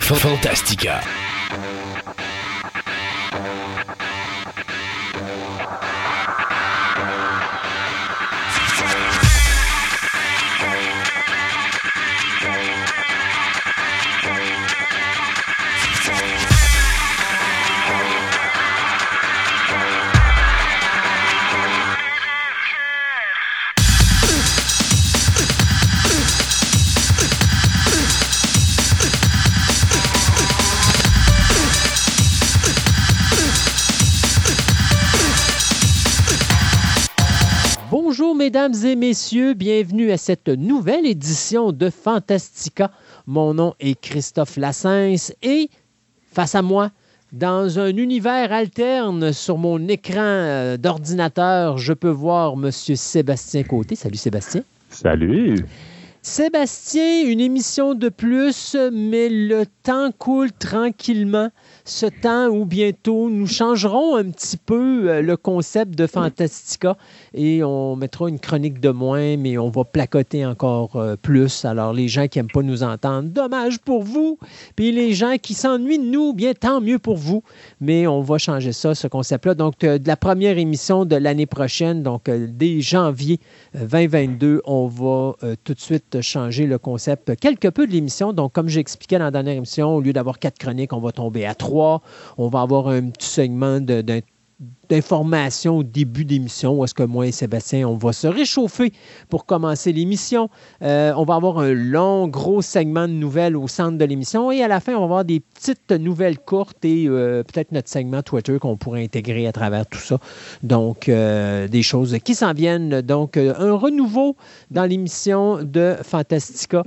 Fantastica. Bonjour mesdames et messieurs, bienvenue à cette nouvelle édition de Fantastica. Mon nom est Christophe Lassens et face à moi, dans un univers alterne sur mon écran d'ordinateur, je peux voir M. Sébastien Côté. Salut Sébastien. Salut. Sébastien, une émission de plus, mais le temps coule tranquillement. Ce temps où bientôt nous changerons un petit peu le concept de Fantastica et on mettra une chronique de moins, mais on va placoter encore plus. Alors, les gens qui n'aiment pas nous entendre, dommage pour vous. Puis les gens qui s'ennuient de nous, bien tant mieux pour vous. Mais on va changer ça, ce concept-là. Donc, de la première émission de l'année prochaine, donc dès janvier 2022, on va tout de suite changer le concept quelque peu de l'émission. Donc, comme j'expliquais dans la dernière émission, au lieu d'avoir 4 chroniques, on va tomber à 3. On va avoir un petit segment d'informations au début d'émission où est-ce que moi et Sébastien, on va se réchauffer pour commencer l'émission. On va avoir un long, gros segment de nouvelles au centre de l'émission et à la fin, on va avoir des petites nouvelles courtes et peut-être notre segment Twitter qu'on pourrait intégrer à travers tout ça. Donc, des choses qui s'en viennent. Donc, un renouveau dans l'émission de Fantastica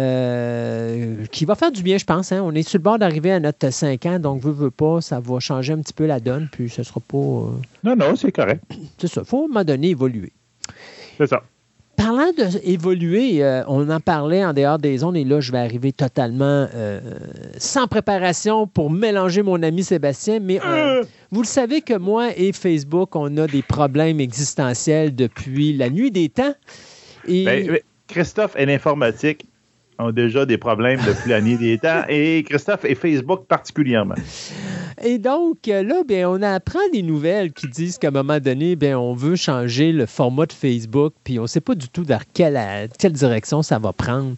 qui va faire du bien, je pense. Hein? On est sur le bord d'arriver à notre 5 ans, donc veut pas, ça va changer un petit peu la donne, puis ce sera pas... Non, c'est correct. C'est ça. Il faut à un moment donné évoluer. C'est ça. Parlant d'évoluer, on en parlait en dehors des ondes et là, je vais arriver totalement sans préparation pour mélanger mon ami Sébastien. Mais vous le savez que moi et Facebook, on a des problèmes existentiels depuis la nuit des temps. Et... Christophe et l'informatique ont déjà des problèmes depuis la nuit des temps et Christophe et Facebook particulièrement. Et donc, là, bien, on apprend des nouvelles qui disent qu'à un moment donné, bien, on veut changer le format de Facebook, puis on ne sait pas du tout vers quelle direction ça va prendre.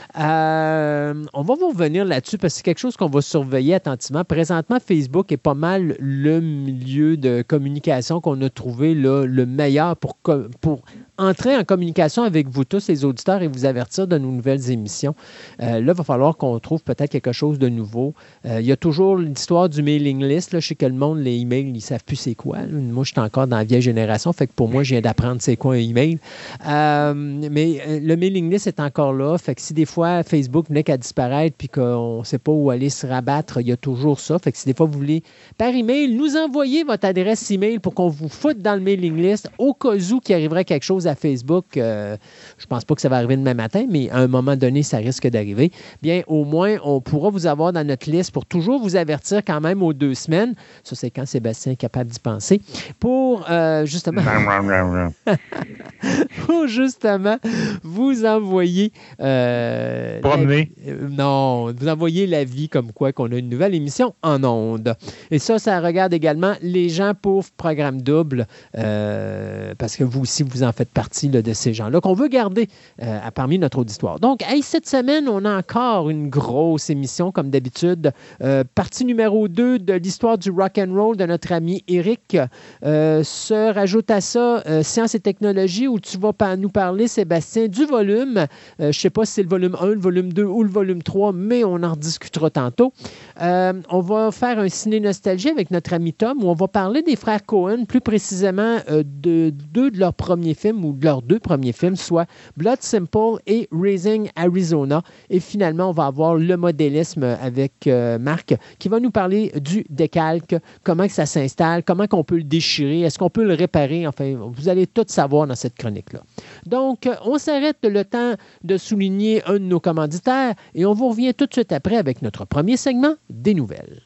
On va vous revenir là-dessus parce que c'est quelque chose qu'on va surveiller attentivement. Présentement, Facebook est pas mal le milieu de communication qu'on a trouvé là, le meilleur pour entrer en communication avec vous tous, les auditeurs, et vous avertir de nos nouvelles émissions. Là, il va falloir qu'on trouve peut-être quelque chose de nouveau. Il y a toujours l'histoire du mailing list. Là, je sais que le monde, les emails, ils ne savent plus c'est quoi. Là. Moi, je suis encore dans la vieille génération, fait que pour moi, je viens d'apprendre c'est quoi un email. Mais le mailing list est encore là, fait que si des fois Facebook venait qu'à disparaître puis qu'on ne sait pas où aller se rabattre, il y a toujours ça. Fait que si des fois vous voulez, par email, nous envoyer votre adresse email pour qu'on vous foute dans le mailing list au cas où qu'il arriverait quelque chose à Facebook. Je pense pas que ça va arriver demain matin, mais à un moment donné, ça risque d'arriver. Bien, au moins, on pourra vous avoir dans notre liste pour toujours vous avertir quand même aux 2 semaines. Ça, c'est quand Sébastien est capable d'y penser. Pour justement... pour justement vous envoyer... promener. Non, vous envoyer l'avis comme quoi qu'on a une nouvelle émission en ondes. Et ça regarde également les gens pauvres programme double parce que vous aussi, vous en faites partie là, de ces gens-là qu'on veut garder parmi notre auditoire. Donc, cette semaine, on a encore une grosse émission comme d'habitude. Partie numéro 2 de l'histoire du rock'n'roll de notre ami Eric. Se rajoute à ça Sciences et technologies où tu vas nous parler, Sébastien, du volume. Je ne sais pas si c'est le volume 1, le volume 2 ou le volume 3, mais on en rediscutera tantôt. On va faire un ciné-nostalgie avec notre ami Tom où on va parler des frères Coen, plus précisément de 2 de leurs premiers films ou de leurs 2 premiers films, soit Blood Simple et Raising Arizona. Et finalement, on va avoir le modélisme avec Marc qui va nous parler du décalque, comment que ça s'installe, comment qu'on peut le déchirer, est-ce qu'on peut le réparer. Enfin, vous allez tout savoir dans cette chronique-là. Donc, on s'arrête le temps de souligner un de nos commanditaires et on vous revient tout de suite après avec notre premier segment des nouvelles.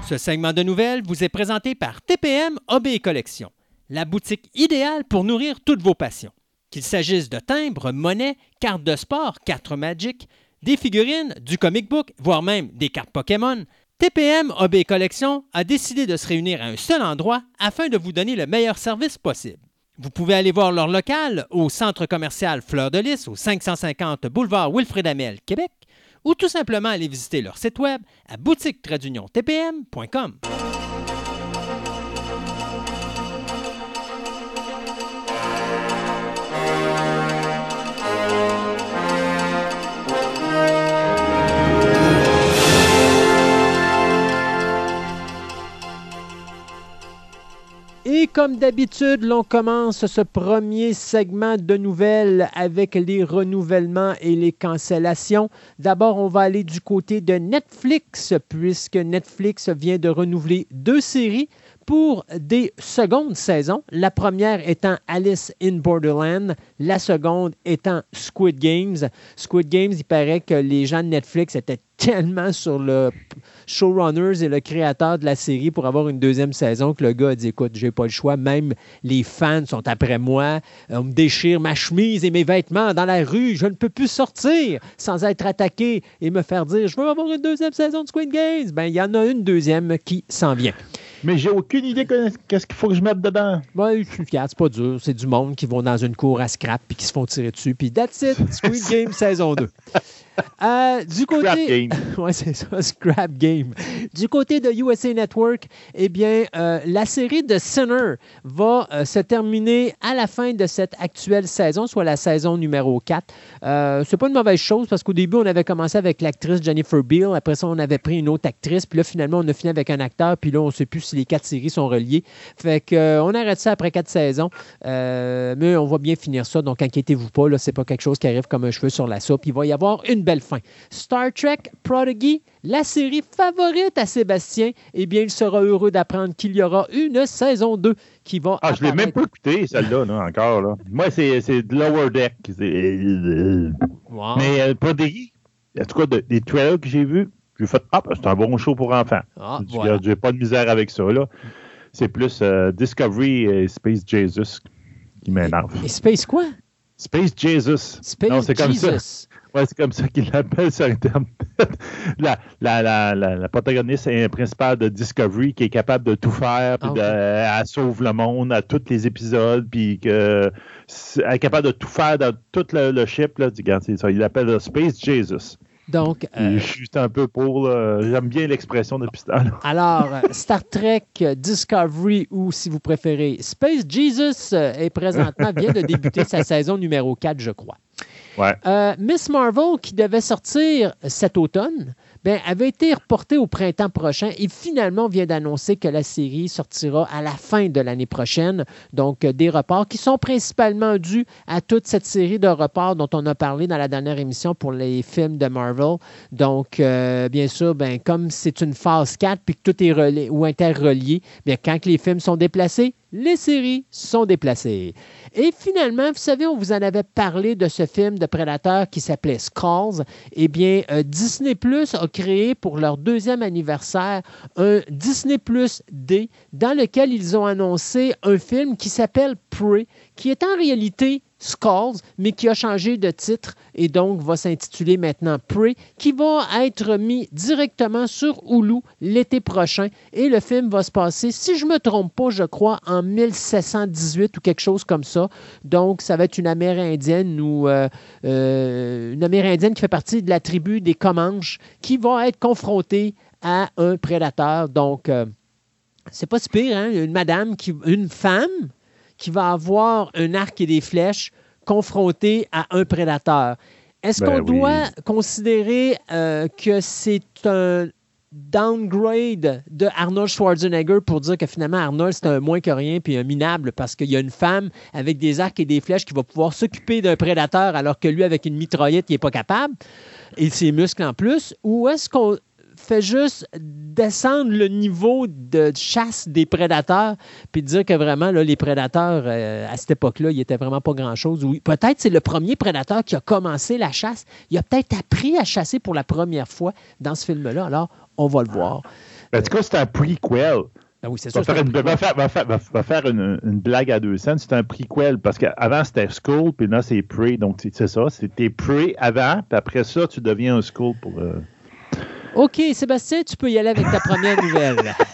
Ce segment de nouvelles vous est présenté par TPM Hobby et Collection, la boutique idéale pour nourrir toutes vos passions. Qu'il s'agisse de timbres, monnaies, cartes de sport, cartes Magic, des figurines, du comic book, voire même des cartes Pokémon, TPM Hobby et Collection a décidé de se réunir à un seul endroit afin de vous donner le meilleur service possible. Vous pouvez aller voir leur local au centre commercial Fleur de Lys au 550 boulevard Wilfrid Hamel, Québec, ou tout simplement aller visiter leur site web à boutique-tpm.com. Et comme d'habitude, l'on commence ce premier segment de nouvelles avec les renouvellements et les cancellations. D'abord, on va aller du côté de Netflix, puisque Netflix vient de renouveler 2 séries pour des secondes saisons. La première étant Alice in Borderland, la seconde étant Squid Games. Squid Games, il paraît que les gens de Netflix étaient tellement sur le showrunners et le créateur de la série pour avoir une deuxième saison que le gars a dit, écoute, j'ai pas le choix, même les fans sont après moi, on me déchire ma chemise et mes vêtements dans la rue, je ne peux plus sortir sans être attaqué et me faire dire, je veux avoir une deuxième saison de Squid Games. Ben, il y en a une deuxième qui s'en vient. Mais j'ai aucune idée qu'est-ce qu'il faut que je mette dedans. Ben, regarde, c'est pas dur. C'est du monde qui vont dans une cour à scrap puis qui se font tirer dessus. Puis that's it, Squid Game saison 2. Du côté... Scrap Game. Oui, c'est ça, Scrap Game. Du côté de USA Network, eh bien, la série de Sinner va se terminer à la fin de cette actuelle saison, soit la saison numéro 4. C'est pas une mauvaise chose parce qu'au début, on avait commencé avec l'actrice Jennifer Beal. Après ça, on avait pris une autre actrice. Puis là, finalement, on a fini avec un acteur. Puis là, on ne sait plus si les 4 séries sont reliées. Fait qu'on arrête ça après 4 saisons. Mais on va bien finir ça. Donc, inquiétez-vous pas. Là, c'est pas quelque chose qui arrive comme un cheveu sur la soupe. Il va y avoir une belle fin. Star Trek Prodigy, la série favorite à Sébastien, eh bien, il sera heureux d'apprendre qu'il y aura une saison 2 qui va apparaître. Je ne l'ai même pas écouté, celle-là, là, encore. Là. Moi, c'est Lower Deck. Wow. Mais Prodigy, en tout cas, des trailers que j'ai vus, j'ai fait c'est un bon show pour enfants. Voilà. J'ai pas de misère avec ça. Là. C'est plus Discovery et Space Jesus qui m'énerve. Et Space quoi? Space Jesus. Space non, c'est comme Jesus. ça. Ouais, c'est comme ça qu'il l'appelle sur Internet. la protagoniste principale de Discovery qui est capable de tout faire, puis elle sauve le monde à tous les épisodes, puis elle est capable de tout faire dans tout le ship. Là, c'est ça, il l'appelle Space Jesus. Donc, je suis un peu pour. J'aime bien l'expression depuis ce temps-là. Alors, Star Trek Discovery, ou si vous préférez, Space Jesus est présentement, vient de débuter sa saison numéro 4, je crois. Ouais. Miss Marvel, qui devait sortir cet automne, avait été reportée au printemps prochain et finalement vient d'annoncer que la série sortira à la fin de l'année prochaine. Donc, des reports qui sont principalement dus à toute cette série de reports dont on a parlé dans la dernière émission pour les films de Marvel. Donc, bien sûr, comme c'est une phase 4 puis que tout est relié ou interrelié, quand les films sont déplacés, les séries sont déplacées. Et finalement, vous savez, on vous en avait parlé de ce film de Predator qui s'appelait Skulls. Eh bien, Disney Plus a créé pour leur 2e anniversaire un Disney Plus D dans lequel ils ont annoncé un film qui s'appelle Prey, qui est en réalité Skulls, mais qui a changé de titre et donc va s'intituler maintenant Prey, qui va être mis directement sur Hulu l'été prochain. Et le film va se passer, si je ne me trompe pas, je crois, en 1718 ou quelque chose comme ça. Donc, ça va être une Amérindienne ou une Amérindienne qui fait partie de la tribu des Comanches qui va être confrontée à un prédateur. Donc, c'est pas si pire, hein? Une femme qui va avoir un arc et des flèches confronté à un prédateur. Est-ce qu'on doit considérer que c'est un downgrade de Arnold Schwarzenegger pour dire que finalement Arnold c'est un moins que rien puis un minable parce qu'il y a une femme avec des arcs et des flèches qui va pouvoir s'occuper d'un prédateur alors que lui avec une mitraillette il n'est pas capable et ses muscles en plus, ou est-ce qu'on fait juste descendre le niveau de chasse des prédateurs puis dire que vraiment, là, les prédateurs, à cette époque-là, ils n'étaient vraiment pas grand-chose. Oui, peut-être c'est le premier prédateur qui a commencé la chasse. Il a peut-être appris à chasser pour la première fois dans ce film-là. Alors, on va le voir. En tout cas, c'est un prequel. Ah oui, c'est sûr. Va faire une blague à 2 cents. C'est un prequel parce qu'avant, c'était Skull, puis là, c'est Prey. Donc, c'est ça. C'était Prey avant, puis après ça, tu deviens un Skull pour... OK, Sébastien, tu peux y aller avec ta première nouvelle.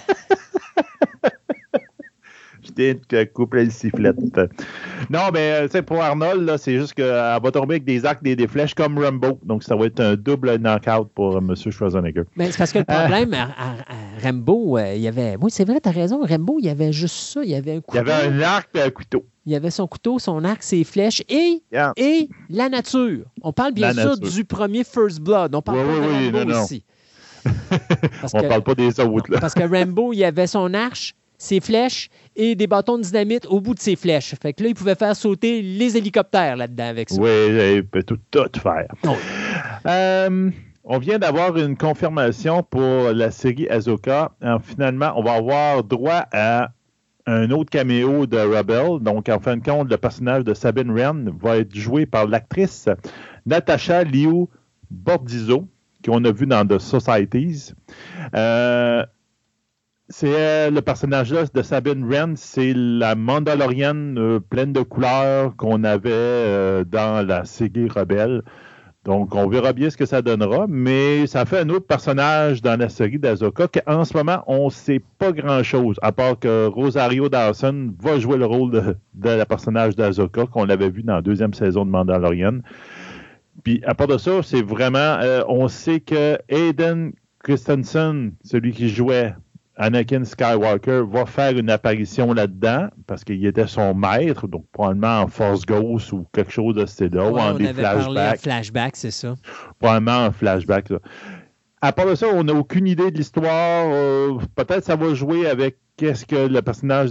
Je viens de te couper le sifflette. Non, mais pour Arnold, là, c'est juste qu'elle va tomber avec des arcs, des flèches comme Rambo. Donc, ça va être un double knockout pour M. Schwarzenegger. Mais c'est parce que le problème à Rambo, il y avait... Oui, c'est vrai, tu as raison. Rambo, il y avait juste ça. Il y avait un couteau. Il y avait un arc et un couteau. Il y avait son couteau, son arc, ses flèches et la nature. On parle bien sûr du premier First Blood. On parle pas de Rambo ici. On ne parle pas des autres. Là. Parce que Rambo, il y avait son arche, ses flèches et des bâtons de dynamite au bout de ses flèches. Fait que là, il pouvait faire sauter les hélicoptères là-dedans avec ça. Oui, il peut tout faire. Oh. On vient d'avoir une confirmation pour la série Ahsoka. Finalement, on va avoir droit à un autre caméo de Rebel. Donc, en fin de compte, le personnage de Sabine Wren va être joué par l'actrice Natasha Liu Bordizzo, qu'on a vu dans The Societies. C'est le personnage-là de Sabine Wren, c'est la Mandalorienne pleine de couleurs qu'on avait dans la série Rebelle. Donc, on verra bien ce que ça donnera, mais ça fait un autre personnage dans la série d'Ahsoka qu'en ce moment, on ne sait pas grand-chose, à part que Rosario Dawson va jouer le rôle de la personnage d'Ahsoka qu'on avait vu dans la 2e saison de Mandalorian. Puis, à part de ça, c'est vraiment... on sait que Hayden Christensen, celui qui jouait Anakin Skywalker, va faire une apparition là-dedans, parce qu'il était son maître, donc probablement en Force Ghost ou quelque chose de ce style-là, ou en des flashbacks. Flashback, c'est ça. Probablement en flashback, ça. À part de ça, on n'a aucune idée de l'histoire. Peut-être ça va jouer avec qu'est-ce que le personnage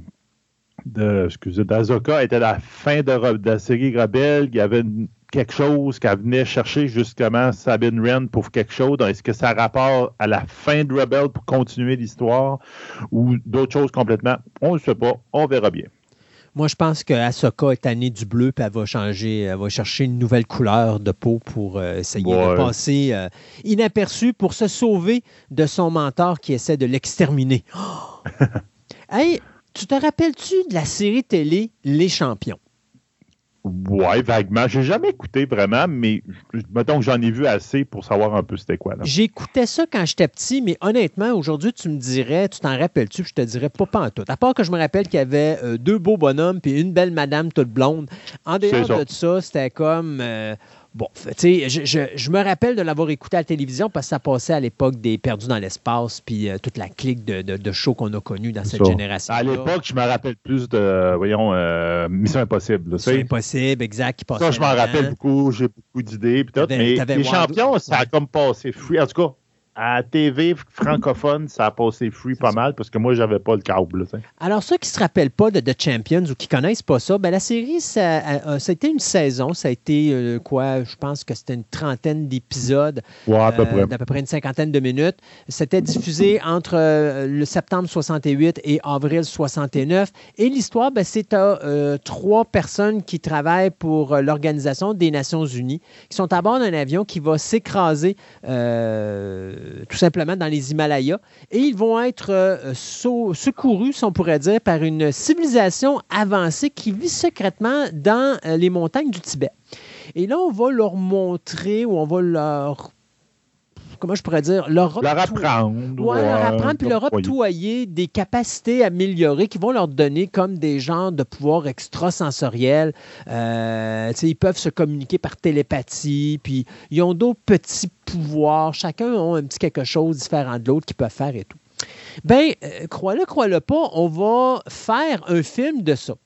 d'Ahsoka était à la fin de la série Rebelle. Il y avait quelque chose qu'elle venait chercher justement Sabine Wren pour quelque chose. Est-ce que ça rapporte à la fin de Rebelle pour continuer l'histoire ou d'autres choses complètement? On ne sait pas. On verra bien. Moi, je pense que Ahsoka est tannée du bleu puis elle va chercher une nouvelle couleur de peau pour essayer de passer inaperçue pour se sauver de son mentor qui essaie de l'exterminer. Oh! Hey, tu te rappelles-tu de la série télé Les Champions? Oui, vaguement. J'ai jamais écouté vraiment, mais mettons que j'en ai vu assez pour savoir un peu c'était quoi. Là. J'écoutais ça quand j'étais petit, mais honnêtement, aujourd'hui, tu me dirais, tu t'en rappelles-tu, puis je te dirais pas en tout. À part que je me rappelle qu'il y avait 2 beaux bonhommes puis une belle madame toute blonde. En dehors de ça, c'était comme... Bon, tu sais, je me rappelle de l'avoir écouté à la télévision parce que ça passait à l'époque des Perdus dans l'espace puis toute la clique de shows qu'on a connus dans cette génération. À l'époque, je me rappelle plus de, Mission Impossible. Mission Impossible, exact. Qui passait ça, je m'en rappelle beaucoup. J'ai beaucoup d'idées. Mais les champions, ça a comme passé free. En tout cas, à la TV francophone, ça a passé free pas mal parce que moi, j'avais pas le câble. T'sais. Alors, ceux qui ne se rappellent pas de The Champions ou qui ne connaissent pas ça, ben, la série, ça a été une saison. Ça a été, je pense que c'était une trentaine d'épisodes. Ouais, à peu près. D'à peu près une cinquantaine de minutes. C'était diffusé entre le septembre 68 et avril 69. Et l'histoire, ben, c'est 3 personnes qui travaillent pour l'Organisation des Nations Unies, qui sont à bord d'un avion qui va s'écraser tout simplement dans les Himalayas. Et ils vont être secourus, si on pourrait dire, par une civilisation avancée qui vit secrètement dans les montagnes du Tibet. Et là, on va leur montrer, ou on va leur... Comment je pourrais dire? Leur apprendre. Oui, leur apprendre, puis leur octroyer des capacités améliorées qui vont leur donner comme des genres de pouvoirs extrasensoriels. Ils peuvent se communiquer par télépathie, puis ils ont d'autres petits pouvoirs. Chacun a un petit quelque chose différent de l'autre qu'ils peuvent faire et tout. Bien, crois-le pas, on va faire un film de ça.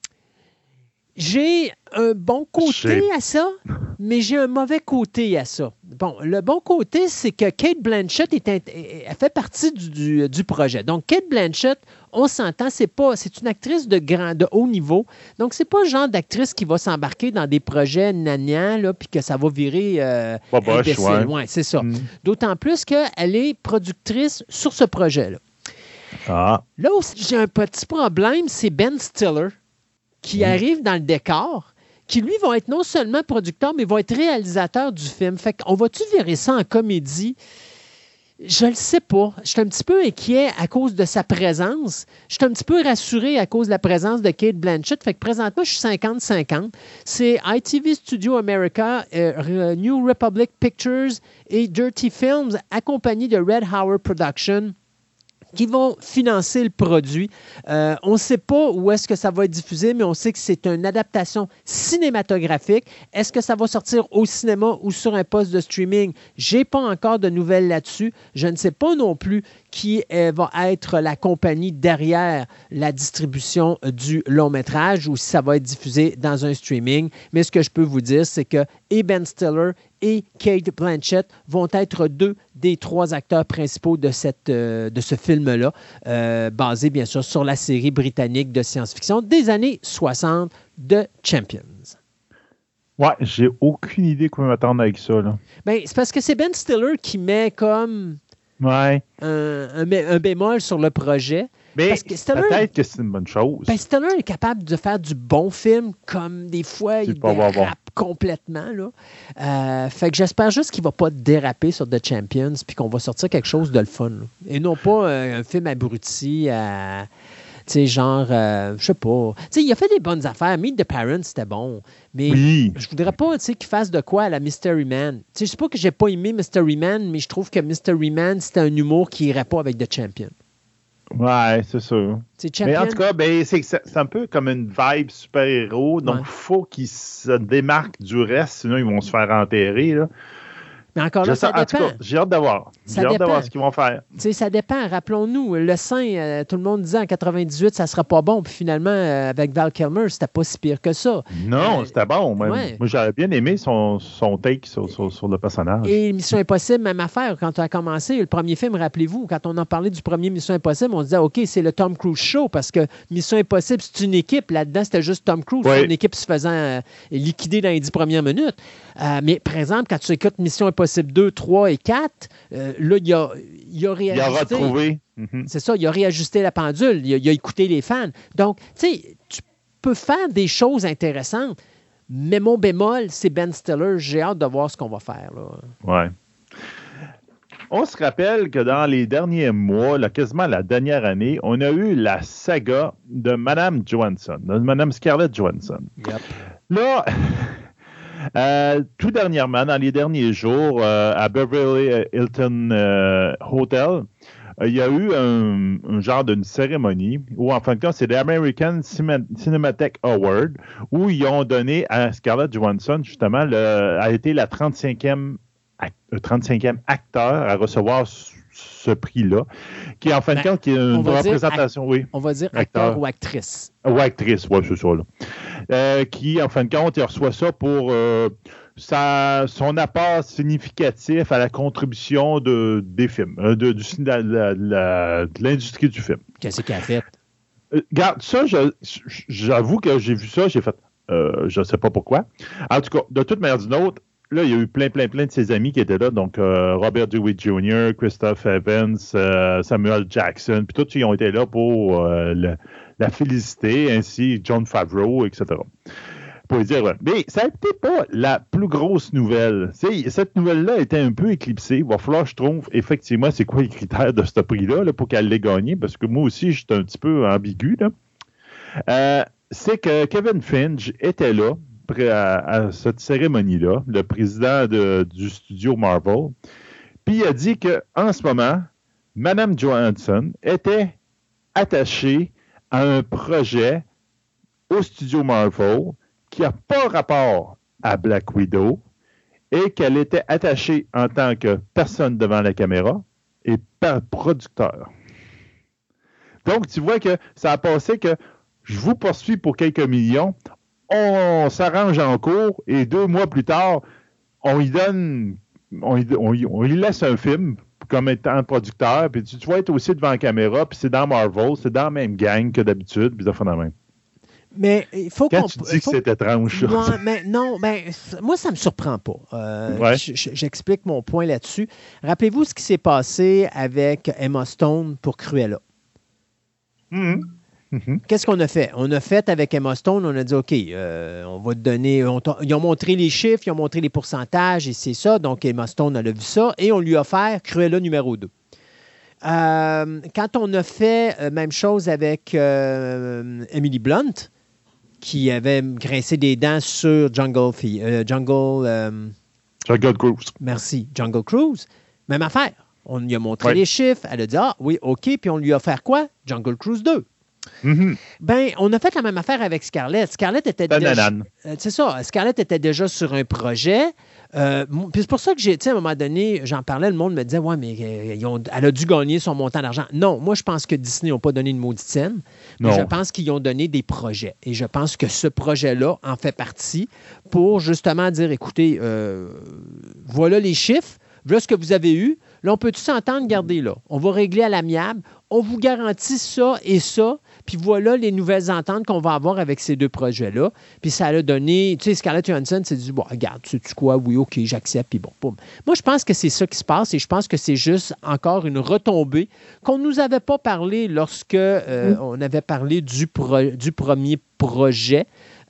J'ai un bon côté à ça, mais j'ai un mauvais côté à ça. Bon, le bon côté, c'est que Cate Blanchett elle fait partie du projet. Donc, Cate Blanchett, on s'entend, c'est une actrice de haut niveau. Donc, c'est pas le genre d'actrice qui va s'embarquer dans des projets gnangnans, là, puis que ça va virer imbécile. Ouais, c'est ça. D'autant plus qu'elle est productrice sur ce projet-là. Ah. Là où j'ai un petit problème, c'est Ben Stiller, qui arrive dans le décor, qui, lui, va être non seulement producteur, mais va être réalisateur du film. Fait qu'on va-tu virer ça en comédie? Je le sais pas. Je suis un petit peu inquiet à cause de sa présence. Je suis un petit peu rassuré à cause de la présence de Cate Blanchett. Fait que présentement, je suis 50-50. C'est ITV Studio America, New Republic Pictures et Dirty Films, accompagnés de Red Howard Productions, qui vont financer le produit. On ne sait pas où est-ce que ça va être diffusé, mais on sait que c'est une adaptation cinématographique. Est-ce que ça va sortir au cinéma ou sur un poste de streaming? Je n'ai pas encore de nouvelles là-dessus. Je ne sais pas non plus qui va être la compagnie derrière la distribution du long-métrage ou si ça va être diffusé dans un streaming. Mais ce que je peux vous dire, c'est que Ben Stiller et Cate Blanchett vont être 2 des 3 acteurs principaux de ce film-là, basé bien sûr sur la série britannique de science-fiction des années 60 de Champions. Ouais, j'ai aucune idée quoi m'attendre avec ça. Là. Ben, c'est parce que c'est Ben Stiller qui met comme un bémol sur le projet. Mais peut-être que c'est une bonne chose. Ben, Stiller est capable de faire du bon film, comme des fois, il dérape complètement. Là. Fait que j'espère juste qu'il ne va pas déraper sur The Champions puis qu'on va sortir quelque chose de le fun. Là. Et non pas un film abruti à... Tu sais, genre, je sais pas. Tu sais, il a fait des bonnes affaires. Meet the Parents, c'était bon. Mais je voudrais pas, tu sais, qu'il fasse de quoi à la Mystery Man. Tu sais, je sais pas que j'ai pas aimé Mystery Man, mais je trouve que Mystery Man, c'était un humour qui irait pas avec The Champion. Ouais, c'est sûr. Mais en tout cas, ben, c'est un peu comme une vibe super-héros. Donc, il faut qu'ils se démarquent du reste, sinon ils vont se faire enterrer, là. Mais encore là, ça dépend. En tout cas, j'ai hâte de voir. J'ai hâte de voir ce qu'ils vont faire. T'sais, ça dépend. Rappelons-nous, Le Saint, tout le monde disait en 98, ça ne sera pas bon. Puis finalement, avec Val Kilmer, c'était pas si pire que ça. Non, c'était bon. Moi, j'avais bien aimé son take sur le personnage. Et Mission Impossible, même affaire. Quand on a commencé, le premier film, rappelez-vous, quand on en parlait du premier Mission Impossible, on se disait, OK, c'est le Tom Cruise Show parce que Mission Impossible, c'est une équipe. Là-dedans, c'était juste Tom Cruise. Oui. Une équipe se faisant liquider dans les 10 premières minutes. Mais par exemple, quand tu écoutes Mission Impossible 2, 3 et 4, là, il a réajusté. Il a retrouvé. C'est ça, il a réajusté la pendule. Il a écouté les fans. Donc, tu sais, tu peux faire des choses intéressantes, mais mon bémol, c'est Ben Stiller. J'ai hâte de voir ce qu'on va faire. Oui. On se rappelle que dans les derniers mois, là, quasiment la dernière année, on a eu la saga de Mme Johansson, de Mme Scarlett Johansson. Yep. Là... tout dernièrement, dans les derniers jours, à Beverly Hilton Hotel, il y a eu un genre d'une cérémonie où, en fin de compte, c'est l'American Cinematic Award où ils ont donné à Scarlett Johansson, justement, a été la 35e acteur à recevoir ce prix-là, qui, en fin de compte, qui est une représentation, On va dire acteur ou actrice. Ou actrice, oui, c'est ça, là. Qui, en fin de compte, il reçoit ça pour son apport significatif à la contribution des films, de l'industrie du film. Qu'est-ce qu'elle a fait? Regarde, ça, j'avoue que j'ai vu ça, j'ai fait, je ne sais pas pourquoi. En tout cas, de toute manière d'une autre, là, il y a eu plein de ses amis qui étaient là, donc Robert Dewitt Jr., Christoph Evans, Samuel Jackson, puis tous ils ont été là pour la féliciter, ainsi Jon Favreau, etc. Pour lui dire, mais ça n'était pas la plus grosse nouvelle. Cette nouvelle-là était un peu éclipsée. Il va falloir que je trouve effectivement c'est quoi les critères de ce prix-là là, pour qu'elle l'ait gagné, parce que moi aussi, j'étais un petit peu ambigu. Là. C'est que Kevin Feige était là à cette cérémonie-là, le président du studio Marvel, puis il a dit qu'en ce moment, Mme Johansson était attachée à un projet au studio Marvel qui n'a pas rapport à Black Widow et qu'elle était attachée en tant que personne devant la caméra et par producteur. Donc, tu vois que ça a passé que je vous poursuis pour quelques millions, on s'arrange en cours et 2 mois plus tard, on lui laisse un film comme étant producteur, puis tu vas être aussi devant la caméra, puis c'est dans Marvel, c'est dans la même gang que d'habitude, puis ça fait la même. Mais il faut Quand tu dis que c'est étrange, ça. Moi, ça ne me surprend pas. Ouais. J'explique mon point là-dessus. Rappelez-vous ce qui s'est passé avec Emma Stone pour Cruella. Mm-hmm. Qu'est-ce qu'on a fait? On a fait avec Emma Stone, on a dit, OK, on va te donner... ils ont montré les chiffres, ils ont montré les pourcentages, et c'est ça. Donc, Emma Stone, elle a vu ça, et on lui a offert Cruella numéro 2. Quand on a fait même chose avec Emily Blunt, qui avait grincé des dents sur Jungle Cruise. Merci, Jungle Cruise. Même affaire. On lui a montré les chiffres, elle a dit, ah oui, OK, puis on lui a offert quoi? Jungle Cruise 2. Ben, on a fait la même affaire avec Scarlett. Scarlett était déjà... c'est ça. Scarlett était déjà sur un projet. Puis c'est pour ça que à un moment donné, j'en parlais, le monde me disait, ouais, mais elle a dû gagner son montant d'argent. Non, moi, je pense que Disney n'a pas donné une maudite scène. Mais je pense qu'ils ont donné des projets. Et je pense que ce projet-là en fait partie pour justement dire, écoutez, voilà les chiffres, voilà ce que vous avez eu. Là, on peut-tu s'entendre? Gardez là. On va régler à l'amiable. On vous garantit ça et ça. Puis voilà les nouvelles ententes qu'on va avoir avec ces deux projets-là. Puis ça a donné... Tu sais, Scarlett Johansson s'est dit, bon, regarde, sais-tu quoi? Oui, OK, j'accepte. Puis bon, boum. Moi, je pense que c'est ça qui se passe et je pense que c'est juste encore une retombée qu'on ne nous avait pas parlé lorsque on avait parlé du premier projet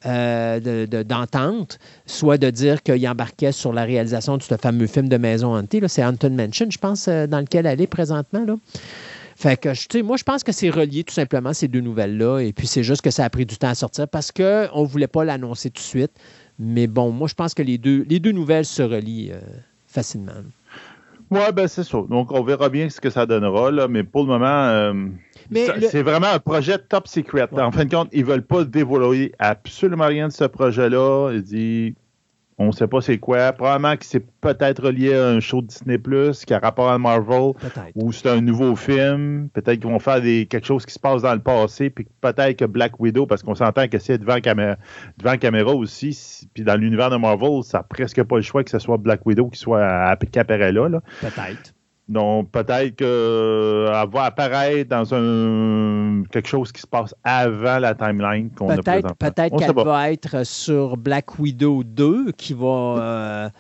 d'entente, soit de dire qu'il embarquait sur la réalisation de ce fameux film de maison hantée. Là, c'est Haunted Mansion, je pense, dans lequel elle est présentement. Là. Fait que, tu sais, moi, je pense que c'est relié tout simplement, ces deux nouvelles-là. Et puis, c'est juste que ça a pris du temps à sortir parce qu'on ne voulait pas l'annoncer tout de suite. Mais bon, moi, je pense que les deux nouvelles se relient facilement. Oui, ben c'est ça. Donc, on verra bien ce que ça donnera, là. Mais pour le moment, c'est vraiment un projet top secret. Ouais. En fin de compte, ils ne veulent pas dévoiler absolument rien de ce projet-là. Ils disent, on ne sait pas c'est quoi. Probablement que c'est peut-être relié à un show de Disney+, qui a rapport à Marvel, ou c'est un nouveau film. Peut-être qu'ils vont faire quelque chose qui se passe dans le passé, puis peut-être que Black Widow, parce qu'on s'entend que c'est devant caméra aussi, puis dans l'univers de Marvel, ça n'a presque pas le choix que ce soit Black Widow qui soit à Caparella. Là. Peut-être. Donc, peut-être qu'elle va apparaître dans quelque chose qui se passe avant la timeline qu'on a présentement. Peut-être qu'elle va être sur Black Widow 2, qui va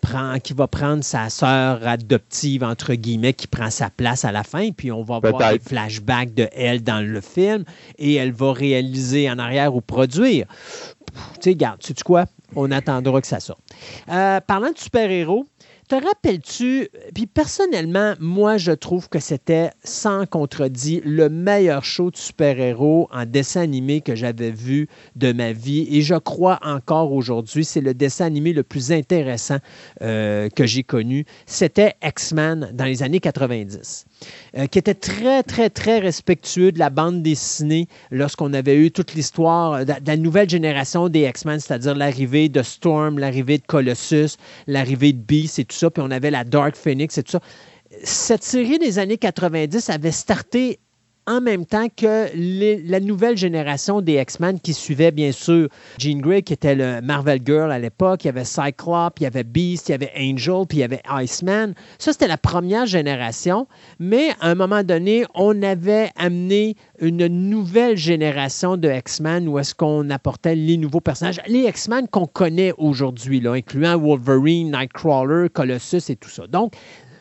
prendre sa sœur adoptive, entre guillemets, qui prend sa place à la fin, puis on va voir des flashbacks de elle dans le film, et elle va réaliser en arrière ou produire. Tu sais, regarde, sais-tu quoi? On attendra que ça sorte. Parlant de super-héros, te rappelles-tu, puis personnellement, moi, je trouve que c'était, sans contredit, le meilleur show de super-héros en dessin animé que j'avais vu de ma vie. Et je crois encore aujourd'hui, c'est le dessin animé le plus intéressant que j'ai connu. C'était X-Men dans les années 90, qui était très, très, très respectueux de la bande dessinée lorsqu'on avait eu toute l'histoire de la nouvelle génération des X-Men, c'est-à-dire l'arrivée de Storm, l'arrivée de Colossus, l'arrivée de Beast et tout ça, puis on avait la Dark Phoenix et tout ça. Cette série des années 90 avait starté en même temps que la nouvelle génération des X-Men qui suivait, bien sûr, Jean Grey, qui était le Marvel Girl à l'époque, il y avait Cyclope, il y avait Beast, il y avait Angel, puis il y avait Iceman. Ça, c'était la première génération, mais à un moment donné, on avait amené une nouvelle génération de X-Men où est-ce qu'on apportait les nouveaux personnages, les X-Men qu'on connaît aujourd'hui, là, incluant Wolverine, Nightcrawler, Colossus et tout ça. Donc,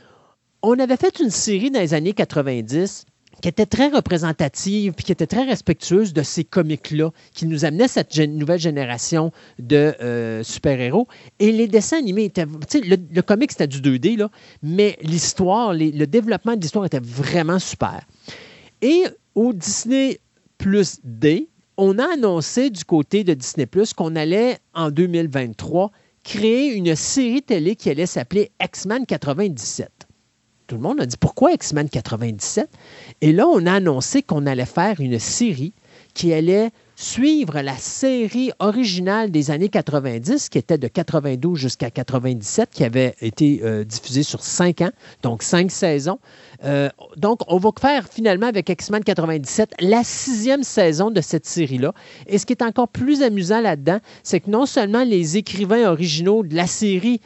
on avait fait une série dans les années 90 qui était très représentative puis qui était très respectueuse de ces comics-là, qui nous amenait cette nouvelle génération de super-héros. Et les dessins animés étaient... Tu sais, le comic, c'était du 2D, là, mais l'histoire, le développement de l'histoire était vraiment super. Et au Disney Plus D, on a annoncé du côté de Disney Plus qu'on allait, en 2023, créer une série télé qui allait s'appeler X-Men 97. Tout le monde a dit, pourquoi X-Men 97? Et là, on a annoncé qu'on allait faire une série qui allait suivre la série originale des années 90, qui était de 92 jusqu'à 97, qui avait été diffusée sur 5 ans, donc 5 saisons. Donc, on va faire finalement avec X-Men 97 la 6e saison de cette série-là. Et ce qui est encore plus amusant là-dedans, c'est que non seulement les écrivains originaux de la série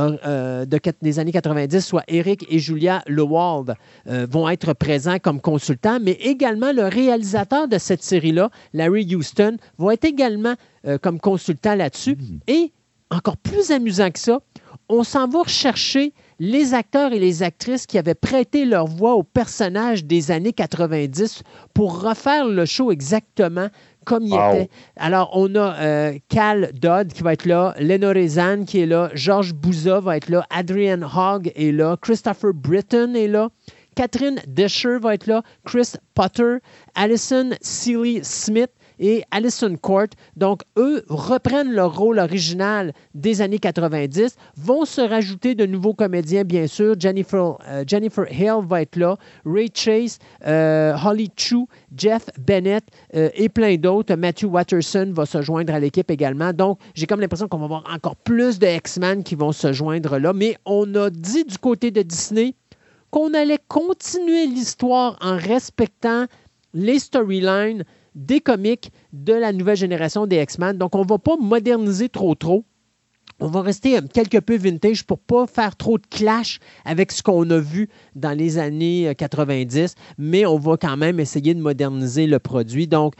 des années 90, soit Eric et Julia Lewald, vont être présents comme consultants, mais également le réalisateur de cette série-là, Larry Houston, va être également comme consultant là-dessus. Et, encore plus amusant que ça, on s'en va rechercher les acteurs et les actrices qui avaient prêté leur voix aux personnages des années 90 pour refaire le show exactement comme il était. Alors, on a Cal Dodd qui va être là, Leno Rezan qui est là, Georges Bouza va être là, Adrian Hogg est là, Christopher Britton est là, Catherine Desher va être là, Chris Potter, Alison Seeley Smith et Alison Court. Donc, eux reprennent leur rôle original des années 90, vont se rajouter de nouveaux comédiens, bien sûr. Jennifer Hale va être là, Ray Chase, Holly Chu, Jeff Bennett et plein d'autres. Matthew Watterson va se joindre à l'équipe également. Donc, j'ai comme l'impression qu'on va avoir encore plus de X-Men qui vont se joindre là. Mais on a dit du côté de Disney qu'on allait continuer l'histoire en respectant les storylines des comics de la nouvelle génération des X-Men. Donc, on ne va pas moderniser trop. On va rester quelque peu vintage pour ne pas faire trop de clash avec ce qu'on a vu dans les années 90, mais on va quand même essayer de moderniser le produit. Donc,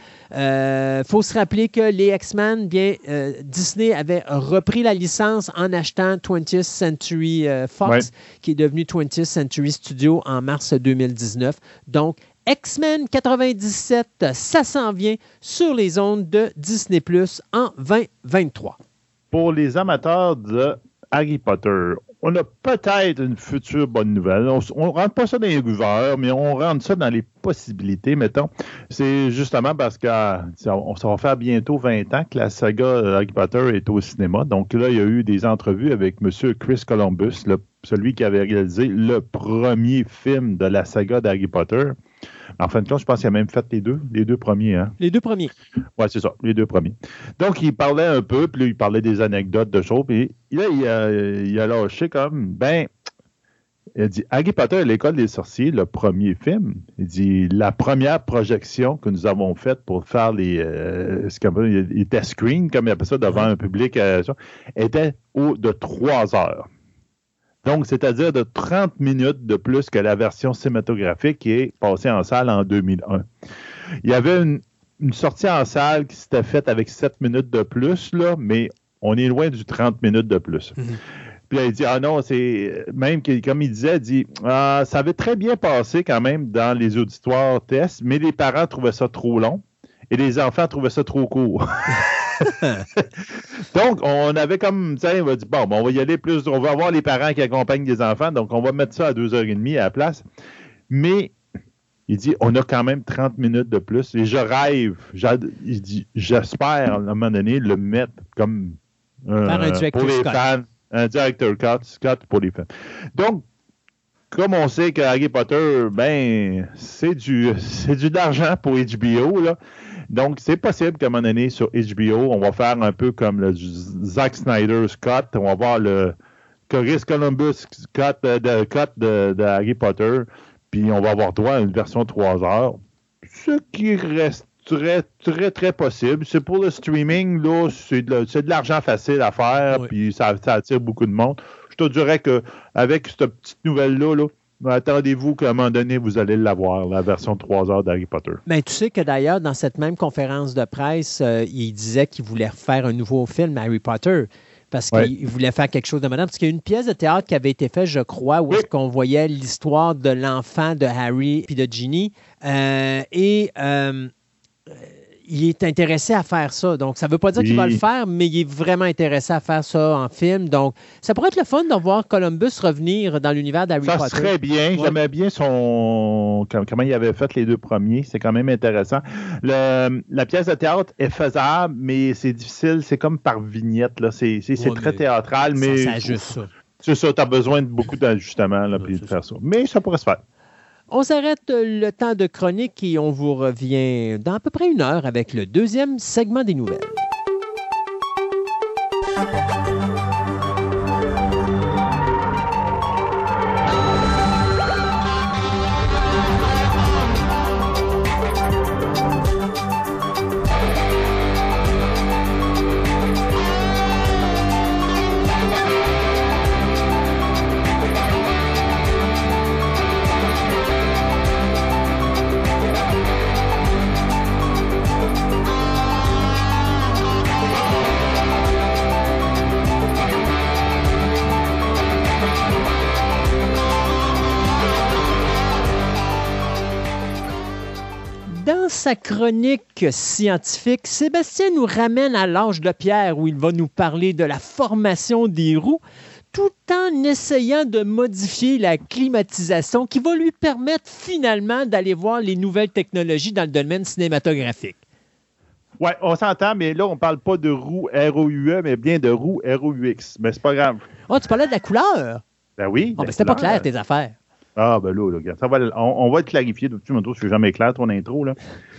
il faut se rappeler que les X-Men, Disney avait repris la licence en achetant 20th Century Fox, qui est devenu 20th Century Studios en mars 2019. Donc, X-Men 97, ça s'en vient sur les ondes de Disney+ en 2023. Pour les amateurs de Harry Potter, on a peut-être une future bonne nouvelle. On ne rentre pas ça dans les rumeurs, mais on rentre ça dans les possibilités, mettons. C'est justement parce que ça va faire bientôt 20 ans que la saga Harry Potter est au cinéma. Donc là, il y a eu des entrevues avec M. Chris Columbus, celui qui avait réalisé le premier film de la saga d'Harry Potter. En fin de compte, je pense qu'il a même fait les deux premiers. Hein? Les deux premiers. Oui, c'est ça, les deux premiers. Donc, il parlait un peu, puis là, il parlait des anecdotes de choses, puis là, il a lâché comme, il a dit, Harry Potter et l'école des sorciers, le premier film, il dit, la première projection que nous avons faite pour faire les test screens, comme il appelle ça, devant un public, était de 3 heures. Donc, c'est-à-dire de 30 minutes de plus que la version cinématographique qui est passée en salle en 2001. Il y avait une sortie en salle qui s'était faite avec 7 minutes de plus, là, mais on est loin du 30 minutes de plus. Mm-hmm. Puis là, il dit, non, c'est... Même, comme il disait, ça avait très bien passé quand même dans les auditoires tests, mais les parents trouvaient ça trop long et les enfants trouvaient ça trop court. Donc, on avait comme, on va dire, on va y aller plus, on va avoir les parents qui accompagnent les enfants, donc on va mettre ça à 2h30 à la place. Mais, il dit, on a quand même 30 minutes de plus, et je rêve, il dit, j'espère, à un moment donné, le mettre comme pour les fans, un director cut pour les fans. Donc, comme on sait que Harry Potter, c'est de l'argent pour HBO, là. Donc, c'est possible qu'à un moment donné, sur HBO, on va faire un peu comme le Zack Snyder's Cut. On va voir le Chris Columbus Cut de Harry Potter. Puis, on va avoir droit à une version 3 heures. Ce qui reste très, très, très possible. C'est pour le streaming, là, c'est de l'argent facile à faire. Oui. Puis, ça attire beaucoup de monde. Je te dirais qu'avec cette petite nouvelle-là, attendez-vous qu'à un moment donné, vous allez l'avoir, la version 3 heures d'Harry Potter. Mais tu sais que d'ailleurs, dans cette même conférence de presse, il disait qu'il voulait refaire un nouveau film, Harry Potter, parce qu'il voulait faire quelque chose de moderne. Parce qu'il y a une pièce de théâtre qui avait été faite, je crois, où est-ce qu'on voyait l'histoire de l'enfant de Harry puis de Ginny. Il est intéressé à faire ça. Donc, ça ne veut pas dire qu'il va le faire, mais il est vraiment intéressé à faire ça en film. Donc, ça pourrait être le fun de voir Columbus revenir dans l'univers d'Harry Potter. Ça serait bien. Ouais. J'aimais bien comment il avait fait les deux premiers. C'est quand même intéressant. La pièce de théâtre est faisable, mais c'est difficile. C'est comme par vignette. Là. C'est très théâtral, mais... Ça s'ajuste ça. C'est ça. Tu as besoin de beaucoup d'ajustements là, puis de faire ça. Mais ça pourrait se faire. On s'arrête le temps de chronique et on vous revient dans à peu près 1 heure avec le deuxième segment des nouvelles. Dans sa chronique scientifique, Sébastien nous ramène à l'âge de pierre où il va nous parler de la formation des roues tout en essayant de modifier la climatisation qui va lui permettre finalement d'aller voir les nouvelles technologies dans le domaine cinématographique. Oui, on s'entend, mais là, on ne parle pas de roues ROUE, mais bien de roues ROUX. Mais c'est pas grave. Oh, tu parlais de la couleur? Ben oui. Oh, ben c'était pas clair, tes affaires. Ah, ben là, regarde, on va le clarifier. Depuis tantôt, je ne suis jamais clair, ton intro, là.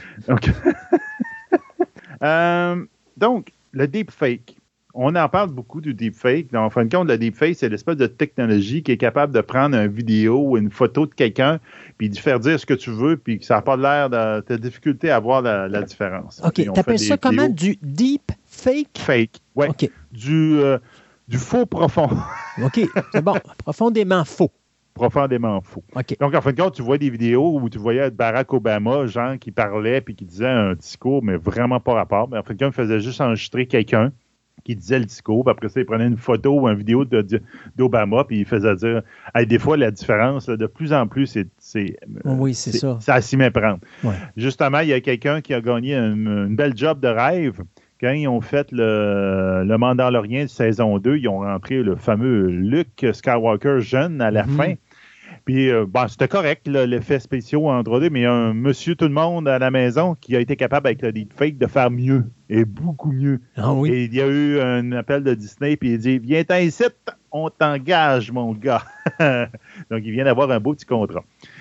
Donc, le deepfake. On en parle beaucoup du deepfake. En fin de compte, le deepfake, c'est l'espèce de technologie qui est capable de prendre une vidéo ou une photo de quelqu'un puis de faire dire ce que tu veux puis que ça n'a pas l'air de... Tu as difficulté à voir la différence. OK. Tu appelles ça comment? Du deepfake? Fake, oui. OK. Du faux profond. OK. C'est bon. Profondément faux. Profondément faux. Okay. Donc, en fin de compte, tu vois des vidéos où tu voyais Barack Obama, genre, qui parlait puis qui disait un discours, mais vraiment pas rapport. Mais en fin de compte, il faisait juste enregistrer quelqu'un qui disait le discours, puis après ça, il prenait une photo ou une vidéo d'Obama, puis il faisait dire... des fois, la différence, là, de plus en plus, oui, c'est ça. Ça à s'y méprendre. Ouais. Justement, il y a quelqu'un qui a gagné une belle job de rêve. Quand ils ont fait le Mandalorien de saison 2, ils ont rentré le fameux Luke Skywalker jeune à la fin. Puis, c'était correct, là, l'effet spécial en 3D, mais il y a un monsieur tout le monde à la maison qui a été capable, avec le deepfake, de faire mieux, et beaucoup mieux. Ah oui. Et il y a eu un appel de Disney, puis il dit « Viens-t'en ici, on t'engage, mon gars. » Donc, il vient d'avoir un beau petit contrat.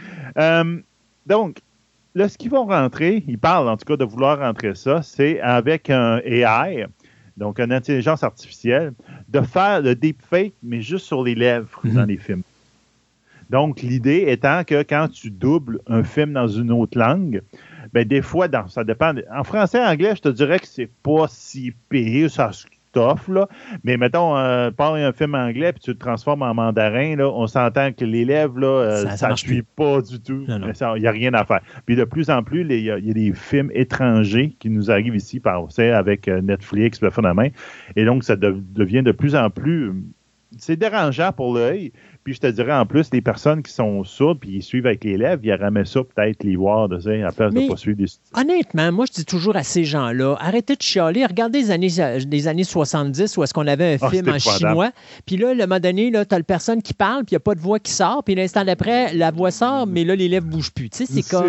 Donc, là, ce qu'ils vont rentrer, ils parlent en tout cas de vouloir rentrer ça, c'est avec un AI, donc une intelligence artificielle, de faire le deepfake, mais juste sur les lèvres dans les films. Donc, l'idée étant que quand tu doubles un film dans une autre langue, bien, des fois, ça dépend. En français et anglais, je te dirais que c'est pas si pire, ça se toffe, là. Mais mettons, parle un film anglais puis tu le transformes en mandarin, là, on s'entend que les lèvres, là, ça ne suit pas du tout. Il n'y a rien à faire. Puis de plus en plus, il y a des films étrangers qui nous arrivent ici avec Netflix, le phénomène. Et donc, ça devient de plus en plus... C'est dérangeant pour l'œil. Puis je te dirais, en plus, les personnes qui sont sourdes puis ils suivent avec les lèvres, ils aimeraient ça peut-être les voir à place de ne pas suivre des... Honnêtement, moi, je dis toujours à ces gens-là, arrêtez de chialer, regardez les années 70 où est-ce qu'on avait un film en chinois. Puis là, à un moment donné, tu as la personne qui parle, puis il n'y a pas de voix qui sort, puis l'instant d'après, la voix sort, mais là, les lèvres ne bougent plus. Tu sais, c'est comme...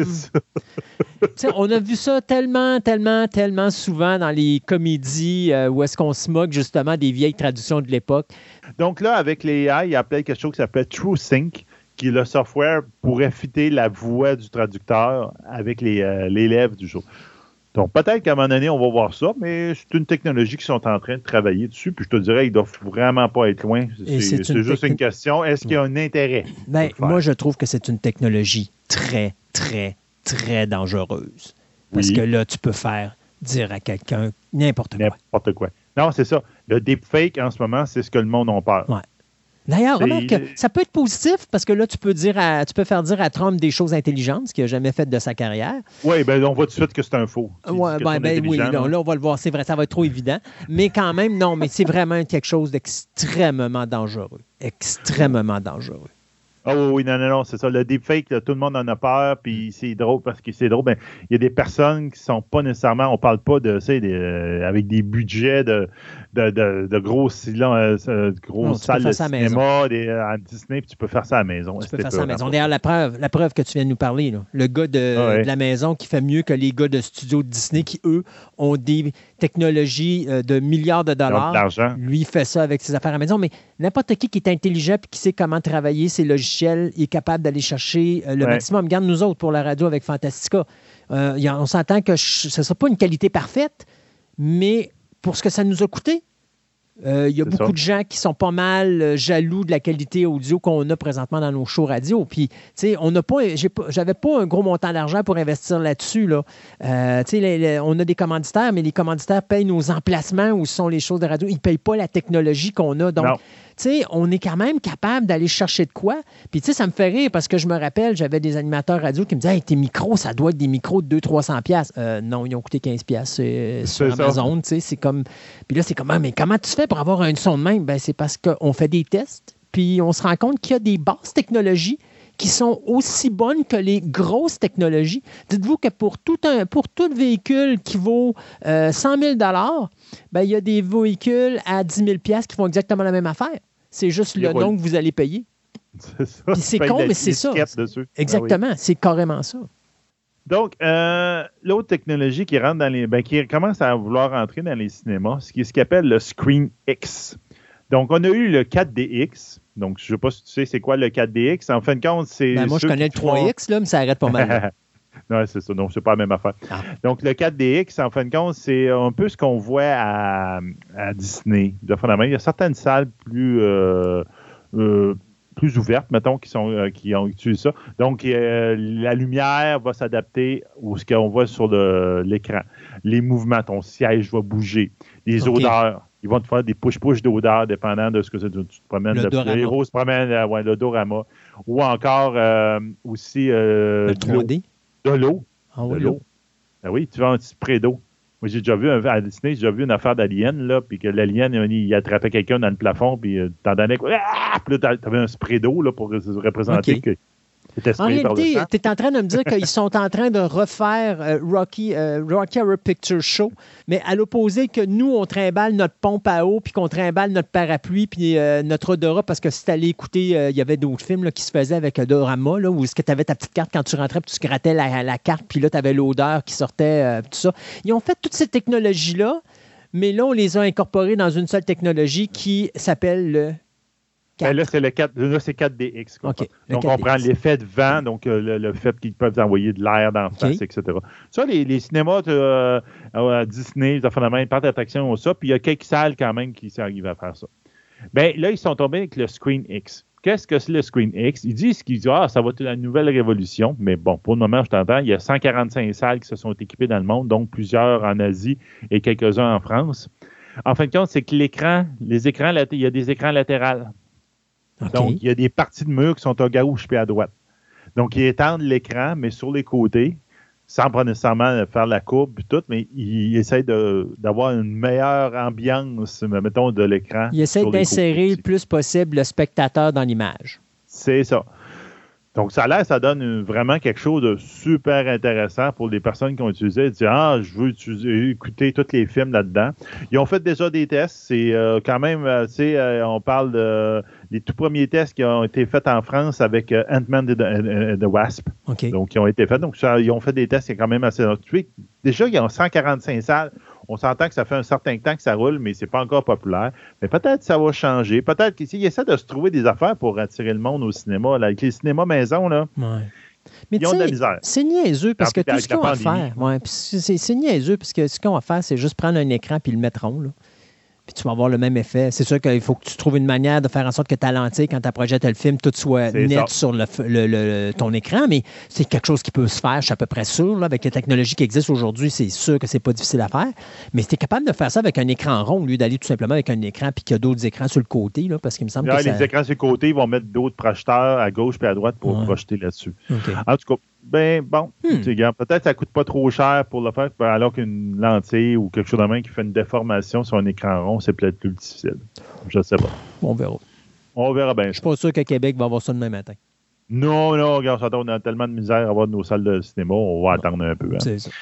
on a vu ça tellement souvent dans les comédies où est-ce qu'on se moque justement des vieilles traductions de l'époque. Donc là, avec les AI, il y a peut-être quelque chose qui s'appelle TrueSync, qui est le software pour fitter la voix du traducteur avec les lèvres du jour. Donc peut-être qu'à un moment donné, on va voir ça, mais c'est une technologie qu'ils sont en train de travailler dessus, puis je te dirais, ils ne doivent vraiment pas être loin. C'est juste une question, est-ce qu'il y a un intérêt? Ben, moi, je trouve que c'est une technologie très, très, très dangereuse. Parce que là, tu peux faire dire à quelqu'un n'importe quoi. N'importe quoi. Non, c'est ça. Le deepfake, en ce moment, c'est ce que le monde a peur. Ouais. D'ailleurs, remarque, ça peut être positif parce que là, tu peux faire dire à Trump des choses intelligentes, ce qu'il n'a jamais fait de sa carrière. Oui, bien, on voit tout de suite que c'est un faux. Oui, là, on va le voir. C'est vrai, ça va être trop évident. Mais quand même, non, mais c'est vraiment quelque chose d'extrêmement dangereux. Extrêmement dangereux. Ah oui, non, c'est ça. Le deepfake, là, tout le monde en a peur, puis c'est drôle parce que c'est drôle. Ben, il y a des personnes qui sont pas nécessairement, on parle pas de, avec des budgets de gros salles de cinéma, à Disney, puis tu peux faire ça à la maison. Tu peux faire ça à la maison. D'ailleurs, la preuve que tu viens de nous parler, là, le gars de la maison qui fait mieux que les gars de studio de Disney qui, eux, ont des technologies de milliards de dollars. L'argent. Lui, il fait ça avec ses affaires à la maison, mais n'importe qui est intelligent et qui sait comment travailler ses logiciels est capable d'aller chercher le maximum. Regarde, nous autres, pour la radio avec Fantastica, on s'entend que ce ne sera pas une qualité parfaite, mais pour ce que ça nous a coûté, il y a beaucoup de gens qui sont pas mal jaloux de la qualité audio qu'on a présentement dans nos shows radio. Puis, tu sais, j'avais pas un gros montant d'argent pour investir là-dessus. Là. On a des commanditaires, mais les commanditaires payent nos emplacements où sont les shows de radio. Ils ne payent pas la technologie qu'on a. Donc, tu sais, on est quand même capable d'aller chercher de quoi. Puis, tu sais, ça me fait rire parce que je me rappelle, j'avais des animateurs radio qui me disaient « Hey, tes micros, ça doit être des micros de 200-300$. Non, ils ont coûté 15$ sur Amazon. Tu sais, c'est comme... Puis là, c'est comme « Mais comment tu fais pour avoir un son de même? » Ben, c'est parce qu'on fait des tests, puis on se rend compte qu'il y a des basses technologies qui sont aussi bonnes que les grosses technologies. Dites-vous que pour tout véhicule qui vaut 100 000 ben, il y a des véhicules à 10 000 qui font exactement la même affaire. C'est juste le nom que vous allez payer. C'est ça. Puis c'est con, mais c'est ça. Dessus. Exactement, c'est carrément ça. Donc, l'autre technologie qui rentre qui commence à vouloir rentrer dans les cinémas, c'est ce qu'ils appelle le Screen X. Donc, on a eu le 4DX. Donc, je ne sais pas si tu sais c'est quoi le 4DX. En fin de compte, c'est... moi, je connais le 3X, là, mais ça arrête pas mal. Non, c'est ça. Donc, c'est pas la même affaire. Ah. Donc, le 4DX, en fin de compte, c'est un peu ce qu'on voit à Disney. Il y a certaines salles plus ouvertes, mettons, qui ont utilisé ça. Donc, la lumière va s'adapter à ce qu'on voit sur l'écran. Les mouvements, ton siège va bouger. Les odeurs. Ils vont te faire des push-push d'odeur dépendant de ce que tu te promènes. Le héros se promène, l'odorama. Ou encore aussi le 3D. De l'eau. Ah oui, de l'eau. Ah oui, tu veux un petit spray d'eau. Moi, j'ai déjà vu à Disney, une affaire d'alien, là, puis que l'alien, il attrapait quelqu'un dans le plafond, puis t'en donnais quoi. Ah! Puis là, t'avais un spray d'eau là, pour représenter que en réalité, tu es en train de me dire qu'ils sont en train de refaire Rocky Horror Picture Show, mais à l'opposé que nous, on trimballe notre pompe à eau, puis qu'on trimballe notre parapluie, puis notre odorat, parce que si tu allais écouter, il y avait d'autres films là, qui se faisaient avec Odorama, là, où est-ce que tu avais ta petite carte quand tu rentrais, puis tu grattais la carte, puis là, tu avais l'odeur qui sortait, tout ça. Ils ont fait toutes ces technologies-là, mais là, on les a incorporées dans une seule technologie qui s'appelle le... Ben là, c'est 4DX. Okay, donc, on prend l'effet de vent, donc le fait qu'ils peuvent envoyer de l'air dans la face, etc. Ça, les cinémas à Disney, les parcs d'attraction, ça, puis il y a quelques salles quand même qui arrivent à faire ça. Bien, là, ils sont tombés avec le Screen X. Qu'est-ce que c'est le Screen X? Ils disent ça va être la nouvelle révolution, mais bon, pour le moment, je t'entends, il y a 145 salles qui se sont équipées dans le monde, donc plusieurs en Asie et quelques-uns en France. En fin de compte, c'est que il y a des écrans latéraux. Okay. Donc, il y a des parties de mur qui sont à gauche puis à droite. Donc, ils étendent l'écran, mais sur les côtés, sans pas nécessairement faire la courbe et tout, mais ils essayent d'avoir une meilleure ambiance, mettons, de l'écran. Ils essayent d'insérer le plus possible le spectateur dans l'image. C'est ça. Donc, ça donne vraiment quelque chose de super intéressant pour les personnes qui ont utilisé. Ils disent, je veux écouter tous les films là-dedans. Ils ont fait déjà des tests. C'est quand même, on parle des tout premiers tests qui ont été faits en France avec Ant-Man and the Wasp. Okay. Donc, ils ont été faits. Donc, ils ont fait des tests qui sont quand même assez... Déjà, ils ont 145 salles. On s'entend que ça fait un certain temps que ça roule, mais c'est pas encore populaire. Mais peut-être que ça va changer. Peut-être qu'ils essaient de se trouver des affaires pour attirer le monde au cinéma. Là, avec les cinémas maison, là, mais ils ont de la misère. C'est niaiseux parce que tout ce qu'ils ont à faire, c'est niaiseux parce que ce qu'ils ont à faire, c'est juste prendre un écran puis le mettre rond, là. Puis tu vas avoir le même effet. C'est sûr qu'il faut que tu trouves une manière de faire en sorte que ta lentille, quand tu projettes le film, tout soit net sur ton écran, mais c'est quelque chose qui peut se faire, je suis à peu près sûr. Là, avec les technologies qui existent aujourd'hui, c'est sûr que c'est pas difficile à faire. Mais si tu es capable de faire ça avec un écran rond, au lieu d'aller tout simplement avec un écran puis qu'il y a d'autres écrans sur le côté, là, parce qu'il me semble que les écrans sur le côté, ils vont mettre d'autres projeteurs à gauche et à droite pour projeter là-dessus. Okay. En tout cas, peut-être que ça ne coûte pas trop cher pour le faire, alors qu'une lentille ou quelque chose de même qui fait une déformation sur un écran rond, c'est peut-être plus difficile. Je ne sais pas. On verra. On verra bien. Je ne suis pas sûr que Québec va avoir ça demain matin. Non, regarde, on a tellement de misère à avoir nos salles de cinéma, on va attendre un peu. Hein. C'est ça.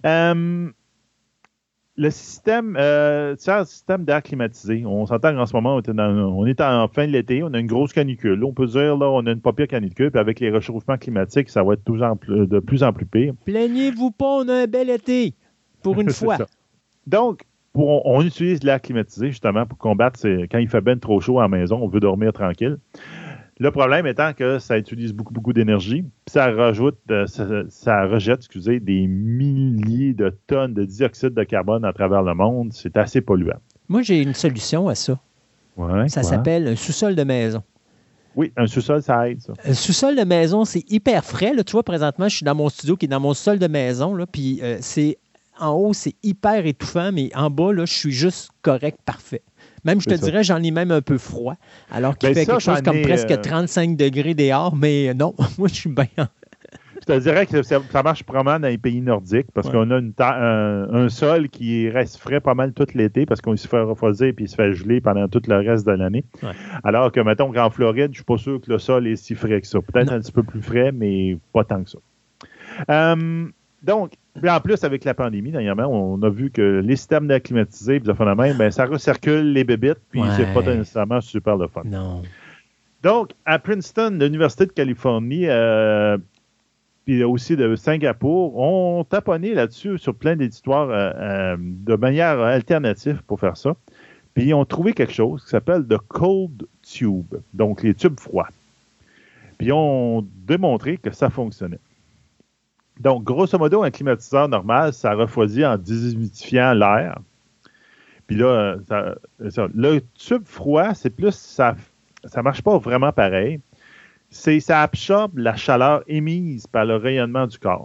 Le système, système d'air climatisé. On s'entend qu'en ce moment, on est en fin de l'été, on a une grosse canicule. Là, on peut dire, là, on a une pas pire canicule, puis avec les réchauffements climatiques, ça va être de plus en plus pire. Plaignez-vous pas, on a un bel été, pour une fois. Ça. Donc, on utilise l'air climatisé, justement, pour combattre quand il fait bien trop chaud à la maison, on veut dormir tranquille. Le problème étant que ça utilise beaucoup, beaucoup d'énergie, puis ça rejette des milliers de tonnes de dioxyde de carbone à travers le monde. C'est assez polluant. Moi, j'ai une solution à ça. Ça s'appelle un sous-sol de maison. Oui, un sous-sol, ça aide, ça. Un sous-sol de maison, c'est hyper frais. Là. Tu vois, présentement, je suis dans mon studio qui est dans mon sous-sol de maison, là, puis en haut, c'est hyper étouffant, mais en bas, là, je suis juste correct, parfait. Même, je te dirais, j'en ai même un peu froid, alors qu'il fait quelque chose comme presque 35 degrés dehors, mais non, moi, je suis bien. Je te dirais que ça marche probablement dans les pays nordiques parce qu'on a un sol qui reste frais pas mal tout l'été parce qu'on se fait refroidir et il se fait geler pendant tout le reste de l'année. Ouais. Alors que, mettons qu'en Floride, je ne suis pas sûr que le sol est si frais que ça. Peut-être un petit peu plus frais, mais pas tant que ça. Donc, en plus, avec la pandémie, dernièrement, on a vu que les systèmes d'acclimatisés, ça recircule les bébites, puis c'est pas nécessairement super le fun. Non. Donc, à Princeton, l'Université de Californie, puis aussi de Singapour, ont taponné là-dessus sur plein d'histoires de manière alternative pour faire ça. Puis ils ont trouvé quelque chose qui s'appelle the cold tube, donc les tubes froids. Puis ils ont démontré que ça fonctionnait. Donc, grosso modo, un climatiseur normal, ça refroidit en déshumidifiant l'air. Puis là, le tube froid, c'est plus, ça marche pas vraiment pareil. Ça absorbe la chaleur émise par le rayonnement du corps,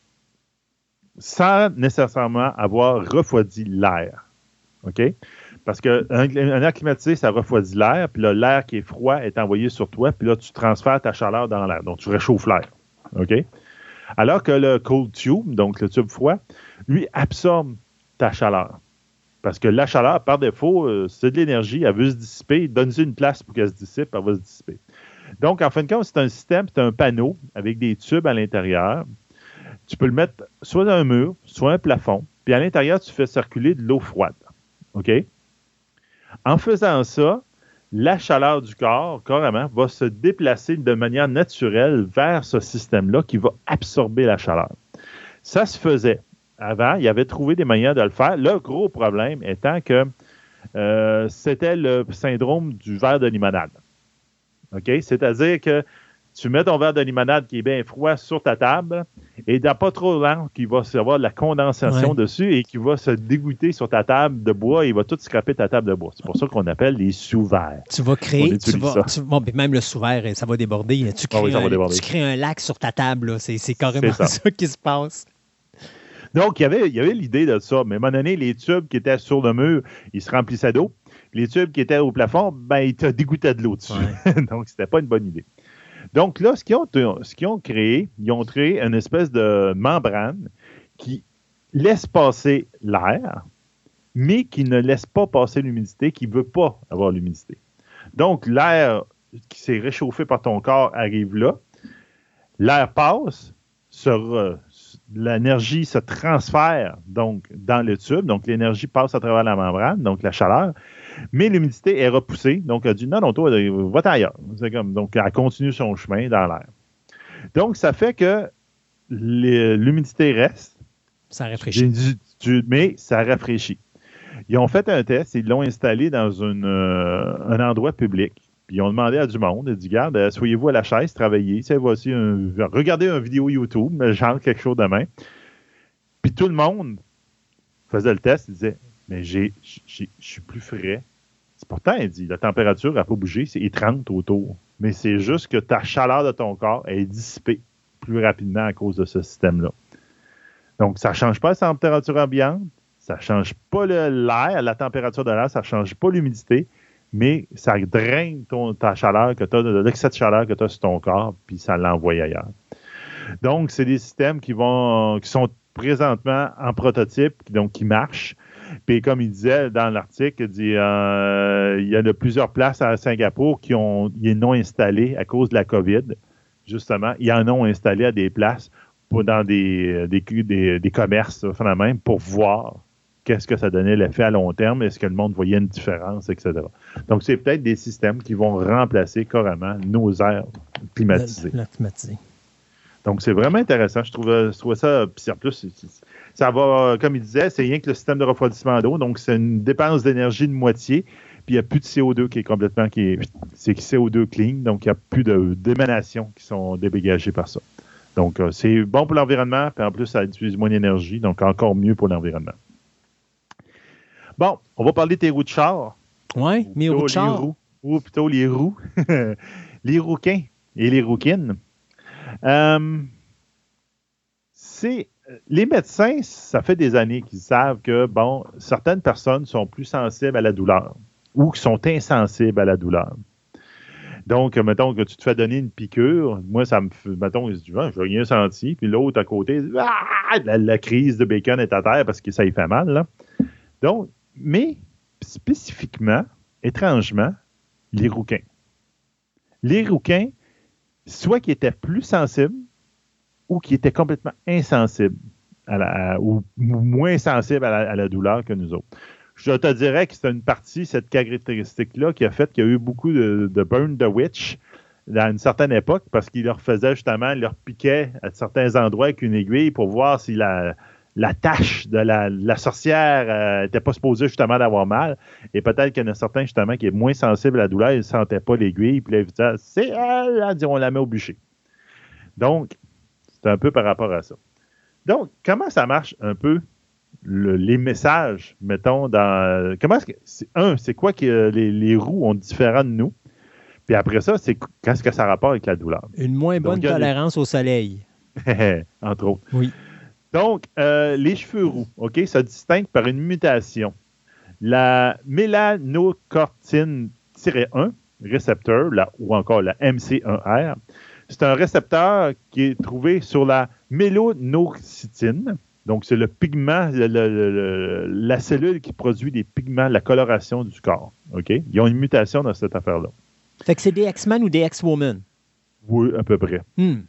sans nécessairement avoir refroidi l'air. OK? Parce qu'un air climatisé, ça refroidit l'air, puis là, l'air qui est froid est envoyé sur toi, puis là, tu transfères ta chaleur dans l'air. Donc, tu réchauffes l'air. OK? Alors que le cold tube, donc le tube froid, lui, absorbe ta chaleur. Parce que la chaleur, par défaut, c'est de l'énergie, elle veut se dissiper. Donne-y une place pour qu'elle se dissipe, elle va se dissiper. Donc, en fin de compte, c'est un système, c'est un panneau avec des tubes à l'intérieur. Tu peux le mettre soit dans un mur, soit un plafond. Puis à l'intérieur, tu fais circuler de l'eau froide. OK? En faisant ça, la chaleur du corps, carrément, va se déplacer de manière naturelle vers ce système-là qui va absorber la chaleur. Ça se faisait. Avant, il avait trouvé des manières de le faire. Le gros problème étant que c'était le syndrome du verre de limonade. OK? C'est-à-dire que tu mets ton verre de limonade qui est bien froid sur ta table et dans pas trop lent qu'il va y avoir de la condensation dessus et qui va se dégoûter sur ta table de bois et il va tout scraper ta table de bois. C'est pour ça qu'on appelle les sous-verres. Tu vas créer... même le sous-verre, ça va déborder. Tu crées un lac sur ta table. Là. C'est carrément ça qui se passe. Donc, il y avait l'idée de ça. Mais à un moment donné, les tubes qui étaient sur le mur, ils se remplissaient d'eau. Les tubes qui étaient au plafond, ils te dégoûtaient de l'eau dessus. Ouais. Donc, c'était pas une bonne idée. Donc là, ce qu'ils ont créé, ils ont créé une espèce de membrane qui laisse passer l'air, mais qui ne laisse pas passer l'humidité, qui ne veut pas avoir l'humidité. Donc, l'air qui s'est réchauffé par ton corps arrive là, l'air passe, l'énergie se transfère donc dans le tube, donc l'énergie passe à travers la membrane, donc la chaleur, mais l'humidité est repoussée, donc elle dit non, toi, va-t'en ailleurs. Donc, elle continue son chemin dans l'air. Donc, ça fait que l'humidité reste. Ça rafraîchit. Mais ça rafraîchit. Ils ont fait un test, ils l'ont installé dans un endroit public. Puis ils ont demandé à du monde, ils ont dit, regarde, asseyez-vous à la chaise, travaillez, regardez une vidéo YouTube, genre quelque chose de même. Puis tout le monde faisait le test, il disait, mais je suis plus frais. Pourtant, il dit, la température n'a pas bougé, c'est 30 autour. Mais c'est juste que ta chaleur de ton corps est dissipée plus rapidement à cause de ce système-là. Donc, ça ne change pas la température ambiante, ça ne change pas l'air, la température de l'air, ça ne change pas l'humidité, mais ça draine ta chaleur que tu as, l'excès de chaleur que tu as sur ton corps, puis ça l'envoie ailleurs. Donc, c'est des systèmes qui sont présentement en prototype, donc qui marchent. Puis comme il disait dans l'article, il y a plusieurs places à Singapour qui n'ont installé à cause de la COVID, justement. Ils en ont installé à des places dans des commerces, même, pour voir qu'est-ce que ça donnait l'effet à long terme, est-ce que le monde voyait une différence, etc. Donc, c'est peut-être des systèmes qui vont remplacer carrément nos airs climatisés. Donc, c'est vraiment intéressant. Je trouve ça, puis en plus, ça va, comme il disait, c'est rien que le système de refroidissement d'eau, donc c'est une dépense d'énergie de moitié, puis il n'y a plus de CO2 c'est CO2 clean, donc il n'y a plus d'émanations qui sont dégagées par ça. Donc, c'est bon pour l'environnement, puis en plus, ça utilise moins d'énergie, donc encore mieux pour l'environnement. Bon, on va parler de tes roues de char. Oui, mes roues de char. Ou plutôt les roues. Les rouquins et les rouquines. Les médecins, ça fait des années qu'ils savent que, certaines personnes sont plus sensibles à la douleur ou qui sont insensibles à la douleur. Donc, mettons que tu te fais donner une piqûre, moi, ça me fait, mettons, il se dit, je n'ai rien senti, puis l'autre à côté, la crise de bacon est à terre parce que ça y fait mal, là. Donc, mais spécifiquement, étrangement, les rouquins. Les rouquins, soit qui étaient plus sensibles ou qui étaient complètement insensibles ou moins sensibles à la douleur que nous autres. Je te dirais que c'est une partie, cette caractéristique-là, qui a fait qu'il y a eu beaucoup de burn the witch à une certaine époque parce qu'ils leur faisaient justement, ils leur piquaient à certains endroits avec une aiguille pour voir si la tache de la sorcière n'était pas supposée justement d'avoir mal. Et peut-être qu'il y en a certains justement qui est moins sensibles à la douleur, ils ne sentaient pas l'aiguille, puis là, ils disaient, c'est elle, on la met au bûcher. Donc, c'est un peu par rapport à ça. Donc, comment ça marche un peu les messages, mettons, dans... c'est quoi que les roues ont différent de nous? Puis après ça, c'est qu'est-ce que ça rapporte avec la douleur? Une moins bonne tolérance au soleil. Entre autres. Oui. Donc, les cheveux roux, OK, ça distingue par une mutation. La mélanocortine-1 récepteur, ou encore la MC1R, c'est un récepteur qui est trouvé sur la mélanocytine. Donc, c'est le pigment, la cellule qui produit des pigments, la coloration du corps. OK? Ils ont une mutation dans cette affaire-là. Fait que c'est des X-Men ou des X-Women? Oui, à peu près.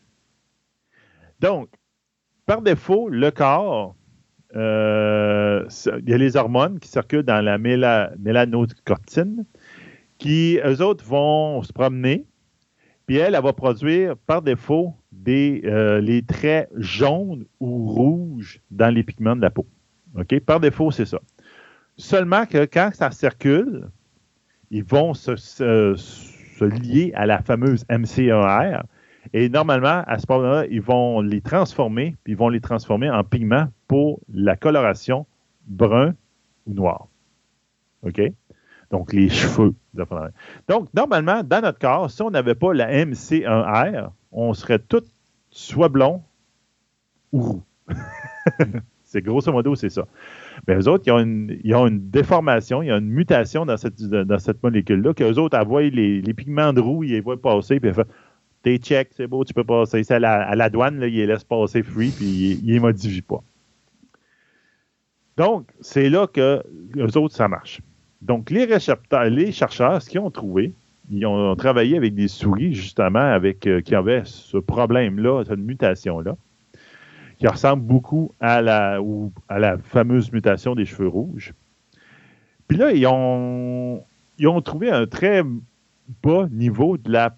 Donc, par défaut, le corps, il y a les hormones qui circulent dans la mélanocortine qui, eux autres, vont se promener. Puis elle va produire par défaut les traits jaunes ou rouges dans les pigments de la peau. OK? Par défaut, c'est ça. Seulement que quand ça circule, ils vont se lier à la fameuse MC1R. Et normalement, à ce moment-là, ils vont les transformer, puis ils vont les transformer en pigments pour la coloration brun ou noir. OK? Donc, les cheveux. Donc, normalement, dans notre corps, si on n'avait pas la MC1R, on serait tous soit blonds ou roux. C'est grosso modo, c'est ça. Mais eux autres, ils ont une déformation, il y a une mutation dans cette molécule-là, qu'eux autres, elles voient les pigments de roux, ils les voient passer, puis elles font « T'es check, c'est beau, tu peux passer. » C'est à la douane, là, ils les laissent passer free, puis ils ne les modifient pas. Donc, c'est là que eux autres, ça marche. Donc, les chercheurs, ce qu'ils ont trouvé, ils ont travaillé avec des souris, justement, qui avaient ce problème-là, cette mutation-là, qui ressemble beaucoup à la fameuse mutation des cheveux rouges. Puis là, ils ont trouvé un très bas niveau de la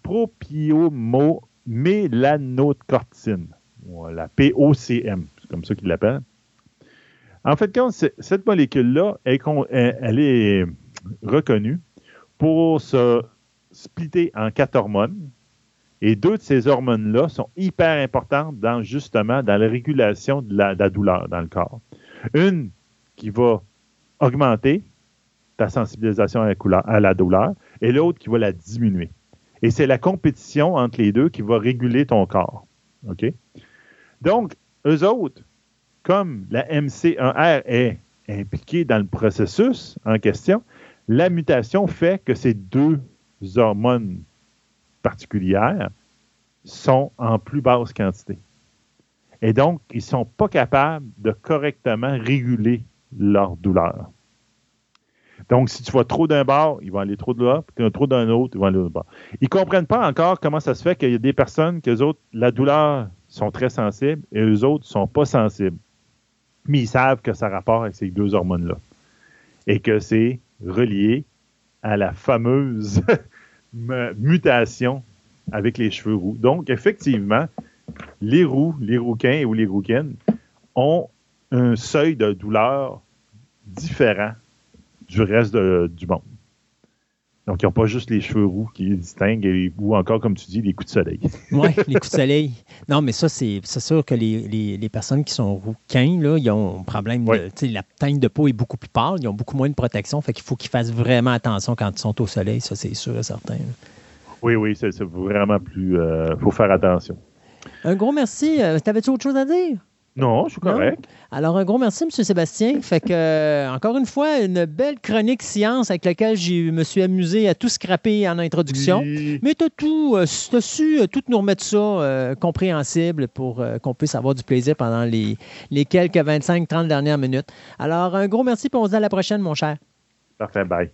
propiomélanocortine, la POCM, c'est comme ça qu'ils l'appellent. En fait, cette molécule-là, elle est reconnue pour se splitter en 4 hormones. Et 2 de ces hormones-là sont hyper importantes justement dans la régulation de la douleur dans le corps. Une qui va augmenter ta sensibilisation à la douleur et l'autre qui va la diminuer. Et c'est la compétition entre les deux qui va réguler ton corps. OK? Donc, eux autres, comme la MC1R est impliquée dans le processus en question, la mutation fait que ces 2 hormones particulières sont en plus basse quantité. Et donc, ils ne sont pas capables de correctement réguler leur douleur. Donc, si tu vas trop d'un bord, ils vont aller trop de là, puis trop d'un autre, ils vont aller de l'autre bord. Ils ne comprennent pas encore comment ça se fait qu'il y a des personnes que autres, la douleur sont très sensibles et eux autres ne sont pas sensibles. Mais ils savent que ça a rapport avec ces 2 hormones-là. Et que c'est relié à la fameuse mutation avec les cheveux roux. Donc, effectivement, les rouquins ou les rouquines ont un seuil de douleur différent du reste du monde. Donc, ils n'ont pas juste les cheveux roux qui les distinguent ou encore, comme tu dis, les coups de soleil. Oui, les coups de soleil. Non, mais ça, c'est sûr que les personnes qui sont rouquins, là, ils ont un problème la teinte de peau est beaucoup plus pâle, ils ont beaucoup moins de protection, fait qu'il faut qu'ils fassent vraiment attention quand ils sont au soleil, ça, c'est sûr et certain. Oui, c'est vraiment plus... faut faire attention. Un gros merci. T'avais-tu autre chose à dire? Non, je suis correct. Non? Alors, un gros merci, M. Sébastien. Fait que, encore une fois, une belle chronique science avec laquelle je me suis amusé à tout scraper en introduction. Oui. Mais tu as su tout nous remettre ça compréhensible pour qu'on puisse avoir du plaisir pendant les quelques 25-30 dernières minutes. Alors, un gros merci, puis on se dit à la prochaine, mon cher. Parfait, bye.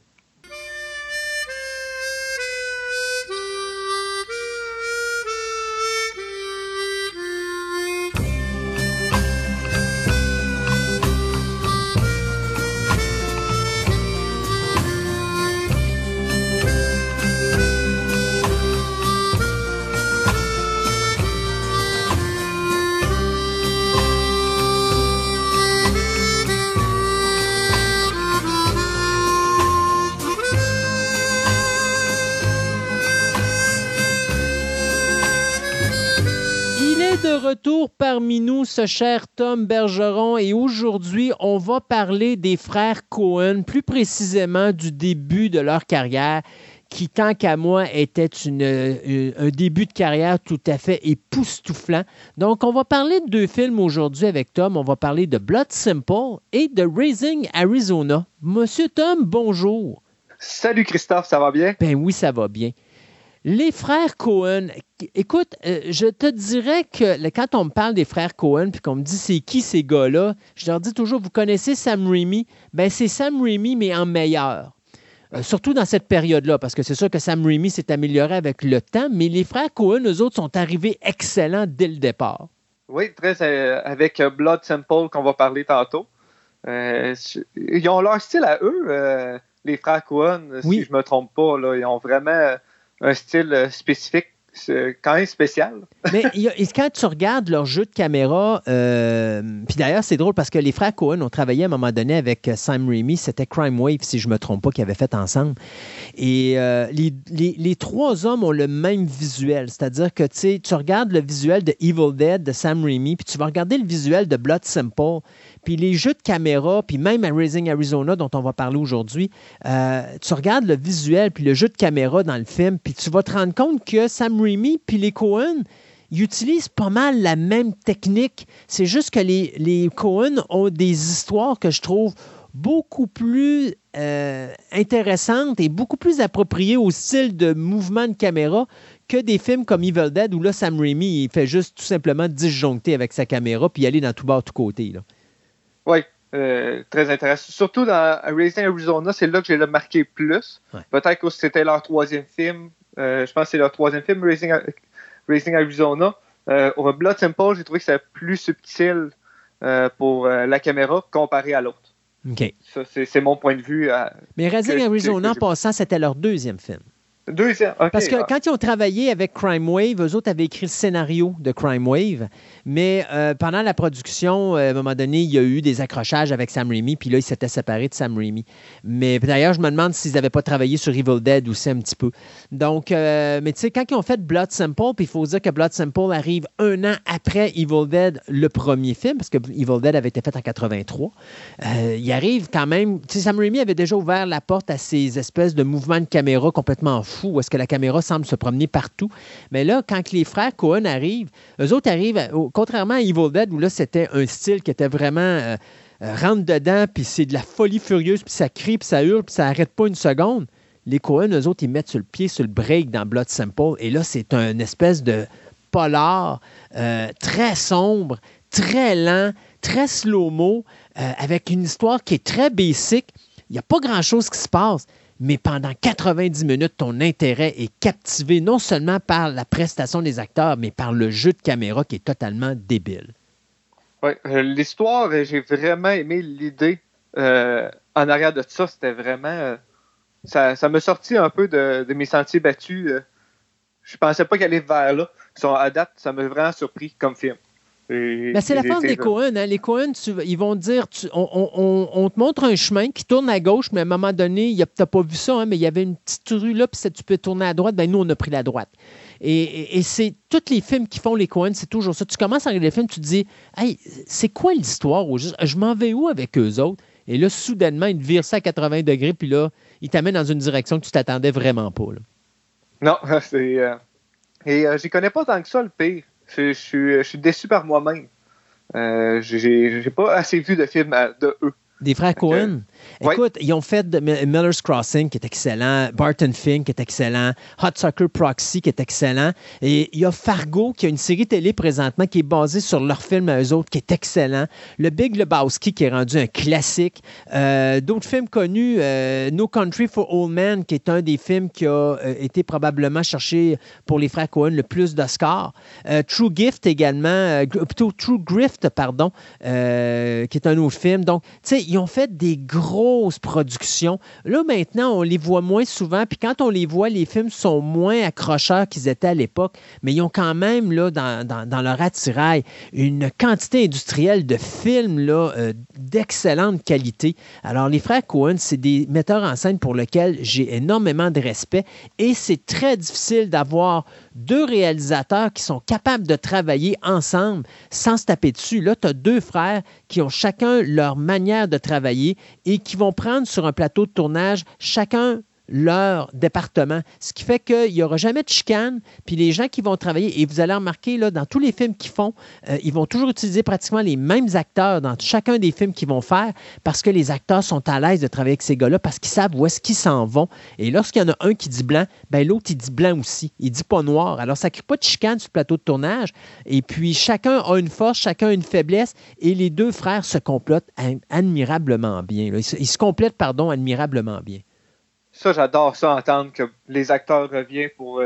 Retour parmi nous, ce cher Tom Bergeron, et aujourd'hui, on va parler des frères Coen, plus précisément du début de leur carrière, qui, tant qu'à moi, était un début de carrière tout à fait époustouflant. Donc, on va parler de 2 films aujourd'hui avec Tom. On va parler de Blood Simple et de Raising Arizona. Monsieur Tom, bonjour. Salut Christophe, ça va bien? Ben oui, ça va bien. Les frères Coen, écoute, je te dirais que quand on me parle des frères Coen puis qu'on me dit c'est qui ces gars-là, je leur dis toujours, vous connaissez Sam Raimi? Ben c'est Sam Raimi, mais en meilleur. Surtout dans cette période-là, parce que c'est sûr que Sam Raimi s'est amélioré avec le temps, mais les frères Coen, eux autres, sont arrivés excellents dès le départ. Oui, très avec Blood Simple qu'on va parler tantôt. Ils ont leur style à eux, les frères Coen, si je ne me trompe pas. Là, ils ont vraiment un style spécifique, quand même spécial. Mais quand tu regardes leur jeu de caméra, puis d'ailleurs, c'est drôle parce que les frères Coen ont travaillé à un moment donné avec Sam Raimi, c'était Crime Wave, si je ne me trompe pas, qu'ils avaient fait ensemble. Et les 3 hommes ont le même visuel, c'est-à-dire que tu regardes le visuel de Evil Dead de Sam Raimi, puis tu vas regarder le visuel de Blood Simple, puis les jeux de caméra, puis même à Raising Arizona, dont on va parler aujourd'hui, tu regardes le visuel puis le jeu de caméra dans le film, puis tu vas te rendre compte que Sam Raimi puis les Coen, ils utilisent pas mal la même technique. C'est juste que les Coen ont des histoires que je trouve beaucoup plus intéressantes et beaucoup plus appropriées au style de mouvement de caméra que des films comme Evil Dead, où là, Sam Raimi, il fait juste tout simplement disjoncter avec sa caméra puis aller dans tout bas, tout côté, là. Oui, très intéressant. Surtout dans Raising Arizona, c'est là que j'ai remarqué plus. Ouais. Peut-être que c'était leur 3e film. Je pense que c'est leur 3e film, Raising Arizona. Au Blood Simple, j'ai trouvé que c'était plus subtil pour la caméra comparé à l'autre. OK. Ça, c'est mon point de vue. Mais Raising Arizona, en passant, c'était leur 2e film. Okay, parce que quand ils ont travaillé avec Crime Wave, eux autres avaient écrit le scénario de Crime Wave, mais pendant la production, à un moment donné, il y a eu des accrochages avec Sam Raimi, puis là, ils s'étaient séparés de Sam Raimi. Mais d'ailleurs, je me demande s'ils n'avaient pas travaillé sur Evil Dead aussi un petit peu. Donc, mais tu sais, quand ils ont fait Blood Simple, puis il faut dire que Blood Simple arrive 1 an après Evil Dead, le premier film, parce que Evil Dead avait été fait en 83, il arrive quand même... Tu sais, Sam Raimi avait déjà ouvert la porte à ces espèces de mouvements de caméra complètement fous, où est-ce que la caméra semble se promener partout. Mais là, quand les frères Coen arrivent, eux autres arrivent, contrairement à Evil Dead, où là, c'était un style qui était vraiment rentre dedans, puis c'est de la folie furieuse, puis ça crie, puis ça hurle, puis ça n'arrête pas une seconde. Les Coen, eux autres, ils mettent sur le pied, sur le break dans Blood Simple, et là, c'est une espèce de polar très sombre, très lent, très slow-mo, avec une histoire qui est très basic. Il n'y a pas grand-chose qui se passe. Mais pendant 90 minutes, ton intérêt est captivé non seulement par la prestation des acteurs, mais par le jeu de caméra qui est totalement débile. Oui, l'histoire, j'ai vraiment aimé l'idée en arrière de ça. C'était vraiment... ça m'a sorti un peu de mes sentiers battus. Je pensais pas qu'elle allait vers là. À date, ça m'a vraiment surpris comme film. Ben, c'est la force des Coen. Hein? Les Coen, ils vont te dire, on te montre un chemin qui tourne à gauche, mais à un moment donné, tu n'as pas vu ça, hein, mais il y avait une petite rue là, puis tu peux tourner à droite. Ben, nous, on a pris la droite. Et c'est tous les films qui font les Coen, c'est toujours ça. Tu commences à regarder les films, tu te dis, hey, c'est quoi l'histoire? Je m'en vais où avec eux autres? Et là, soudainement, ils te virent ça à 80 degrés, puis là, ils t'amènent dans une direction que tu t'attendais vraiment pas. Là. Non, c'est... et j'y connais pas tant que ça, le pire. Je suis déçu par moi-même. J'ai pas assez vu de films de eux. Des frères Coen. Écoute, ils ont fait Miller's Crossing, qui est excellent, Barton Fink, qui est excellent, Hot Sucker Proxy, qui est excellent. Et il y a Fargo, qui a une série télé présentement, qui est basée sur leur film à eux autres, qui est excellent. Le Big Lebowski, qui est rendu un classique. D'autres films connus, No Country for Old Men, qui est un des films qui a été probablement cherché pour les frères Coen le plus d'Oscars. True Gift également, plutôt True Grift, pardon, qui est un autre film. Donc, tu sais, ils ont fait des grosses productions. Là, maintenant, on les voit moins souvent. Puis quand on les voit, les films sont moins accrocheurs qu'ils étaient à l'époque. Mais ils ont quand même, là, dans leur attirail, une quantité industrielle de films là, d'excellente qualité. Alors, les frères Coen, c'est des metteurs en scène pour lesquels j'ai énormément de respect. Et c'est très difficile d'avoir deux réalisateurs qui sont capables de travailler ensemble sans se taper dessus. Là, tu as deux frères qui ont chacun leur manière de travailler et qui vont prendre sur un plateau de tournage chacun leur département. Ce qui fait qu'il n'y aura jamais de chicane. Puis les gens qui vont travailler, et vous allez remarquer, là, dans tous les films qu'ils font, ils vont toujours utiliser pratiquement les mêmes acteurs dans chacun des films qu'ils vont faire parce que les acteurs sont à l'aise de travailler avec ces gars-là parce qu'ils savent où est-ce qu'ils s'en vont. Et lorsqu'il y en a un qui dit blanc, ben l'autre, il dit blanc aussi. Il dit pas noir. Alors, ça ne crée pas de chicane sur le plateau de tournage. Et puis, chacun a une force, chacun a une faiblesse. Et les deux frères se complètent admirablement bien. Là. Ils se complètent, admirablement bien. Ça, j'adore ça, entendre que les acteurs reviennent pour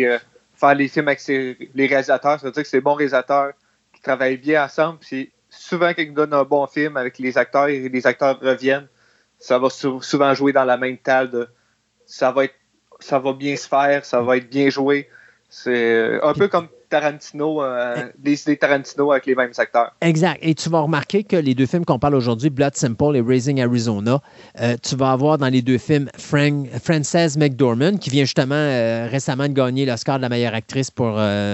faire les films avec les réalisateurs. Ça veut dire que c'est des bons réalisateurs qui travaillent bien ensemble. Puis souvent, quand ils nous donnent un bon film avec les acteurs et les acteurs reviennent, ça va souvent jouer dans la même table. Ça va bien se faire, ça va être bien joué. C'est un peu comme Tarantino, les idées Tarantino avec les mêmes acteurs. Exact. Et tu vas remarquer que les deux films qu'on parle aujourd'hui, Blood Simple et Raising Arizona, tu vas avoir dans les deux films Frances McDormand, qui vient justement récemment de gagner l'Oscar de la meilleure actrice pour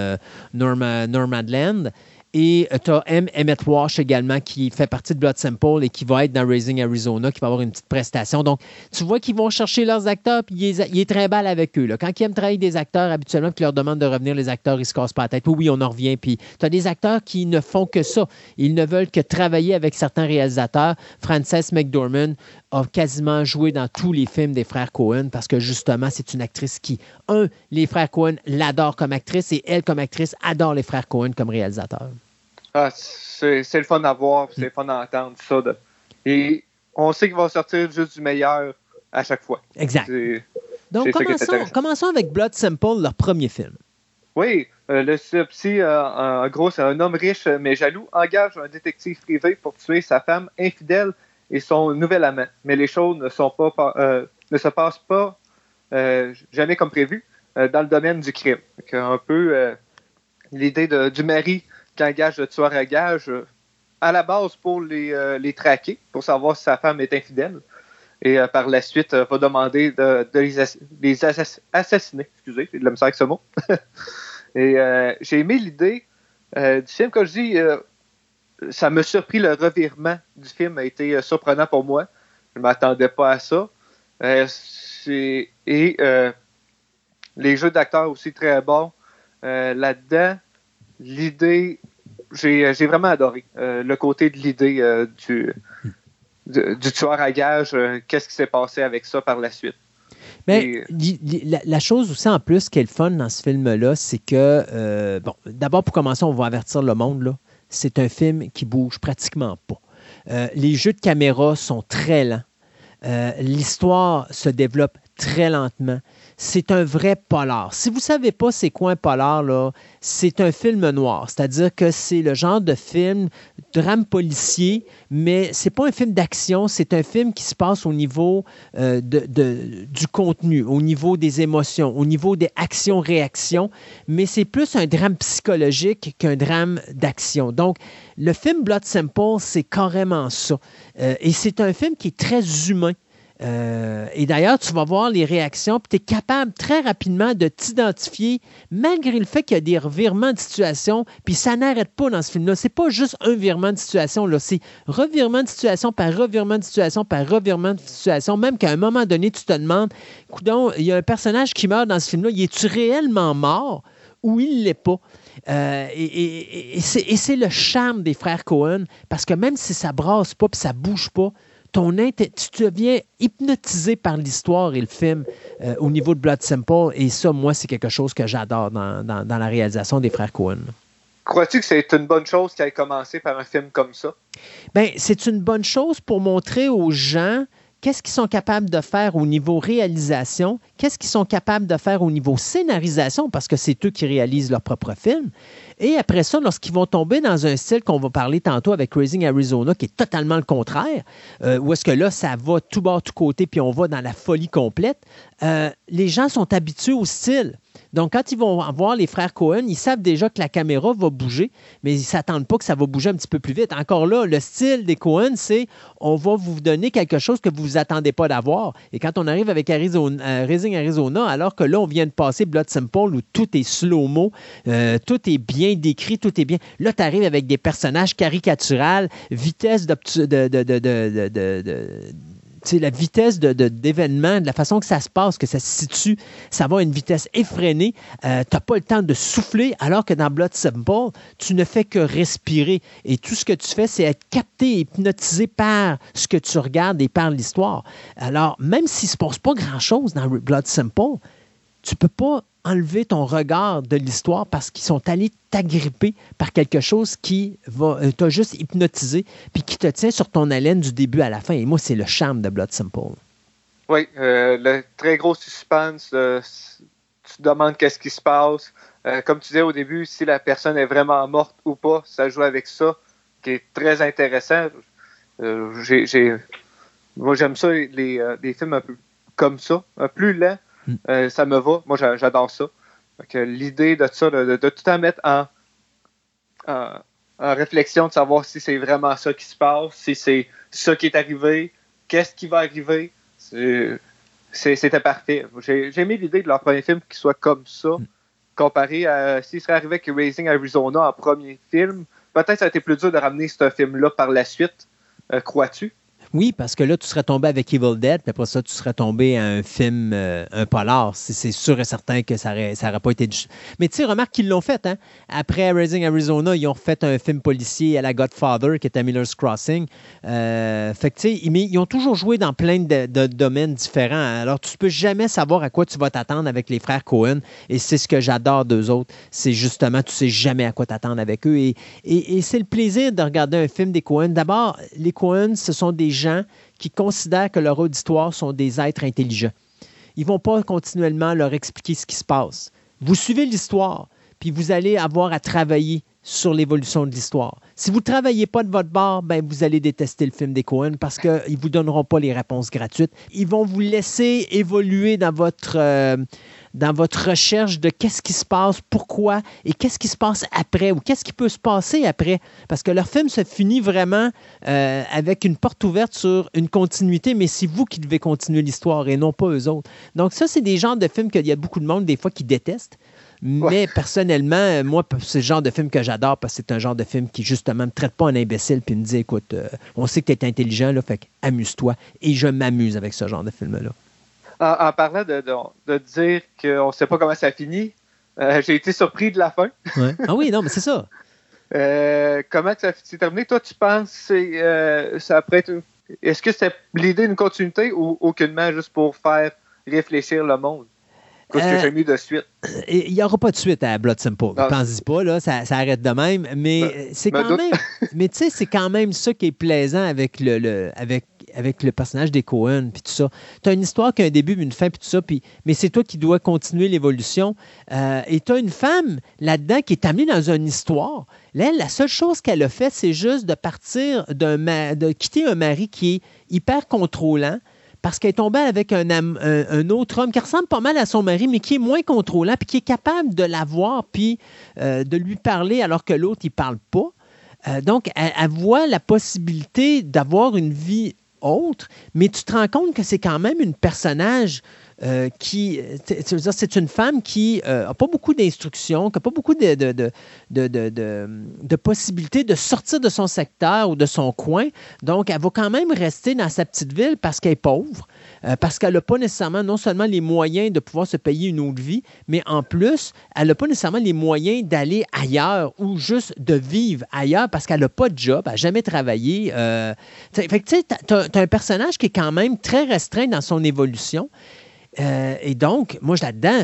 Nomadland. Et tu as Emmett Walsh également qui fait partie de Blood Simple et qui va être dans Raising Arizona, qui va avoir une petite prestation. Donc, tu vois qu'ils vont chercher leurs acteurs puis ils les trimballent avec eux. Là. Quand ils aiment travailler des acteurs, habituellement, qu'ils leur demandent de revenir, les acteurs, ils se cassent pas la tête. Oui, on en revient. Puis tu as des acteurs qui ne font que ça. Ils ne veulent que travailler avec certains réalisateurs. Frances McDormand a quasiment joué dans tous les films des frères Coen parce que, justement, c'est une actrice qui, les frères Coen l'adorent comme actrice et elle, comme actrice, adore les frères Coen comme réalisateur. Ah, c'est le fun à voir, c'est le fun à entendre ça. Et on sait qu'il va sortir juste du meilleur à chaque fois. Exact. Donc, commençons avec Blood Simple, leur premier film. Oui, le synopsis, en gros, c'est un homme riche mais jaloux engage un détective privé pour tuer sa femme infidèle et son nouvel amant. Mais les choses ne se passent pas jamais comme prévu dans le domaine du crime. Donc, un peu l'idée du mari qui engage le tueur à gage à la base pour les traquer, pour savoir si sa femme est infidèle. Et par la suite, va demander de les assassiner. Excusez, j'ai de la misère avec ce mot. Et j'ai aimé l'idée du film. Comme je dis, ça m'a surpris. Le revirement du film a été surprenant pour moi. Je ne m'attendais pas à ça. Les jeux d'acteurs aussi très bons. Là-dedans, l'idée, j'ai vraiment adoré le côté de l'idée du tueur à gage. Qu'est-ce qui s'est passé avec ça par la suite? Mais la chose aussi en plus qui est le fun dans ce film-là, c'est que, d'abord pour commencer, on va avertir le monde, là, c'est un film qui bouge pratiquement pas. Les jeux de caméra sont très lents. L'histoire se développe très lentement. C'est un vrai polar. Si vous ne savez pas c'est quoi un polar, là, c'est un film noir. C'est-à-dire que c'est le genre de film, drame policier, mais c'est pas un film d'action, c'est un film qui se passe au niveau du contenu, au niveau des émotions, au niveau des actions-réactions, mais c'est plus un drame psychologique qu'un drame d'action. Donc, le film Blood Simple, c'est carrément ça. Et c'est un film qui est très humain. Et d'ailleurs, tu vas voir les réactions, puis tu es capable très rapidement de t'identifier, malgré le fait qu'il y a des revirements de situation, puis ça n'arrête pas dans ce film-là. C'est pas juste un virement de situation, là. C'est revirement de situation par revirement de situation par revirement de situation, même qu'à un moment donné, tu te demandes, coudonc, il y a un personnage qui meurt dans ce film-là, il est-tu réellement mort? ou il ne l'est pas. Et c'est le charme des frères Coen, parce que même si ça brasse pas et ça bouge pas, tu deviens hypnotisé par l'histoire et le film au niveau de Blood Simple. Et ça, moi, c'est quelque chose que j'adore dans la réalisation des frères Coen. Crois-tu que c'est une bonne chose qu'il ait commencé par un film comme ça? Bien, c'est une bonne chose pour montrer aux gens qu'est-ce qu'ils sont capables de faire au niveau réalisation, qu'est-ce qu'ils sont capables de faire au niveau scénarisation, parce que c'est eux qui réalisent leur propre film. Et après ça, lorsqu'ils vont tomber dans un style qu'on va parler tantôt avec Raising Arizona, qui est totalement le contraire, où est-ce que là, ça va tout bas, tout côté, puis on va dans la folie complète, les gens sont habitués au style. Donc, quand ils vont voir les frères Coen, ils savent déjà que la caméra va bouger, mais ils ne s'attendent pas que ça va bouger un petit peu plus vite. Encore là, le style des Coen, c'est on va vous donner quelque chose que vous ne vous attendez pas d'avoir. Et quand on arrive avec Raising Arizona, alors que là, on vient de passer Blood Simple où tout est slow-mo, tout est bien décrit, tout est bien. Là, tu arrives avec des personnages caricaturales, vitesse la vitesse d'événement, de la façon que ça se passe, que ça se situe, ça va à une vitesse effrénée. Tu n'as pas le temps de souffler, alors que dans Blood Simple, tu ne fais que respirer. Et tout ce que tu fais, c'est être capté, hypnotisé par ce que tu regardes et par l'histoire. Alors, même s'il ne se passe pas grand-chose dans Blood Simple, tu ne peux pas enlever ton regard de l'histoire parce qu'ils sont allés t'agripper par quelque chose qui t'a juste hypnotisé puis qui te tient sur ton haleine du début à la fin. Et moi, c'est le charme de Blood Simple. Oui, le très gros suspense, tu te demandes qu'est-ce qui se passe. Comme tu disais au début, si la personne est vraiment morte ou pas, ça joue avec ça, qui est très intéressant. Moi, j'aime ça, les films un peu comme ça, un plus lent. Ça me va. Moi, j'adore ça. Donc, l'idée de ça, de tout en mettre en réflexion, de savoir si c'est vraiment ça qui se passe, si c'est ça qui est arrivé, qu'est-ce qui va arriver, c'était parfait. J'ai aimé l'idée de leur premier film qui soit comme ça, comparé à s'il serait arrivé avec Raising Arizona en premier film. Peut-être ça a été plus dur de ramener ce film-là par la suite, crois-tu? Oui, parce que là, tu serais tombé avec Evil Dead, puis après ça, tu serais tombé à un film, un polar. C'est sûr et certain que ça n'aurait pas été... Mais tu sais, remarque qu'ils l'ont fait, hein? Après Raising Arizona, ils ont fait un film policier à la Godfather, qui était Miller's Crossing. Fait que tu sais, ils ont toujours joué dans plein de domaines différents. Alors, tu ne peux jamais savoir à quoi tu vas t'attendre avec les frères Coen. Et c'est ce que j'adore d'eux autres. C'est justement, tu ne sais jamais à quoi t'attendre avec eux. Et c'est le plaisir de regarder un film des Coen. D'abord, les Coen, ce sont des gens qui considèrent que leur auditoire sont des êtres intelligents. Ils ne vont pas continuellement leur expliquer ce qui se passe. Vous suivez l'histoire, puis vous allez avoir à travailler sur l'évolution de l'histoire. Si vous ne travaillez pas de votre bord, ben vous allez détester le film des Coen parce qu'ils ne vous donneront pas les réponses gratuites. Ils vont vous laisser évoluer dans votre recherche de qu'est-ce qui se passe, pourquoi et qu'est-ce qui se passe après ou qu'est-ce qui peut se passer après. Parce que leur film se finit vraiment avec une porte ouverte sur une continuité, mais c'est vous qui devez continuer l'histoire et non pas eux autres. Donc ça, c'est des genres de films qu'il y a beaucoup de monde des fois qui détestent. Mais personnellement, moi, c'est le genre de film que j'adore parce que c'est un genre de film qui, justement, ne me traite pas en imbécile puis me dit, écoute, on sait que tu es intelligent, là, fait amuse-toi. Et je m'amuse avec ce genre de film-là. En parlant de dire qu'on ne sait pas comment ça finit, j'ai été surpris de la fin. Ouais. Ah oui, non, mais c'est ça. Comment ça s'est terminé? Toi, tu penses que ça pourrait être... Est-ce que c'était l'idée d'une continuité ou aucunement juste pour faire réfléchir le monde? Qu'est-ce que j'ai mis de suite? Il n'y aura pas de suite à Blood Simple. Pense-y pas, là, ça arrête de même. Mais c'est quand même... Mais tu sais, c'est quand même ça qui est plaisant avec le personnage des Coen, puis tout ça. Tu as une histoire qui a un début, une fin, puis tout ça, mais c'est toi qui dois continuer l'évolution. Et tu as une femme là-dedans qui est amenée dans une histoire. Là, la seule chose qu'elle a fait, c'est juste de partir, de quitter un mari qui est hyper contrôlant, parce qu'elle est tombée avec un autre homme qui ressemble pas mal à son mari, mais qui est moins contrôlant, puis qui est capable de la voir, puis de lui parler alors que l'autre, il parle pas. Donc, elle voit la possibilité d'avoir une vie autre, mais tu te rends compte que c'est quand même une personnage qui, c'est une femme qui n'a pas beaucoup d'instructions, qui n'a pas beaucoup de possibilités de sortir de son secteur ou de son coin. Donc, elle va quand même rester dans sa petite ville parce qu'elle est pauvre, parce qu'elle n'a pas nécessairement non seulement les moyens de pouvoir se payer une autre vie, mais en plus, elle n'a pas nécessairement les moyens d'aller ailleurs ou juste de vivre ailleurs parce qu'elle n'a pas de job, elle n'a jamais travaillé. Fait que tu sais, tu as un personnage qui est quand même très restreint dans son évolution. Et donc, moi, là-dedans,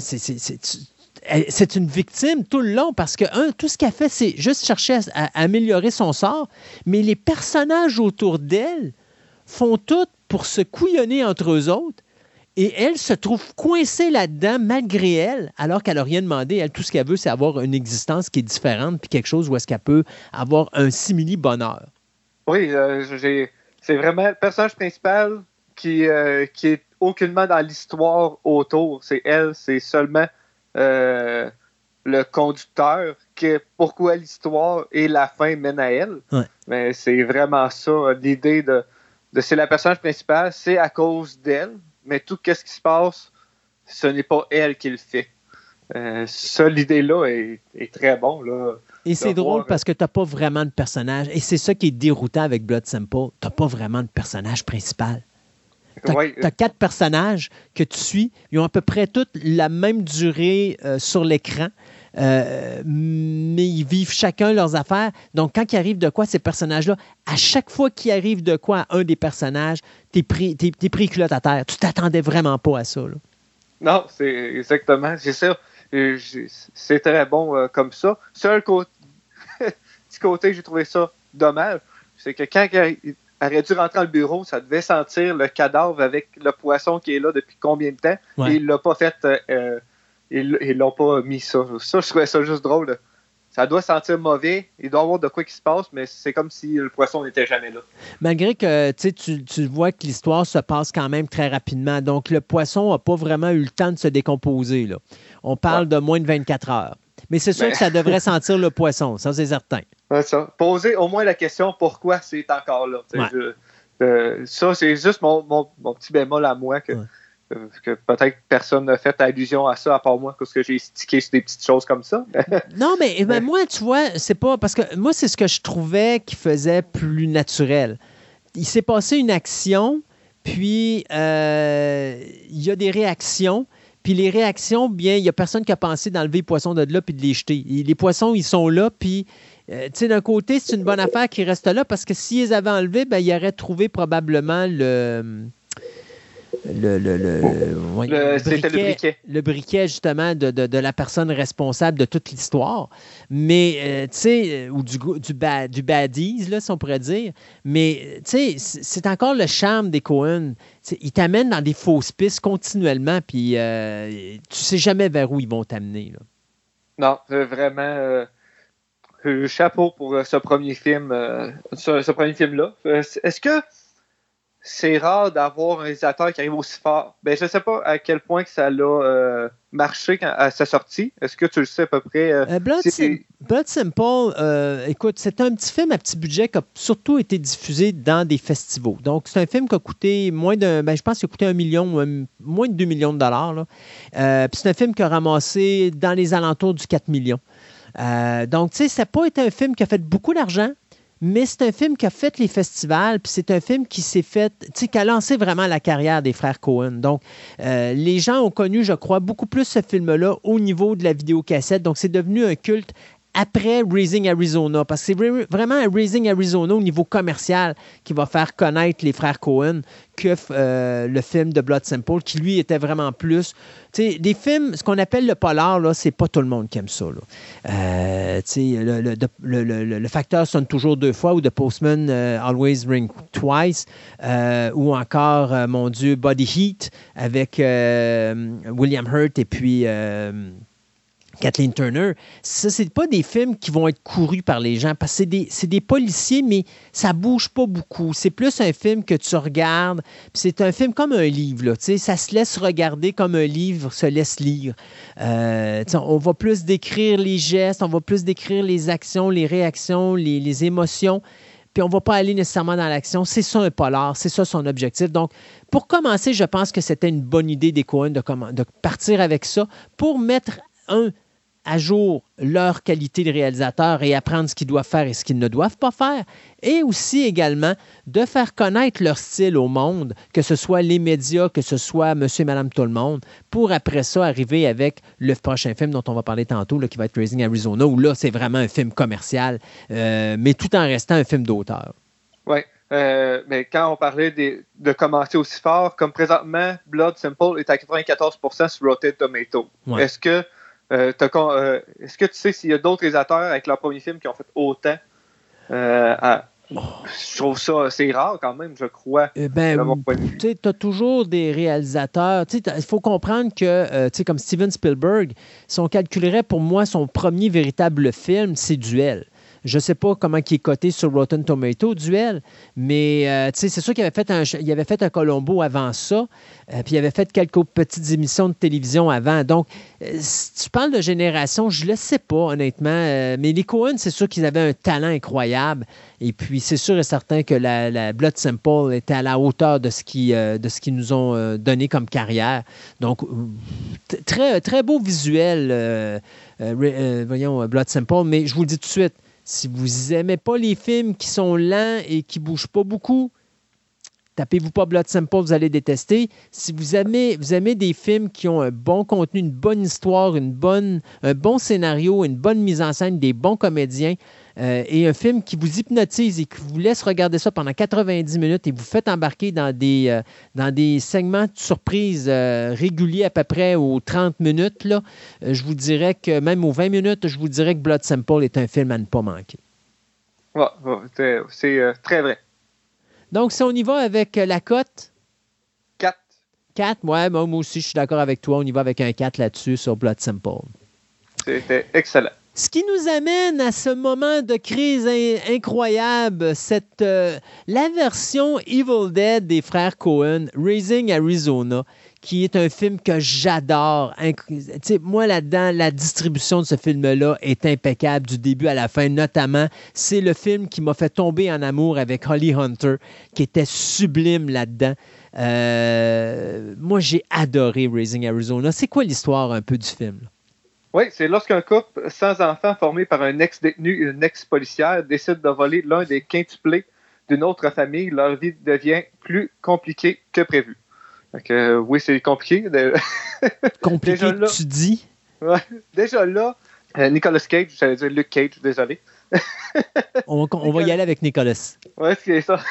c'est une victime tout le long parce que, tout ce qu'elle fait, c'est juste chercher à améliorer son sort, mais les personnages autour d'elle font tout pour se couillonner entre eux autres et elle se trouve coincée là-dedans malgré elle, alors qu'elle n'a rien demandé. Elle, tout ce qu'elle veut, c'est avoir une existence qui est différente puis quelque chose où est-ce qu'elle peut avoir un simili-bonheur. Oui, c'est vraiment le personnage principal qui est aucunement dans l'histoire autour. C'est elle, c'est seulement le conducteur. Pourquoi l'histoire et la fin mènent à elle. Ouais. Mais c'est vraiment ça, l'idée de c'est la personnage principale, c'est à cause d'elle, mais tout ce qui se passe, ce n'est pas elle qui le fait. Ça, l'idée-là est très bon. Là, et c'est drôle parce que tu n'as pas vraiment de personnage. Et c'est ça qui est déroutant avec Blood Simple. Tu n'as pas vraiment de personnage principal. Tu as 4 personnages que tu suis. Ils ont à peu près toutes la même durée sur l'écran, mais ils vivent chacun leurs affaires. Donc, quand il arrive de quoi, ces personnages-là, à chaque fois qu'il arrive de quoi à un des personnages, t'es pris culotte à terre. Tu t'attendais vraiment pas à ça. Là. Non, c'est exactement. C'est ça. C'est très bon comme ça. Seul petit côté que j'ai trouvé ça dommage, c'est que quand il aurait dû rentrer dans le bureau, ça devait sentir le cadavre avec le poisson qui est là depuis combien de temps. Ouais. Et il l'a pas fait. Ils l'ont pas mis ça. Ça, je trouvais ça juste drôle. Ça doit sentir mauvais. Il doit y avoir de quoi qui se passe, mais c'est comme si le poisson n'était jamais là. Malgré que tu vois que l'histoire se passe quand même très rapidement. Donc, le poisson n'a pas vraiment eu le temps de se décomposer. Là. On parle de moins de 24 heures. Mais c'est sûr que ça devrait sentir le poisson. Ça, c'est certain. Ouais, ça. Poser au moins la question pourquoi c'est encore là. Ouais. Ça, c'est juste mon petit bémol à moi que peut-être personne n'a fait allusion à ça à part moi parce que j'ai stické sur des petites choses comme ça. Non, mais moi, tu vois, c'est pas... Parce que moi, c'est ce que je trouvais qui faisait plus naturel. Il s'est passé une action, puis il y a des réactions, puis les réactions, bien, il n'y a personne qui a pensé d'enlever les poissons de là puis de les jeter. Les poissons, ils sont là, puis... tu sais, d'un côté, c'est une bonne affaire qu'ils restent là parce que s'ils les avaient enlevés, ben, ils auraient trouvé probablement le briquet, justement, de la personne responsable de toute l'histoire. Mais, tu sais, ou du baddies, là, si on pourrait dire. Mais, tu sais, c'est encore le charme des Coen. Ils t'amènent dans des fausses pistes continuellement, puis tu sais jamais vers où ils vont t'amener. Là. Non, vraiment... chapeau pour ce premier film, ce premier film-là. Est-ce que c'est rare d'avoir un réalisateur qui arrive aussi fort? Ben, je ne sais pas à quel point que ça l'a marché à sa sortie. Est-ce que tu le sais à peu près? Blood Simple, écoute, c'est un petit film à petit budget qui a surtout été diffusé dans des festivals. Donc, c'est un film qui a coûté je pense qu'il a coûté 1 million, moins de 2 millions de dollars. Là. Puis c'est un film qui a ramassé dans les alentours du 4 millions. Donc, tu sais, ça n'a pas été un film qui a fait beaucoup d'argent, mais c'est un film qui a fait les festivals, puis c'est un film qui s'est fait, tu sais, qui a lancé vraiment la carrière des frères Coen. Donc, les gens ont connu, je crois, beaucoup plus ce film-là au niveau de la vidéocassette. Donc, c'est devenu un culte après Raising Arizona, parce que c'est vraiment Raising Arizona au niveau commercial qui va faire connaître les frères Coen que le film de Blood Simple, qui lui était vraiment plus... Tu sais, des films, ce qu'on appelle le polar, là, c'est pas tout le monde qui aime ça. Tu sais, le facteur sonne toujours 2 fois, ou The Postman Always Ring Twice, ou encore, mon Dieu, Body Heat, avec William Hurt et puis... Kathleen Turner, ça, c'est pas des films qui vont être courus par les gens parce que c'est des policiers, mais ça bouge pas beaucoup. C'est plus un film que tu regardes, puis c'est un film comme un livre, là, tu sais, ça se laisse regarder comme un livre se laisse lire. On va plus décrire les gestes, on va plus décrire les actions, les réactions, les émotions, puis on ne va pas aller nécessairement dans l'action. C'est ça un polar, c'est ça son objectif. Donc, pour commencer, je pense que c'était une bonne idée des Coen de partir avec ça pour mettre à jour leur qualité de réalisateur et apprendre ce qu'ils doivent faire et ce qu'ils ne doivent pas faire, et aussi également de faire connaître leur style au monde, que ce soit les médias, que ce soit Monsieur et Madame Tout-le-Monde, pour après ça arriver avec le prochain film dont on va parler tantôt, là, qui va être Raising Arizona, où là, c'est vraiment un film commercial, mais tout en restant un film d'auteur. Oui, mais quand on parlait de commencer aussi fort, comme présentement, Blood Simple est à 94% sur Rotten Tomatoes. Ouais. Est-ce que tu sais s'il y a d'autres réalisateurs avec leur premier film qui ont fait autant? Je trouve ça assez rare quand même, je crois. Tu as toujours des réalisateurs. Il faut comprendre que, comme Steven Spielberg, si on calculerait pour moi son premier véritable film, c'est Duel. Je ne sais pas comment il est coté sur Rotten Tomatoes, Duel, mais c'est sûr qu'il avait fait un Columbo avant ça, puis il avait fait quelques petites émissions de télévision avant. Donc, si tu parles de génération, je ne le sais pas, honnêtement. Mais les Coen, c'est sûr qu'ils avaient un talent incroyable. Et puis, c'est sûr et certain que la Blood Simple était à la hauteur de ce qu'ils nous ont donné comme carrière. Donc, très, très beau visuel, Blood Simple. Mais je vous le dis tout de suite, si vous n'aimez pas les films qui sont lents et qui ne bougent pas beaucoup, tapez-vous pas Blood Simple, vous allez détester. Si vous aimez des films qui ont un bon contenu, une bonne histoire, un bon scénario, une bonne mise en scène, des bons comédiens, et un film qui vous hypnotise et qui vous laisse regarder ça pendant 90 minutes et vous fait embarquer dans des segments de surprise réguliers à peu près aux 30 minutes, là, je vous dirais que même aux 20 minutes, je vous dirais que Blood Simple est un film à ne pas manquer. Ouais, c'est très vrai. Donc, si on y va avec la cote? 4. 4, ouais, moi aussi, je suis d'accord avec toi. On y va avec un 4 là-dessus sur Blood Simple. C'était excellent. Ce qui nous amène à ce moment de crise incroyable, la version Evil Dead des frères Coen, Raising Arizona, qui est un film que j'adore. Moi, là-dedans, la distribution de ce film-là est impeccable du début à la fin. Notamment, c'est le film qui m'a fait tomber en amour avec Holly Hunter, qui était sublime là-dedans. Moi, j'ai adoré Raising Arizona. C'est quoi l'histoire un peu du film, là? Oui, c'est lorsqu'un couple sans enfant formé par un ex-détenu et une ex-policière décide de voler l'un des quintuplés d'une autre famille, leur vie devient plus compliquée que prévu. Donc, oui, c'est compliqué. Compliqué là, tu dis? Ouais, déjà là, Nicolas Cage, j'allais dire Luke Cage, désolé. on va y aller avec Nicolas. Oui, c'est ça.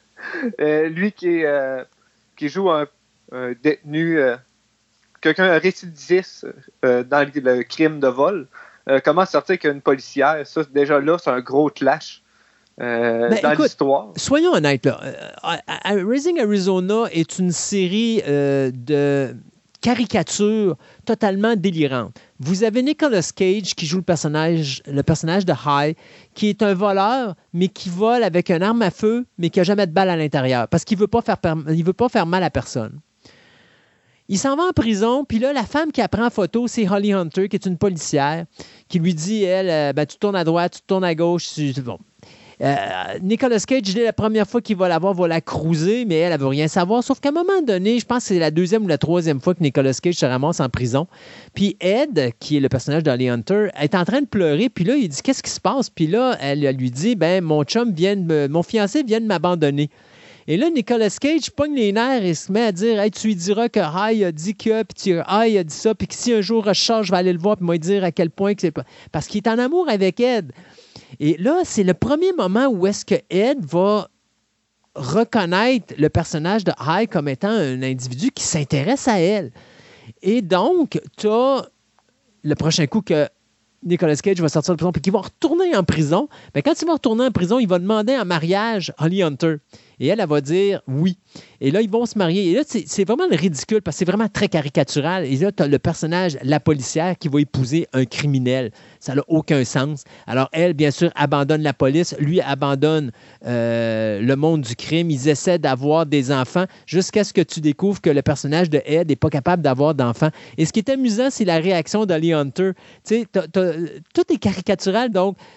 Lui qui joue un détenu... quelqu'un récidiviste dans le crime de vol, comment sortir avec une policière? Ça, déjà là, c'est un gros clash dans l'histoire. Soyons honnêtes, là. Raising Arizona est une série de caricatures totalement délirantes. Vous avez Nicolas Cage qui joue le personnage de High, qui est un voleur, mais qui vole avec une arme à feu, mais qui n'a jamais de balle à l'intérieur, parce qu'il ne veut pas faire mal à personne. Il s'en va en prison, puis là, la femme qui apprend en photo, c'est Holly Hunter, qui est une policière, qui lui dit, elle, tu tournes à droite, tu tournes à gauche. Bon. Nicolas Cage, dès la première fois qu'il va la voir, va la cruiser, mais elle ne veut rien savoir. Sauf qu'à un moment donné, je pense que c'est la deuxième ou la troisième fois que Nicolas Cage se ramasse en prison. Puis Ed, qui est le personnage d'Holly Hunter, est en train de pleurer. Puis là, il dit, qu'est-ce qui se passe? Puis là, elle lui dit, mon fiancé vient de m'abandonner. Et là, Nicolas Cage pogne les nerfs et se met à dire, hey, tu lui diras que High a dit que, puis High a dit ça, puis que si un jour je sors, je vais aller le voir, puis moi dire à quel point que c'est pas. Parce qu'il est en amour avec Ed. Et là, c'est le premier moment où est-ce que Ed va reconnaître le personnage de High comme étant un individu qui s'intéresse à elle. Et donc, tu as le prochain coup que Nicolas Cage va sortir de prison, puis qu'il va retourner en prison. Mais quand il va retourner en prison, il va demander en mariage Holly Hunter. Et elle va dire oui. Et là, ils vont se marier. Et là, c'est vraiment le ridicule parce que c'est vraiment très caricatural. Et là, tu as le personnage, la policière, qui va épouser un criminel. Ça n'a aucun sens. Alors, elle, bien sûr, abandonne la police. Lui abandonne le monde du crime. Ils essaient d'avoir des enfants jusqu'à ce que tu découvres que le personnage de Ed n'est pas capable d'avoir d'enfants. Et ce qui est amusant, c'est la réaction d'Holly Hunter. Tu sais, tout est caricatural. Donc,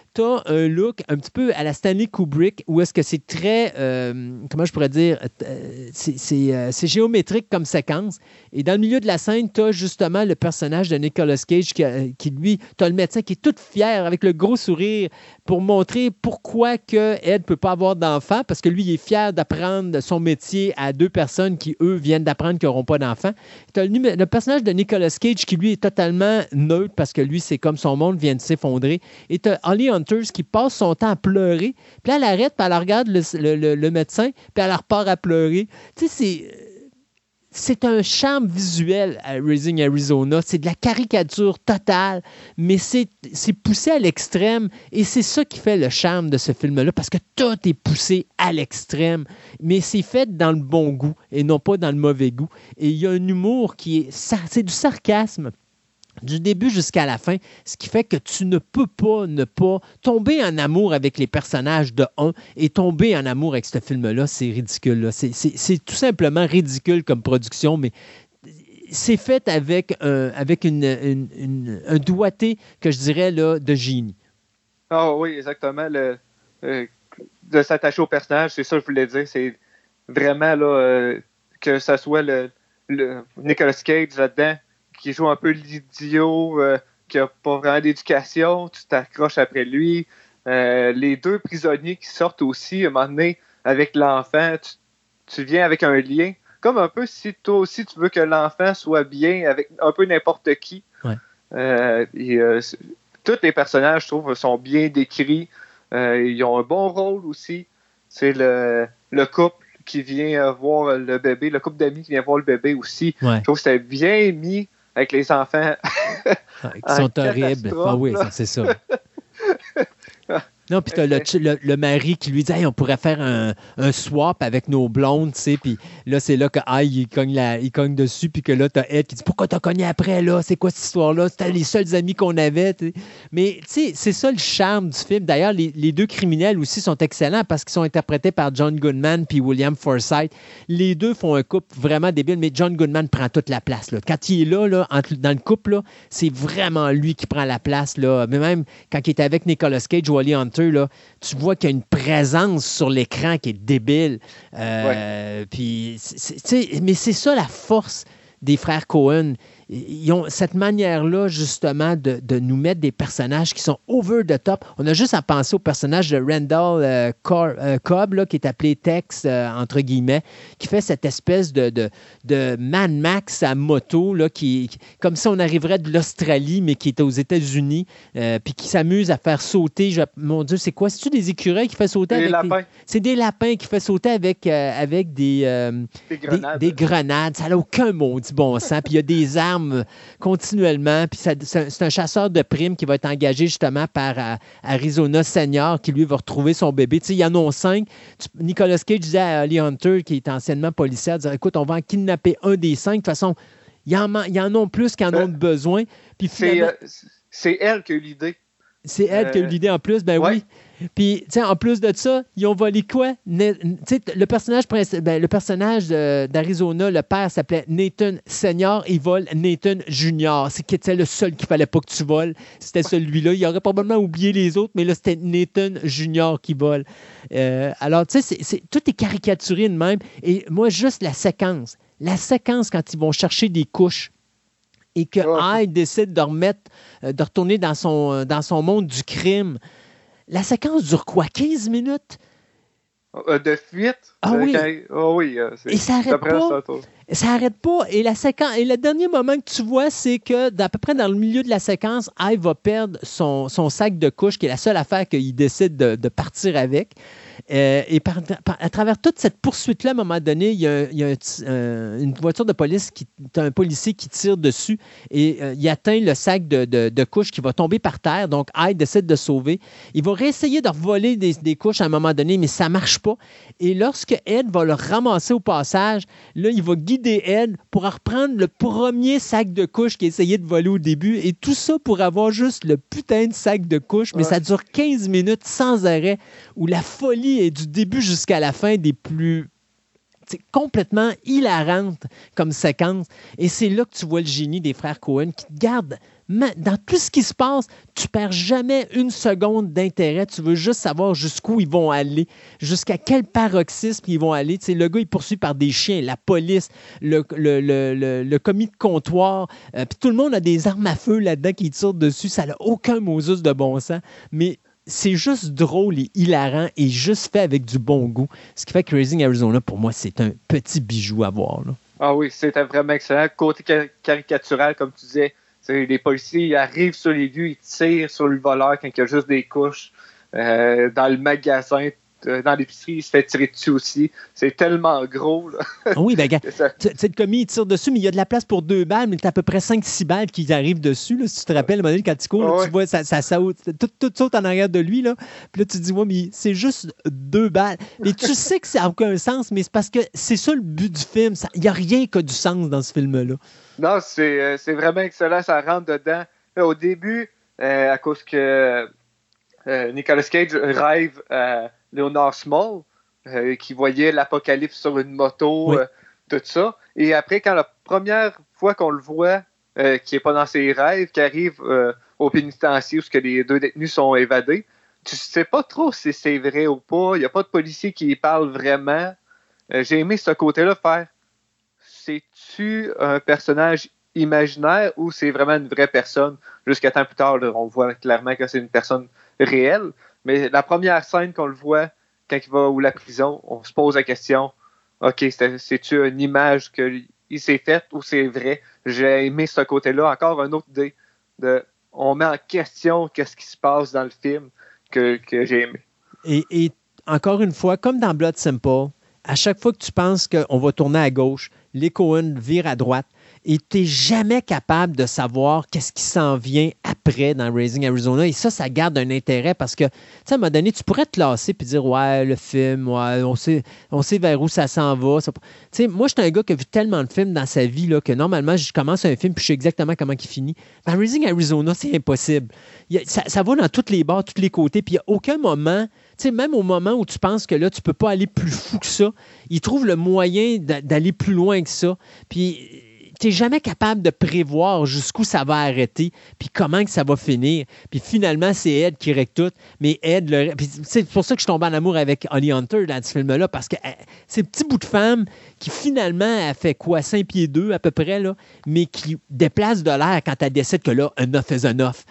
tu as un look un petit peu à la Stanley Kubrick où est-ce que c'est très, comment je pourrais dire, c'est géométrique comme séquence. Et dans le milieu de la scène, tu as justement le personnage de Nicolas Cage qui lui, tu as le médecin qui est tout fier avec le gros sourire pour montrer pourquoi que Ed ne peut pas avoir d'enfant, parce que lui, il est fier d'apprendre son métier à deux personnes qui, eux, viennent d'apprendre qu'ils n'auront pas d'enfant. Tu as le personnage de Nicolas Cage qui, lui, est totalement neutre parce que lui, c'est comme son monde vient de s'effondrer. Et tu as Holly Hunters qui passe son temps à pleurer. Puis là, elle arrête, puis elle regarde le médecin, puis elle repart à pleurer. Tu sais, c'est un charme visuel à Raising Arizona. C'est de la caricature totale, mais c'est poussé à l'extrême. Et c'est ça qui fait le charme de ce film-là, parce que tout est poussé à l'extrême. Mais c'est fait dans le bon goût et non pas dans le mauvais goût. Et il y a un humour c'est du sarcasme du début jusqu'à la fin, ce qui fait que tu ne peux pas ne pas tomber en amour avec les personnages de 1 et tomber en amour avec ce film-là. C'est ridicule. Là. C'est tout simplement ridicule comme production, mais c'est fait avec un doigté que je dirais là, de génie. Ah oui, exactement. De s'attacher au personnage, c'est ça que je voulais dire. C'est vraiment là, que ça soit le Nicolas Cage là-dedans, qui joue un peu l'idiot, qui n'a pas vraiment d'éducation, tu t'accroches après lui. Les deux prisonniers qui sortent aussi, à un moment donné, avec l'enfant, tu viens avec un lien. Comme un peu si toi aussi tu veux que l'enfant soit bien avec un peu n'importe qui. Ouais. Tous les personnages, je trouve, sont bien décrits. Ils ont un bon rôle aussi. C'est le couple qui vient voir le bébé, le couple d'amis qui vient voir le bébé aussi. Ouais. Je trouve que c'était bien mis avec les enfants. Qui sont horribles. Ah oui, c'est ça. Non, puis tu as le mari qui lui dit hey, on pourrait faire un swap avec nos blondes, tu sais. Puis là, c'est là que il cogne dessus. Puis que là, tu as Ed qui dit pourquoi t'as cogné après, là c'est quoi cette histoire-là c'était les seuls amis qu'on avait. T'sais. Mais tu sais, c'est ça le charme du film. D'ailleurs, les deux criminels aussi sont excellents parce qu'ils sont interprétés par John Goodman puis William Forsythe. Les deux font un couple vraiment débile, mais John Goodman prend toute la place. Là. Quand il est là dans le couple, là, c'est vraiment lui qui prend la place. Là. Mais même quand il est avec Nicolas Cage ou Holly Hunter, là, tu vois qu'il y a une présence sur l'écran qui est débile. Puis, mais c'est ça la force des frères Coen. Ils ont cette manière-là, justement, de nous mettre des personnages qui sont over the top. On a juste à penser au personnage de Randall Cobb, là, qui est appelé Tex, entre guillemets, qui fait cette espèce de Mad Max à moto, là, comme si on arriverait de l'Australie, mais qui est aux États-Unis, puis qui s'amuse à faire sauter. Mon Dieu, c'est quoi? C'est-tu des écureuils qui fait sauter avec lapins? C'est des lapins qui fait sauter avec des grenades. Des grenades. Ça n'a aucun maudit bon sens. Puis il y a des armes continuellement. Puis c'est un chasseur de primes qui va être engagé justement par Arizona Senior qui, lui, va retrouver son bébé. Tu sais, il y en a 5. Nicolas Cage disait à Holly Hunter, qui est anciennement policière, disait, écoute, on va en kidnapper un des 5. De toute façon, il y en a plus qu'en ont besoin. Puis finalement, c'est elle qui a eu l'idée. C'est elle qui a eu l'idée en plus, ben ouais. Oui. Puis, tu sais, en plus de ça, ils ont volé quoi? Tu sais, le personnage d'Arizona, le père s'appelait Nathan Senior, il vole Nathan Junior. C'était le seul qu'il fallait pas que tu voles. C'était celui-là. Il aurait probablement oublié les autres, mais là, c'était Nathan Junior qui vole. Alors, tu sais, tout est caricaturé de même. Et moi, juste la séquence quand ils vont chercher des couches, et que Hyde décide de retourner dans son monde du crime. La séquence dure quoi? 15 minutes? De fuite? Ah oui. Et ça n'arrête pas. Ça n'arrête pas. Et le dernier moment que tu vois, c'est que à peu près dans le milieu de la séquence, Hyde va perdre son sac de couches, qui est la seule affaire qu'il décide de partir avec. Et à travers toute cette poursuite-là, à un moment donné, il y a une voiture de police, un policier qui tire dessus et il atteint le sac de couches qui va tomber par terre. Donc, Hyde décide de sauver. Il va réessayer de voler des couches à un moment donné, mais ça ne marche pas. Et lorsque Ed va le ramasser au passage, là, il va guider Ed pour reprendre le premier sac de couches qu'il essayait de voler au début. Et tout ça pour avoir juste le putain de sac de couches. Mais ça dure 15 minutes sans arrêt, où la folie est du début jusqu'à la fin des plus complètement hilarante comme séquence. Et c'est là que tu vois le génie des frères Coen qui te gardent. Dans tout ce qui se passe, tu perds jamais une seconde d'intérêt. Tu veux juste savoir jusqu'où ils vont aller, jusqu'à quel paroxysme ils vont aller. Le gars est poursuivi par des chiens, la police, le commis de comptoir. Puis tout le monde a des armes à feu là-dedans qui tirent dessus. Ça n'a aucun Moses de bon sens. Mais c'est juste drôle et hilarant et juste fait avec du bon goût. Ce qui fait que Raising Arizona, pour moi, c'est un petit bijou à voir. Là. Ah oui, c'était vraiment excellent. Côté caricatural, comme tu disais, les policiers ils arrivent sur les lieux, ils tirent sur le voleur quand il y a juste des couches. Dans le magasin, dans l'épicerie, il se fait tirer dessus aussi. C'est tellement gros. Là. Oui, ben, le commis, il tire dessus, mais il y a de la place pour 2 balles, mais tu as à peu près 5-6 balles qui arrivent dessus. Là, si tu te rappelles, à un moment donné, quand tu cours, là, tu vois, ça saute, tout saute en arrière de lui. Là. Puis là, tu te dis, ouais, mais c'est juste 2 balles. Mais tu sais que ça n'a aucun sens, mais c'est parce que c'est ça le but du film. Il n'y a rien qui a du sens dans ce film-là. Non, c'est vraiment excellent. Ça rentre dedans. Là, au début, à cause que Nicolas Cage rêve à Leonard Small, qui voyait l'apocalypse sur une moto, tout ça. Et après, quand la première fois qu'on le voit, qui n'est pas dans ses rêves, qui arrive au pénitencier où les 2 détenus sont évadés, tu ne sais pas trop si c'est vrai ou pas. Il n'y a pas de policier qui parle vraiment. J'ai aimé ce côté-là faire. C'est-tu un personnage imaginaire ou c'est vraiment une vraie personne? Jusqu'à temps plus tard, là, on voit clairement que c'est une personne réelle. Mais la première scène qu'on le voit, quand il va à la prison, on se pose la question, OK, c'est-tu une image qu'il s'est faite ou c'est vrai? J'ai aimé ce côté-là. Encore une autre idée. On met en question qu'est-ce qui se passe dans le film que j'ai aimé. Et encore une fois, comme dans Blood Simple, à chaque fois que tu penses qu'on va tourner à gauche, les Coen virent à droite et tu n'es jamais capable de savoir qu'est-ce qui s'en vient après dans Raising Arizona. Et ça garde un intérêt parce que, tu sais, à un moment donné, tu pourrais te lasser et dire, ouais, le film, ouais, on sait vers où ça s'en va. Tu sais, moi, je suis un gars qui a vu tellement de films dans sa vie là, que normalement, je commence un film puis je sais exactement comment il finit. Dans Raising Arizona, c'est impossible. Ça va dans tous les bords, tous les côtés, puis il n'y a aucun moment... Tu sais, même au moment où tu penses que là, tu ne peux pas aller plus fou que ça, ils trouvent le moyen d'aller plus loin que ça. Puis, tu n'es jamais capable de prévoir jusqu'où ça va arrêter, puis comment que ça va finir. Puis finalement, c'est Ed qui règle tout. Mais Ed, c'est pour ça que je tombe en amour avec Holly Hunter dans ce film-là, parce que c'est un petit bout de femme qui finalement a fait quoi, 5 pieds 2 à peu près, là, mais qui déplace de l'air quand elle décide que là, un off is un off.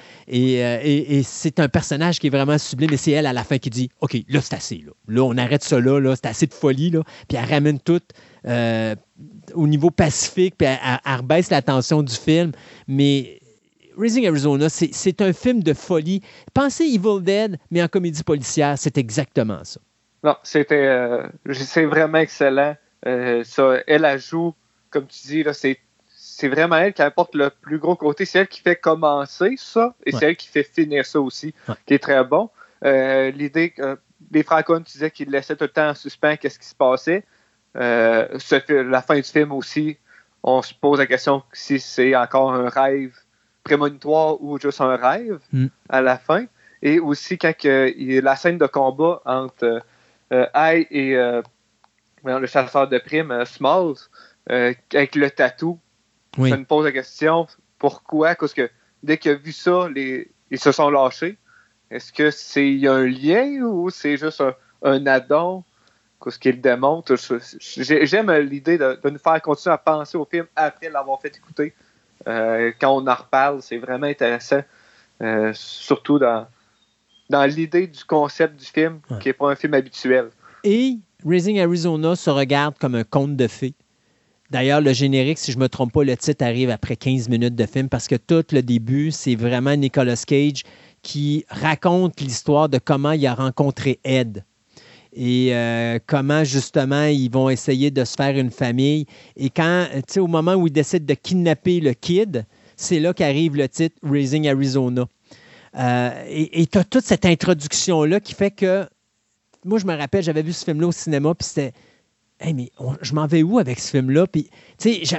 Et c'est un personnage qui est vraiment sublime, et c'est elle à la fin qui dit, OK, là, c'est assez. Là, on arrête ça là, c'est assez de folie. Là. Puis elle ramène tout. Au niveau pacifique, puis elle rebaisse la tension du film. Mais Raising Arizona, c'est un film de folie. Pensez Evil Dead, mais en comédie policière, c'est exactement ça. Non, c'est vraiment excellent. Elle joue, comme tu dis, là, c'est vraiment elle qui apporte le plus gros côté. C'est elle qui fait commencer ça, et c'est elle qui fait finir ça aussi, qui est très bon. L'idée que les frères Coen, tu disais qu'ils laissaient tout le temps en suspens qu'est-ce qui se passait. La fin du film aussi, on se pose la question si c'est encore un rêve prémonitoire ou juste un rêve à la fin. Et aussi quand la scène de combat entre Ai et le chasseur de primes, Smalls, avec le tatou, ça me pose la question pourquoi? Parce que dès qu'il a vu ça, ils se sont lâchés. Est-ce que y a un lien ou c'est juste un addon? Ce qu'il démontre. J'aime l'idée de nous faire continuer à penser au film après l'avoir fait écouter. Quand on en reparle, c'est vraiment intéressant. Surtout dans l'idée du concept du film, qui n'est pas un film habituel. Et Raising Arizona se regarde comme un conte de fées. D'ailleurs, le générique, si je ne me trompe pas, le titre arrive après 15 minutes de film parce que tout le début, c'est vraiment Nicolas Cage qui raconte l'histoire de comment il a rencontré Ed. Et comment, justement, ils vont essayer de se faire une famille. Et quand, tu sais, au moment où ils décident de kidnapper le kid, c'est là qu'arrive le titre « Raising Arizona ». Et tu as toute cette introduction-là qui fait que... Moi, je me rappelle, j'avais vu ce film-là au cinéma, puis c'était... Hey, mais je m'en vais où avec ce film-là? Puis, tu sais,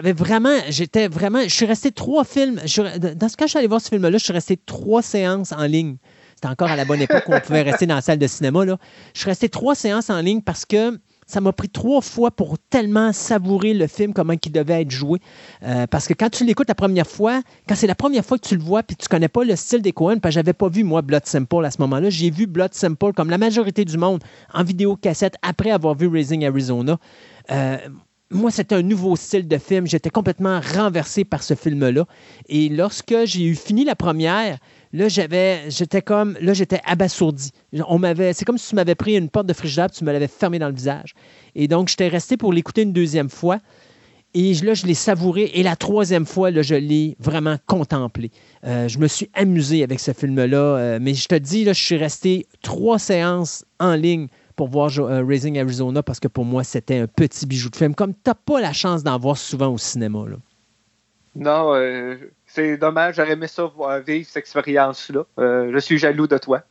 je suis resté 3 films. Dans ce cas, je suis allé voir ce film-là, je suis resté 3 séances en ligne. C'était encore à la bonne époque où on pouvait rester dans la salle de cinéma. Là. Je suis resté 3 séances en ligne parce que Ça m'a pris 3 fois pour tellement savourer le film, comment il devait être joué. Parce que quand tu l'écoutes la première fois, quand c'est la première fois que tu le vois puis tu connais pas le style des Coen, parce que j'avais pas vu, moi, Blood Simple à ce moment-là. J'ai vu Blood Simple, comme la majorité du monde, en vidéocassette, après avoir vu Raising Arizona. Moi, c'était un nouveau style de film. J'étais complètement renversé par ce film-là. Et lorsque j'ai eu fini la première, là, j'étais abasourdi. C'est comme si tu m'avais pris une porte de frigidaire et tu me l'avais fermée dans le visage. Et donc, j'étais resté pour l'écouter une deuxième fois. Et là, je l'ai savouré. Et la troisième fois, là, je l'ai vraiment contemplé. Je me suis amusé avec ce film-là. Mais je te dis, là, je suis resté 3 séances en ligne pour voir Raising Arizona parce que pour moi, c'était un petit bijou de film. Comme tu n'as pas la chance d'en voir souvent au cinéma. Là. Non, c'est dommage. J'aurais aimé ça vivre cette expérience-là. Je suis jaloux de toi.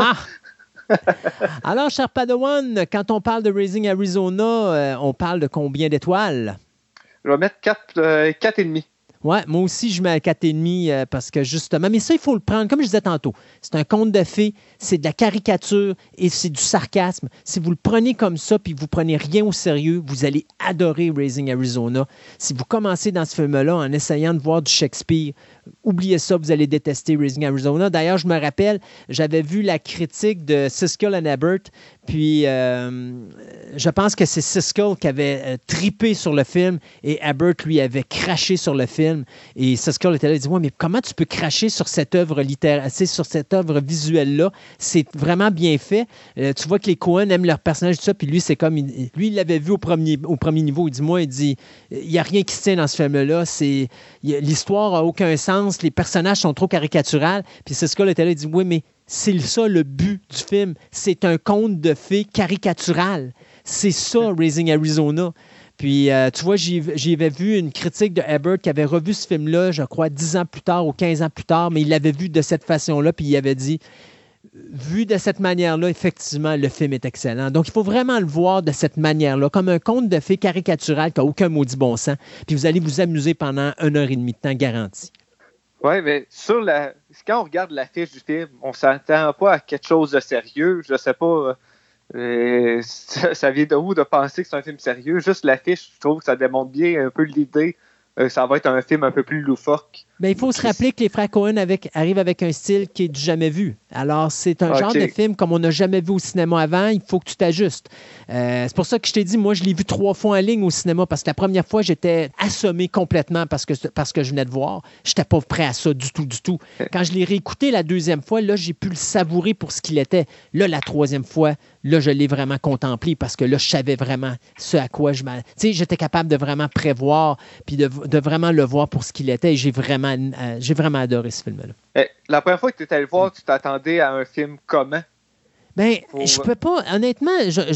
Alors, cher Padawan, quand on parle de Raising Arizona, on parle de combien d'étoiles? Je vais mettre 4,5. Ouais, moi aussi, je mets à 4,5 parce que justement, mais ça, il faut le prendre, comme je disais tantôt, c'est un conte de fées, c'est de la caricature et c'est du sarcasme. Si vous le prenez comme ça puis vous prenez rien au sérieux, vous allez adorer Raising Arizona. Si vous commencez dans ce film-là en essayant de voir du Shakespeare, oubliez ça, vous allez détester Raising Arizona. D'ailleurs, je me rappelle, j'avais vu la critique de Siskel and Ebert, puis je pense que c'est Siskel qui avait tripé sur le film et Ebert, lui, avait craché sur le film. Et Siskel était là, il dit « Ouais, mais comment tu peux cracher sur cette œuvre littéraire, sur cette œuvre visuelle-là? C'est vraiment bien fait. Tu vois que les Coen aiment leur personnage, tout ça, puis lui, c'est comme... Lui, il l'avait vu au premier niveau. Il dit « Il n'y a rien qui se tient dans ce film-là. L'histoire n'a aucun sens. Les personnages sont trop caricaturales. » Puis Siskel était là, il dit « Oui, mais c'est ça le but du film. C'est un conte de fées caricatural. C'est ça, Raising Arizona. » Puis, tu vois, j'y avais vu une critique de Ebert qui avait revu ce film-là, je crois, 10 ans plus tard ou 15 ans plus tard, mais il l'avait vu de cette façon-là, puis il avait dit, vu de cette manière-là, effectivement, le film est excellent. Donc, il faut vraiment le voir de cette manière-là, comme un conte de fées caricatural qui n'a aucun maudit bon sens, puis vous allez vous amuser pendant 1h30 de temps garanti. Oui, mais quand on regarde l'affiche du film, on ne s'attend pas à quelque chose de sérieux. Je ne sais pas... ça vient de où de penser que c'est un film sérieux? Juste l'affiche, je trouve que ça démontre bien un peu l'idée. Ça va être un film un peu plus loufoque. Mais il faut se rappeler que les frères Coen arrivent avec un style qui est du jamais vu. Alors, c'est un genre de film comme on n'a jamais vu au cinéma avant. Il faut que tu t'ajustes. C'est pour ça que je t'ai dit, moi, je l'ai vu 3 fois en ligne au cinéma parce que la première fois, j'étais assommé complètement parce que je venais de voir. Je n'étais pas prêt à ça du tout. Quand je l'ai réécouté la deuxième fois, là, j'ai pu le savourer pour ce qu'il était. Là, la troisième fois, là, je l'ai vraiment contemplé parce que là, je savais vraiment ce à quoi je m'attendais. Tu sais, j'étais capable de vraiment prévoir puis de vraiment le voir pour ce qu'il était et j'ai vraiment adoré ce film-là. La première fois que tu étais allé le voir, tu t'attendais à un film comment? Bien, je peux pas... Honnêtement,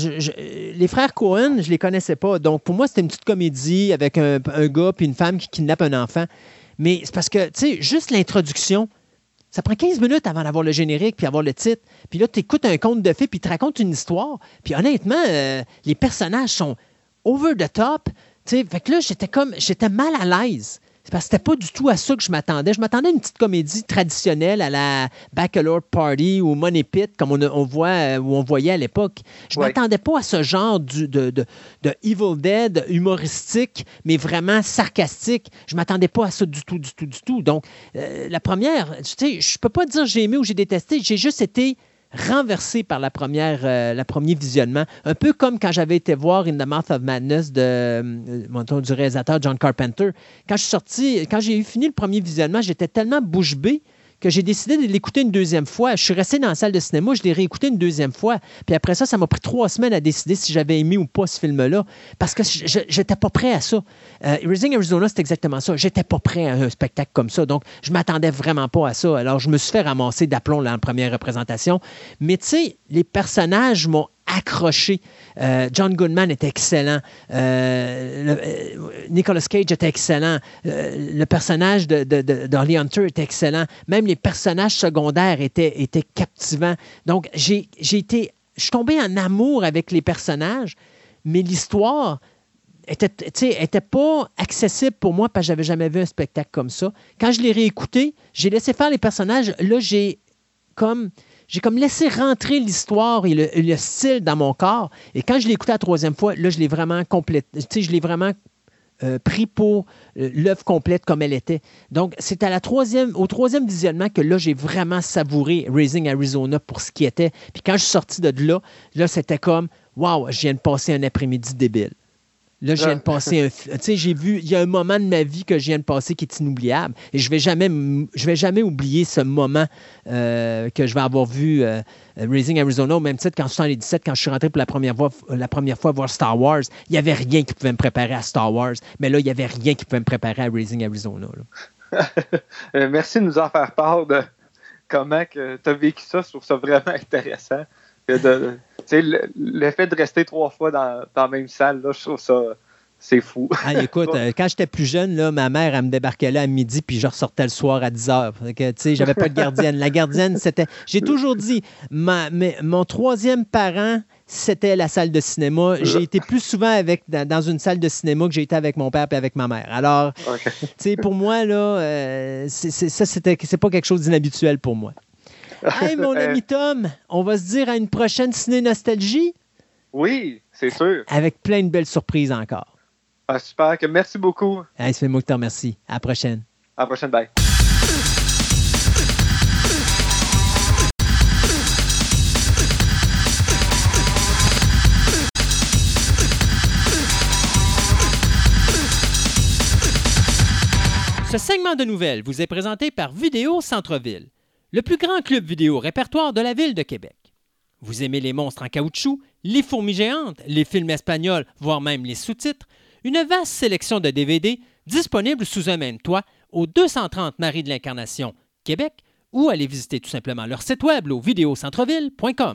les frères Coen, je les connaissais pas. Donc, pour moi, c'était une petite comédie avec un gars puis une femme qui kidnappe un enfant. Mais c'est parce que, tu sais, juste l'introduction, ça prend 15 minutes avant d'avoir le générique puis avoir le titre. Puis là, tu écoutes un conte de fées puis tu racontes une histoire. Puis honnêtement, les personnages sont over the top. Tu sais, fait que là, j'étais mal à l'aise. C'est parce que c'était pas du tout à ça que je m'attendais. Je m'attendais à une petite comédie traditionnelle à la Bachelor Party ou Money Pit, comme on voyait à l'époque. Je m'attendais pas à ce genre de Evil Dead humoristique, mais vraiment sarcastique. Je m'attendais pas à ça du tout. Donc, la première, tu sais, je peux pas dire j'ai aimé ou j'ai détesté. J'ai juste été renversé par le premier visionnement. Un peu comme quand j'avais été voir In the Mouth of Madness du réalisateur John Carpenter. Quand j'ai eu fini le premier visionnement, j'étais tellement bouche bée que j'ai décidé de l'écouter une deuxième fois. Je suis resté dans la salle de cinéma, je l'ai réécouté une deuxième fois. Puis après ça m'a pris 3 semaines à décider si j'avais aimé ou pas ce film-là, parce que j'étais pas prêt à ça. Raising Arizona, c'est exactement ça. J'étais pas prêt à un spectacle comme ça, donc je m'attendais vraiment pas à ça. Alors, je me suis fait ramasser d'aplomb dans la première représentation. Mais tu sais, les personnages m'ont accroché. John Goodman était excellent. Nicolas Cage était excellent. Le personnage d'Holly Hunter était excellent. Même les personnages secondaires étaient captivants. Donc, je suis tombé en amour avec les personnages, mais l'histoire était pas accessible pour moi parce que j'avais jamais vu un spectacle comme ça. Quand je l'ai réécouté, j'ai laissé faire les personnages. Là, j'ai j'ai comme laissé rentrer l'histoire et le style dans mon corps. Et quand je l'ai écouté la troisième fois, là, je l'ai vraiment je l'ai vraiment pris pour l'œuvre complète comme elle était. Donc, c'est au troisième visionnement que là, j'ai vraiment savouré Raising Arizona pour ce qui était. Puis quand je suis sorti de là, c'était comme, wow, je viens de passer un après-midi débile. Là, je viens de passer il y a un moment de ma vie que je viens de passer qui est inoubliable. Et je vais jamais oublier ce moment que je vais avoir vu Raising Arizona, au même titre qu'en 1977, quand je suis rentré pour la première fois voir Star Wars. Il n'y avait rien qui pouvait me préparer à Star Wars. Mais là, il n'y avait rien qui pouvait me préparer à Raising Arizona. Merci de nous en faire part de comment tu as vécu ça. Je trouve ça vraiment intéressant. L'effet de rester 3 fois dans la même salle, là, je trouve ça, c'est fou. Ah, écoute, quand j'étais plus jeune, là, ma mère, elle me débarquait là à midi, puis je ressortais le soir à 10h. J'avais pas de gardienne. La gardienne, c'était... J'ai toujours dit, mon troisième parent, c'était la salle de cinéma. J'ai été plus souvent dans une salle de cinéma que j'ai été avec mon père et avec ma mère. Alors, pour moi, là, c'est pas quelque chose d'inhabituel pour moi. Hey, mon ami Tom, on va se dire à une prochaine Ciné-Nostalgie? Oui, c'est sûr. Avec plein de belles surprises encore. Ah, super. Merci beaucoup. Hey, c'est moi qui te remercie. À la prochaine. À la prochaine. Bye. Ce segment de nouvelles vous est présenté par Vidéo Centre-Ville, le plus grand club vidéo répertoire de la ville de Québec. Vous aimez les monstres en caoutchouc, les fourmis géantes, les films espagnols, voire même les sous-titres? Une vaste sélection de DVD disponible sous un même toit au 230 Marie de l'Incarnation, Québec, ou allez visiter tout simplement leur site web au videocentreville.com.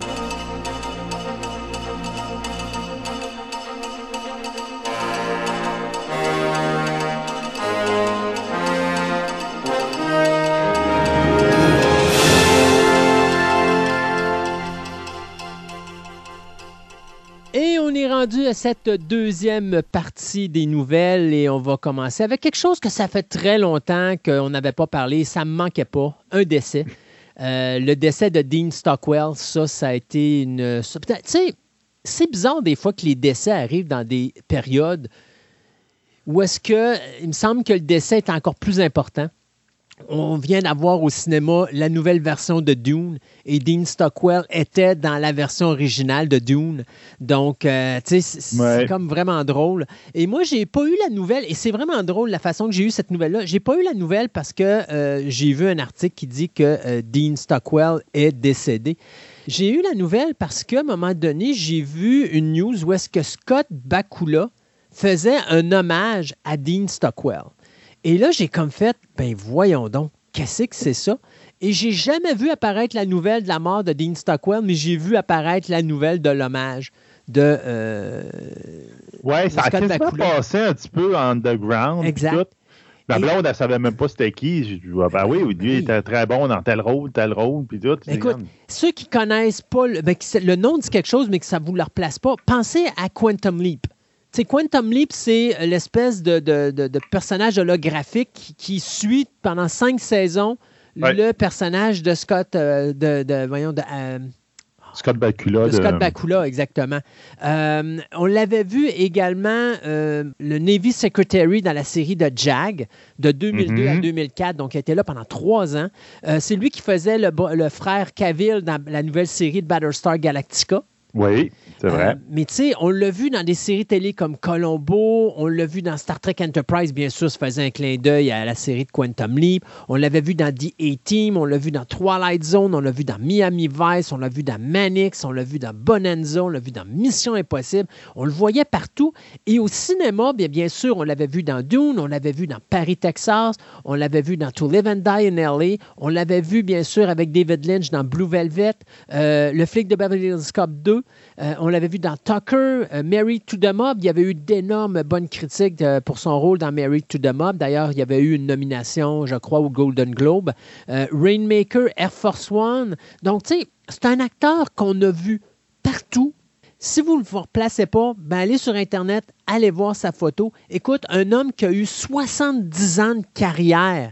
Et on est rendu à cette deuxième partie des nouvelles et on va commencer avec quelque chose que ça fait très longtemps qu'on n'avait pas parlé. Ça me manquait pas. Un décès. Le décès de Dean Stockwell, ça a été une... Tu sais, c'est bizarre des fois que les décès arrivent dans des périodes où est-ce que... Il me semble que le décès est encore plus important. On vient d'avoir au cinéma la nouvelle version de Dune et Dean Stockwell était dans la version originale de Dune. Donc, tu sais, c'est comme vraiment drôle. Et moi, j'ai pas eu la nouvelle, et c'est vraiment drôle la façon que j'ai eu cette nouvelle-là. J'ai pas eu la nouvelle parce que j'ai vu un article qui dit que Dean Stockwell est décédé. J'ai eu la nouvelle parce qu'à un moment donné, j'ai vu une news où est-ce que Scott Bakula faisait un hommage à Dean Stockwell. Et là, j'ai comme fait, ben voyons donc, qu'est-ce que c'est ça? Et j'ai jamais vu apparaître la nouvelle de la mort de Dean Stockwell, mais j'ai vu apparaître la nouvelle de l'hommage de ça a quasiment passé un petit peu underground. Exact. Tout. Ma blonde, elle ne savait même pas c'était qui. Je dis, ben oui, lui, il était très bon dans tel rôle, puis tout. Écoute, ceux qui connaissent pas, le nom dit quelque chose, mais que ça ne vous le replace pas, pensez à Quantum Leap. T'sais, Quantum Leap, c'est l'espèce de personnage holographique qui suit pendant 5 saisons le personnage de Scott, Scott Bakula. Scott Bakula, exactement. On l'avait vu également, le Navy Secretary dans la série de Jag, de 2002 à 2004, donc il était là pendant 3 ans. C'est lui qui faisait le frère Cavill dans la nouvelle série de Battlestar Galactica. Oui, c'est vrai. Mais tu sais, on l'a vu dans des séries télé comme Columbo, on l'a vu dans Star Trek Enterprise, bien sûr, ça faisait un clin d'œil à la série de Quantum Leap. On l'avait vu dans The A-Team, on l'a vu dans Twilight Zone, on l'a vu dans Miami Vice, on l'a vu dans Mannix, on l'a vu dans Bonanza, on l'a vu dans Mission Impossible. On le voyait partout. Et au cinéma, bien sûr, on l'avait vu dans Dune, on l'avait vu dans Paris, Texas, on l'avait vu dans To Live and Die in L.A., on l'avait vu, bien sûr, avec David Lynch dans Blue Velvet, Le flic de Beverly Hills Cop 2. On l'avait vu dans Tucker, Married to the Mob. Il y avait eu d'énormes bonnes critiques pour son rôle dans Married to the Mob. D'ailleurs, il y avait eu une nomination, je crois, au Golden Globe. Rainmaker, Air Force One. Donc, tu sais, c'est un acteur qu'on a vu partout. Si vous ne le replacez pas, ben allez sur Internet, allez voir sa photo. Écoute, un homme qui a eu 70 ans de carrière.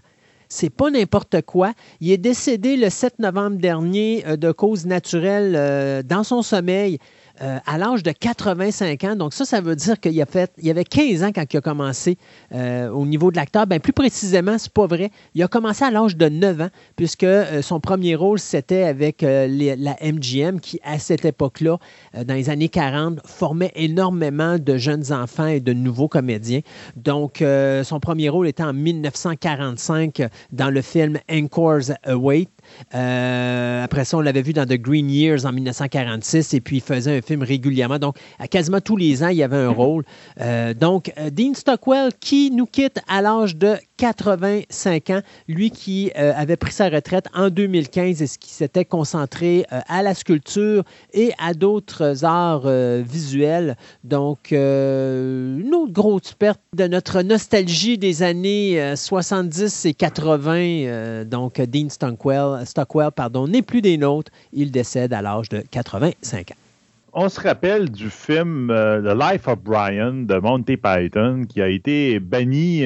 c'est pas n'importe quoi. Il est décédé le 7 novembre dernier de cause naturelle dans son sommeil. À l'âge de 85 ans. Donc ça veut dire qu'il y avait 15 ans quand il a commencé au niveau de l'acteur. Bien, plus précisément, c'est pas vrai. Il a commencé à l'âge de 9 ans, puisque son premier rôle, c'était avec la MGM, qui, à cette époque-là, dans les années 40, formait énormément de jeunes enfants et de nouveaux comédiens. Donc, son premier rôle était en 1945 dans le film Anchors Await. Après ça, on l'avait vu dans The Green Years en 1946 et puis il faisait un film régulièrement. Donc, à quasiment tous les ans, il y avait un rôle. Donc, Dean Stockwell qui nous quitte à l'âge de 85 ans, lui qui avait pris sa retraite en 2015 et qui s'était concentré à la sculpture et à d'autres arts visuels. Donc, une autre grosse perte de notre nostalgie des années 70 et 80. Donc, Dean Stockwell, n'est plus des nôtres. Il décède à l'âge de 85 ans. On se rappelle du film The Life of Brian de Monty Python qui a été banni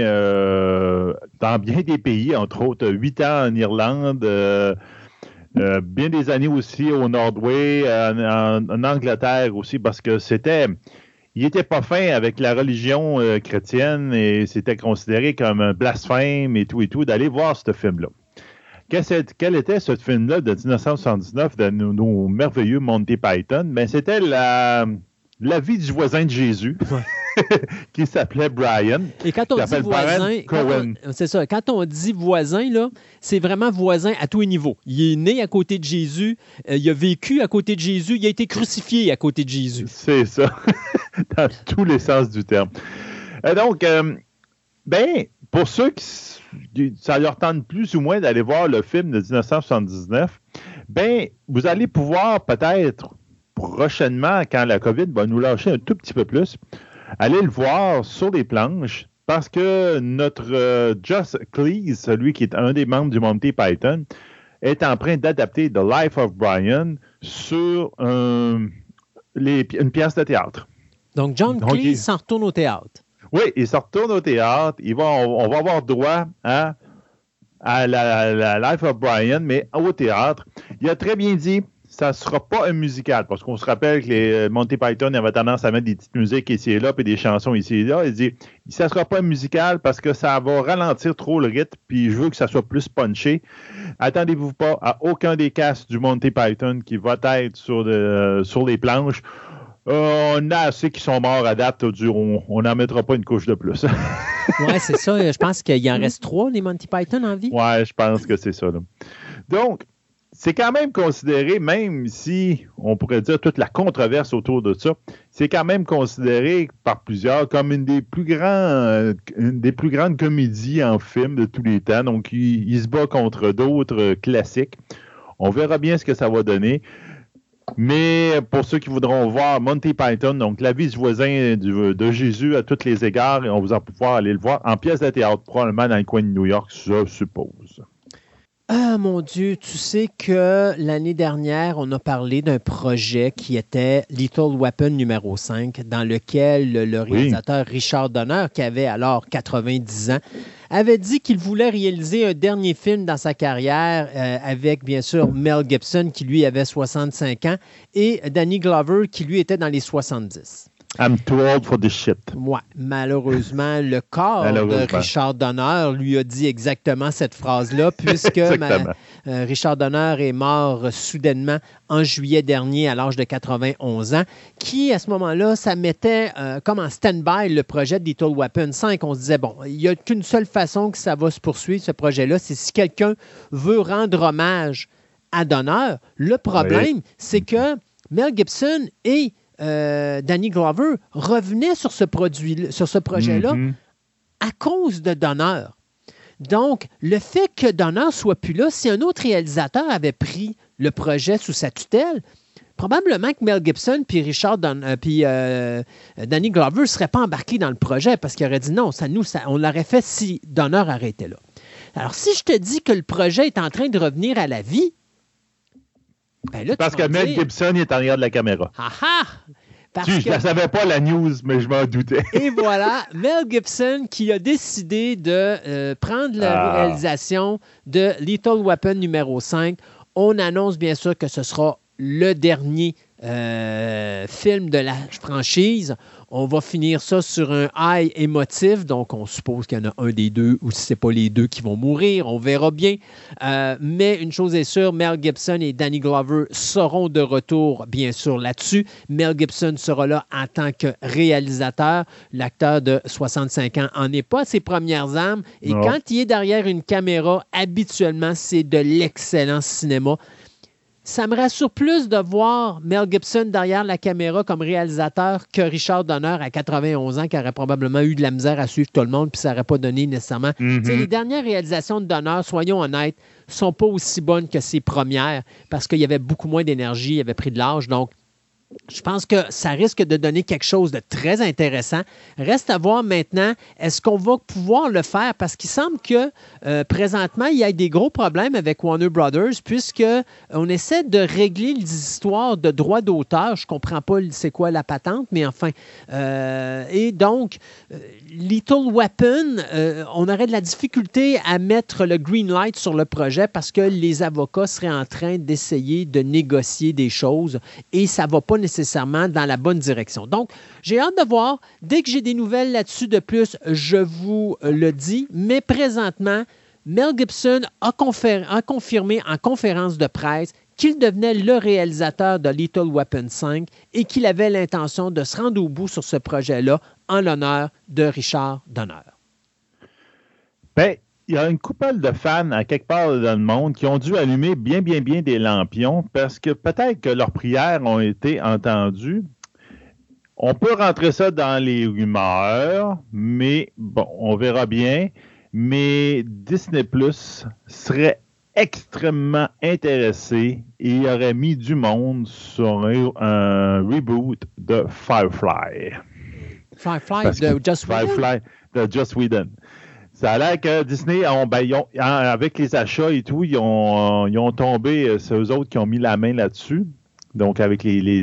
dans bien des pays, entre autres 8 ans en Irlande, bien des années aussi au Nordway, en Angleterre aussi, parce que il était pas fin avec la religion chrétienne et c'était considéré comme un blasphème et tout d'aller voir ce film-là. Quel était ce film-là de 1979 de nos merveilleux Monty Python? Ben, c'était la vie du voisin de Jésus, qui s'appelait Brian. Et quand on dit voisin, c'est ça. Quand on dit voisin, là, c'est vraiment voisin à tous les niveaux. Il est né à côté de Jésus, il a vécu à côté de Jésus, il a été crucifié à côté de Jésus. C'est ça, dans tous les sens du terme. Donc, pour ceux qui ça leur tente plus ou moins d'aller voir le film de 1979, vous allez pouvoir peut-être prochainement, quand la COVID va nous lâcher un tout petit peu plus, aller le voir sur les planches parce que notre Just Cleese, celui qui est un des membres du Monty Python, est en train d'adapter The Life of Brian sur une pièce de théâtre. Donc, John Cleese s'en retourne au théâtre. Oui, il se retourne au théâtre. On va avoir droit à la Life of Brian, mais au théâtre. Il a très bien dit, ça ne sera pas un musical, parce qu'on se rappelle que les Monty Python avaient tendance à mettre des petites musiques ici et là, puis des chansons ici et là. Il dit, ça ne sera pas un musical parce que ça va ralentir trop le rythme, puis je veux que ça soit plus punché. Attendez-vous pas à aucun des casts du Monty Python qui va être sur les planches. On a assez qui sont morts à date. On n'en mettra pas une couche de plus. Oui, c'est ça. Je pense qu'il en reste 3, les Monty Python, en vie. Oui, je pense que c'est ça. Là. Donc, c'est quand même considéré, même si on pourrait dire toute la controverse autour de ça, c'est quand même considéré par plusieurs comme une des plus grandes comédies en film de tous les temps. Donc, il se bat contre d'autres classiques. On verra bien ce que ça va donner. Mais pour ceux qui voudront voir Monty Python, donc la vie du voisin de Jésus à tous les égards, on va pouvoir aller le voir en pièce de théâtre, probablement dans le coin de New York, je suppose. Ah, mon Dieu, tu sais que l'année dernière, on a parlé d'un projet qui était Lethal Weapon numéro 5, dans lequel le réalisateur Richard Donner, qui avait alors 90 ans, avait dit qu'il voulait réaliser un dernier film dans sa carrière avec, bien sûr, Mel Gibson, qui lui avait 65 ans, et Danny Glover, qui lui était dans les 70. I'm too old for this shit. Ouais, malheureusement, le corps de Richard Donner lui a dit exactement cette phrase-là, puisque Richard Donner est mort soudainement en juillet dernier à l'âge de 91 ans, qui, à ce moment-là, ça mettait comme en stand-by le projet de Lethal Weapon 5. On se disait, bon, il n'y a qu'une seule façon que ça va se poursuivre, ce projet-là, c'est si quelqu'un veut rendre hommage à Donner. Le problème, c'est que Mel Gibson et Danny Glover revenait sur ce projet-là à cause de Donner. Donc, le fait que Donner soit plus là, si un autre réalisateur avait pris le projet sous sa tutelle, probablement que Mel Gibson puis Danny Glover ne seraient pas embarqués dans le projet parce qu'ils auraient dit non, on l'aurait fait si Donner arrêtait là. Alors, si je te dis que le projet est en train de revenir à la vie, ben là, parce que Mel Gibson est en arrière de la caméra. Je ne savais pas la news, mais je m'en doutais. Et voilà, Mel Gibson qui a décidé de prendre la réalisation de Lethal Weapon numéro 5. On annonce bien sûr que ce sera le dernier film de la franchise. On va finir ça sur un high émotif, donc on suppose qu'il y en a un des deux, ou si ce n'est pas les deux qui vont mourir, on verra bien. Mais une chose est sûre, Mel Gibson et Danny Glover seront de retour, bien sûr, là-dessus. Mel Gibson sera là en tant que réalisateur. L'acteur de 65 ans en est pas à ses premières armes. Et quand il est derrière une caméra, habituellement, c'est de l'excellent cinéma. Ça me rassure plus de voir Mel Gibson derrière la caméra comme réalisateur que Richard Donner à 91 ans qui aurait probablement eu de la misère à suivre tout le monde puis ça n'aurait pas donné nécessairement. Les dernières réalisations de Donner, soyons honnêtes, ne sont pas aussi bonnes que ses premières parce qu'il y avait beaucoup moins d'énergie, il avait pris de l'âge. Donc, je pense que ça risque de donner quelque chose de très intéressant. Reste à voir maintenant, est-ce qu'on va pouvoir le faire? Parce qu'il semble que présentement, il y a des gros problèmes avec Warner Brothers puisqu'on essaie de régler les histoires de droits d'auteur. Je ne comprends pas c'est quoi la patente, mais enfin. Et donc, Lethal Weapon, on aurait de la difficulté à mettre le green light sur le projet parce que les avocats seraient en train d'essayer de négocier des choses et ça ne va pas nécessairement dans la bonne direction. Donc, j'ai hâte de voir. Dès que j'ai des nouvelles là-dessus de plus, je vous le dis. Mais présentement, Mel Gibson a confirmé en conférence de presse qu'il devenait le réalisateur de Lethal Weapon 5 et qu'il avait l'intention de se rendre au bout sur ce projet-là en l'honneur de Richard Donner. Bien, il y a une couple de fans à quelque part dans le monde qui ont dû allumer bien des lampions parce que peut-être que leurs prières ont été entendues. On peut rentrer ça dans les rumeurs, mais bon, on verra bien. Mais Disney Plus serait extrêmement intéressé et il aurait mis du monde sur un reboot de Firefly. Firefly de Joss Whedon? Firefly de Joss Whedon. Ça a l'air que Disney, avec les achats et tout, ils ont tombé, c'est eux autres qui ont mis la main là-dessus. Donc, avec les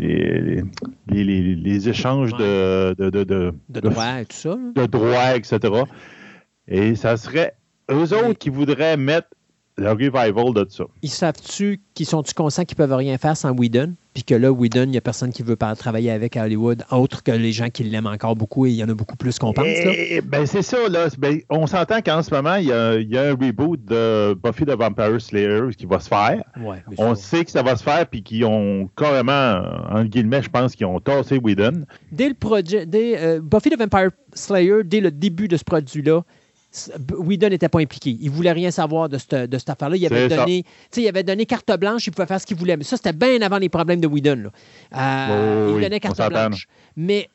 échanges de droits et tout ça. De droits, etc. Et ça serait eux autres qui voudraient mettre le revival de ça. Ils savent-tu qu'ils sont-tu conscients qu'ils ne peuvent rien faire sans Whedon? Puis que là, Whedon, il n'y a personne qui veut travailler avec à Hollywood, autre que les gens qui l'aiment encore beaucoup, et il y en a beaucoup plus qu'on pense. Ben c'est ça, là. Ben, on s'entend qu'en ce moment, il y a un reboot de Buffy the Vampire Slayer qui va se faire. Ouais, on sait que ça va se faire, puis qu'ils ont carrément, entre guillemets, je pense qu'ils ont tassé Whedon. Dès le projet, Buffy the Vampire Slayer, dès le début de ce produit-là, Whedon n'était pas impliqué. Il ne voulait rien savoir de cette affaire-là. Il avait donné carte blanche, il pouvait faire ce qu'il voulait. Mais ça, c'était bien avant les problèmes de Whedon. Il donnait carte blanche. Mais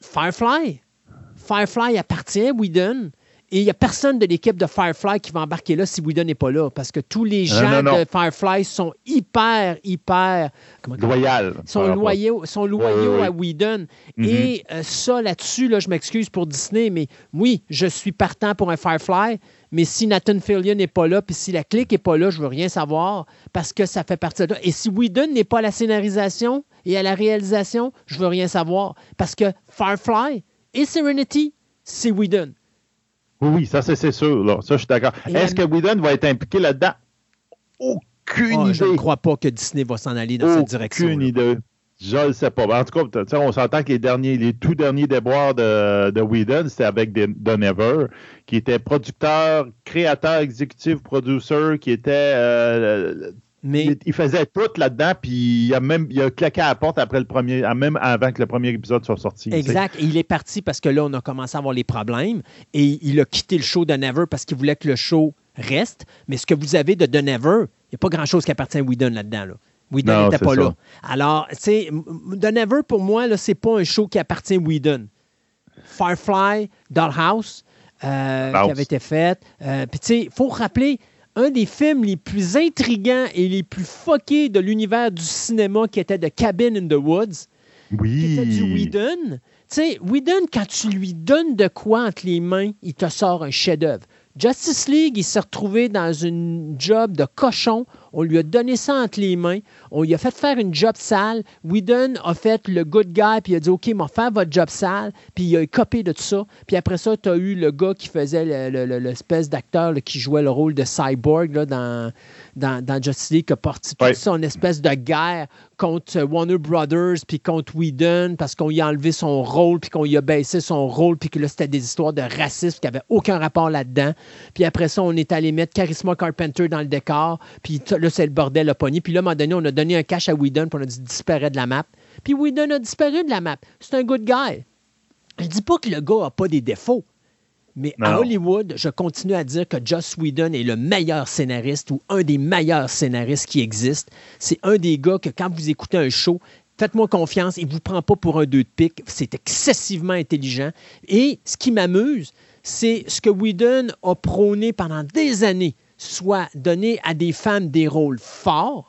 Firefly appartient à Whedon. Et il n'y a personne de l'équipe de Firefly qui va embarquer là si Whedon n'est pas là. Parce que tous les gens de Firefly sont hyper loyaux. Sont loyaux à Whedon. Et ça, là-dessus, là, je m'excuse pour Disney, mais oui, je suis partant pour un Firefly. Mais si Nathan Fillion n'est pas là, puis si la clique n'est pas là, je ne veux rien savoir parce que ça fait partie de ça. Et si Whedon n'est pas à la scénarisation et à la réalisation, je ne veux rien savoir parce que Firefly et Serenity, c'est Whedon. Oui, ça, c'est sûr. Là. Ça, je suis d'accord. Est-ce que Whedon va être impliqué là-dedans? Aucune idée. Je ne crois pas que Disney va s'en aller dans cette direction. Aucune idée. Je ne le sais pas. En tout cas, on s'entend que les tout derniers déboires de Whedon, c'était avec Don Ever, qui était producteur, créateur, exécutif, producer, qui était... Mais il faisait tout là-dedans, puis il a claqué à la porte après même avant que le premier épisode soit sorti. Exact. Et il est parti parce que là, on a commencé à avoir les problèmes. Et il a quitté le show de Never parce qu'il voulait que le show reste. Mais ce que vous avez de Never, il n'y a pas grand-chose qui appartient à Whedon là-dedans. Là. Whedon n'était pas là. Alors, tu sais, The Never, pour moi, là, c'est pas un show qui appartient à Whedon. Firefly, Dollhouse, qui avait été fait. Puis, tu sais, il faut rappeler... un des films les plus intrigants et les plus fuckés de l'univers du cinéma qui était de Cabin in the Woods. Oui. Qui était du Whedon. Tu sais, Whedon, quand tu lui donnes de quoi entre les mains, il te sort un chef-d'œuvre. Justice League, il s'est retrouvé dans une job de cochon On lui a donné ça entre les mains. On lui a fait faire une job sale. Whedon a fait le good guy, puis il a dit « OK, m'a fait votre job sale », puis il a copié de tout ça. Puis après ça, tu as eu le gars qui faisait l'espèce d'acteur là, qui jouait le rôle de Cyborg là, dans Justice League, qui a parti tout ça, une espèce de guerre contre Warner Brothers, puis contre Whedon, parce qu'on lui a enlevé son rôle, puis qu'on lui a baissé son rôle, puis que là, c'était des histoires de racisme qui n'avaient aucun rapport là-dedans. Puis après ça, on est allé mettre Charisma Carpenter dans le décor, puis là, c'est le bordel à pogné. Puis là, à un moment donné, on a donné un cash à Whedon, puis on a dit « disparaît de la map ». Puis Whedon a disparu de la map. C'est un good guy. Je dis pas que le gars n'a pas des défauts, mais à Hollywood, je continue à dire que Joss Whedon est le meilleur scénariste ou un des meilleurs scénaristes qui existent. C'est un des gars que quand vous écoutez un show, faites-moi confiance, il ne vous prend pas pour un 2 de pique. C'est excessivement intelligent. Et ce qui m'amuse, c'est ce que Whedon a prôné pendant des années, soit donner à des femmes des rôles forts,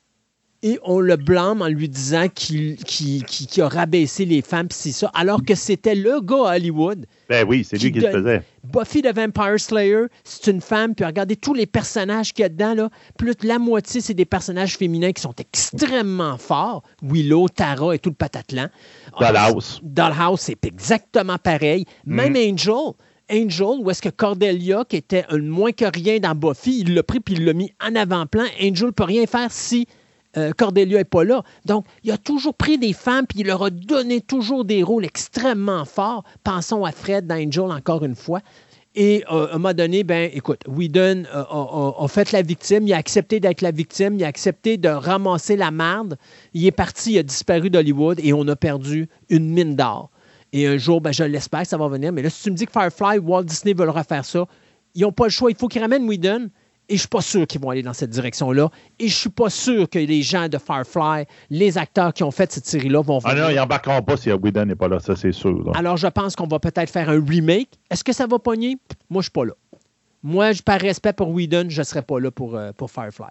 et on le blâme en lui disant qu'il a rabaissé les femmes, puis c'est ça, alors que c'était le gars à Hollywood. Ben oui, c'est lui qui le faisait. Buffy the Vampire Slayer, c'est une femme, puis regardez tous les personnages qu'il y a dedans, là, plus de la moitié, c'est des personnages féminins qui sont extrêmement forts. Willow, Tara et tout le patatlan. Dollhouse, c'est exactement pareil. Même Angel, où est-ce que Cordelia, qui était un moins que rien dans Buffy, il l'a pris puis il l'a mis en avant-plan. Angel ne peut rien faire si Cordelia n'est pas là. Donc, il a toujours pris des femmes puis il leur a donné toujours des rôles extrêmement forts. Pensons à Fred dans Angel encore une fois. Et à un moment donné, écoute, Whedon a fait la victime, il a accepté d'être la victime, il a accepté de ramasser la merde. Il est parti, il a disparu d'Hollywood et on a perdu une mine d'or. Et un jour, je l'espère, ça va venir. Mais là, si tu me dis que Firefly, Walt Disney veulent refaire ça, ils n'ont pas le choix. Il faut qu'ils ramènent Whedon. Et je ne suis pas sûr qu'ils vont aller dans cette direction-là. Et je ne suis pas sûr que les gens de Firefly, les acteurs qui ont fait cette série-là vont venir. Ah non, ils n'embarqueront pas si Whedon n'est pas là, ça c'est sûr. Là. Alors, je pense qu'on va peut-être faire un remake. Est-ce que ça va pogner? Moi, je ne suis pas là. Moi, par respect pour Whedon, je ne serais pas là pour Firefly.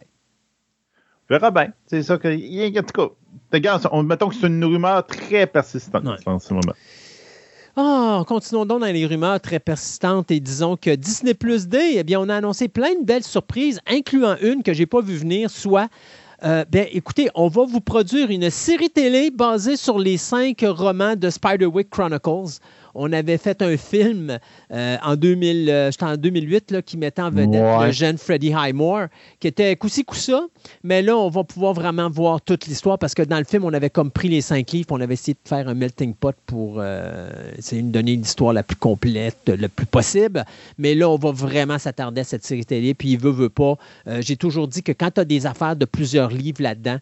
On verra bien. C'est ça que... En tout cas, regarde, mettons que c'est une rumeur très persistante en ce moment. Continuons donc dans les rumeurs très persistantes et disons que Disney Plus Day, eh bien, on a annoncé plein de belles surprises, incluant une que je n'ai pas vu venir, soit, écoutez, on va vous produire une série télé basée sur les 5 romans de Spiderwick Chronicles. On avait fait un film en 2008 là, qui mettait en vedette le jeune Freddie Highmore, qui était coup-ci, coup-ça. Mais là, on va pouvoir vraiment voir toute l'histoire parce que dans le film, on avait comme pris les 5 livres, on avait essayé de faire un melting pot pour essayer de donner l'histoire la plus complète, le plus possible. Mais là, on va vraiment s'attarder à cette série télé. Puis, il veut pas. J'ai toujours dit que quand tu as des affaires de plusieurs livres là-dedans,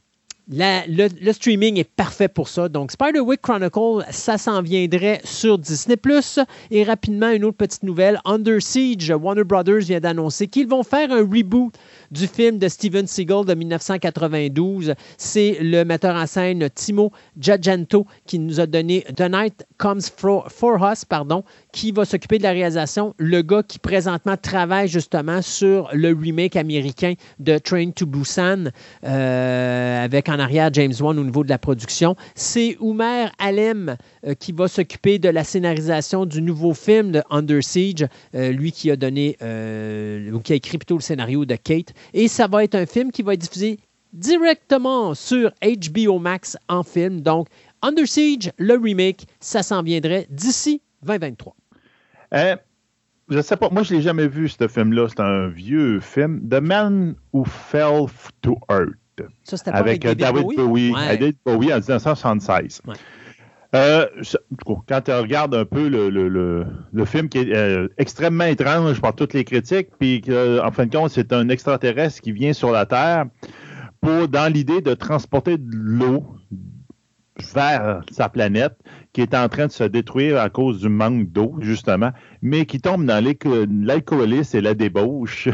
le streaming est parfait pour ça. Donc, Spiderwick Chronicles, ça s'en viendrait sur Disney+. Et rapidement, une autre petite nouvelle. Under Siege, Warner Brothers vient d'annoncer qu'ils vont faire un reboot du film de Steven Seagal de 1992. C'est le metteur en scène Timo Giajanto qui nous a donné The Night Comes for Us, qui va s'occuper de la réalisation. Le gars qui présentement travaille justement sur le remake américain de Train to Busan avec en arrière James Wan au niveau de la production. C'est Umer Alem qui va s'occuper de la scénarisation du nouveau film de Under Siege, lui qui a donné, qui a écrit plutôt le scénario de Kate. Et ça va être un film qui va être diffusé directement sur HBO Max en film. Donc, Under Siege, le remake, ça s'en viendrait d'ici 2023. Je sais pas, moi je l'ai jamais vu ce film-là, c'est un vieux film. The Man Who Fell to Earth. Ça, c'était pas avec David Bowie. Ouais. David Bowie en 1976. Ouais. Quand tu regardes un peu le film qui est extrêmement étrange par toutes les critiques, puis en fin de compte, c'est un extraterrestre qui vient sur la Terre dans l'idée de transporter de l'eau vers sa planète, qui est en train de se détruire à cause du manque d'eau, justement, mais qui tombe dans l'alcoolisme et la débauche.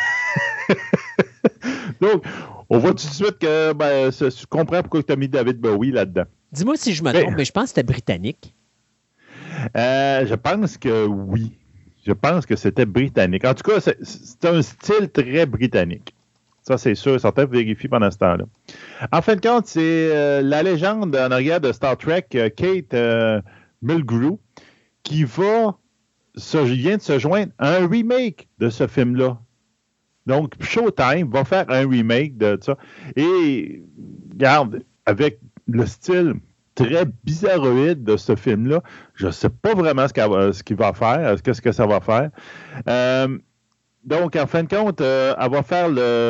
Donc, on voit tout de suite que tu comprends pourquoi tu as mis David Bowie là-dedans. Dis-moi si je me trompe, mais je pense que c'était britannique. Je pense que oui. Je pense que c'était britannique. En tout cas, c'est un style très britannique. Ça, c'est sûr. Certains vérifient pendant ce temps-là. En fin de compte, c'est la légende en arrière de Star Trek, Kate Mulgrew, qui vient de se joindre à un remake de ce film-là. Donc, Showtime va faire un remake de ça. Et, regarde, avec le style très bizarroïde de ce film-là, je ne sais pas vraiment ce qu'il va faire, qu'est-ce que ça va faire. Donc, en fin de compte, elle va faire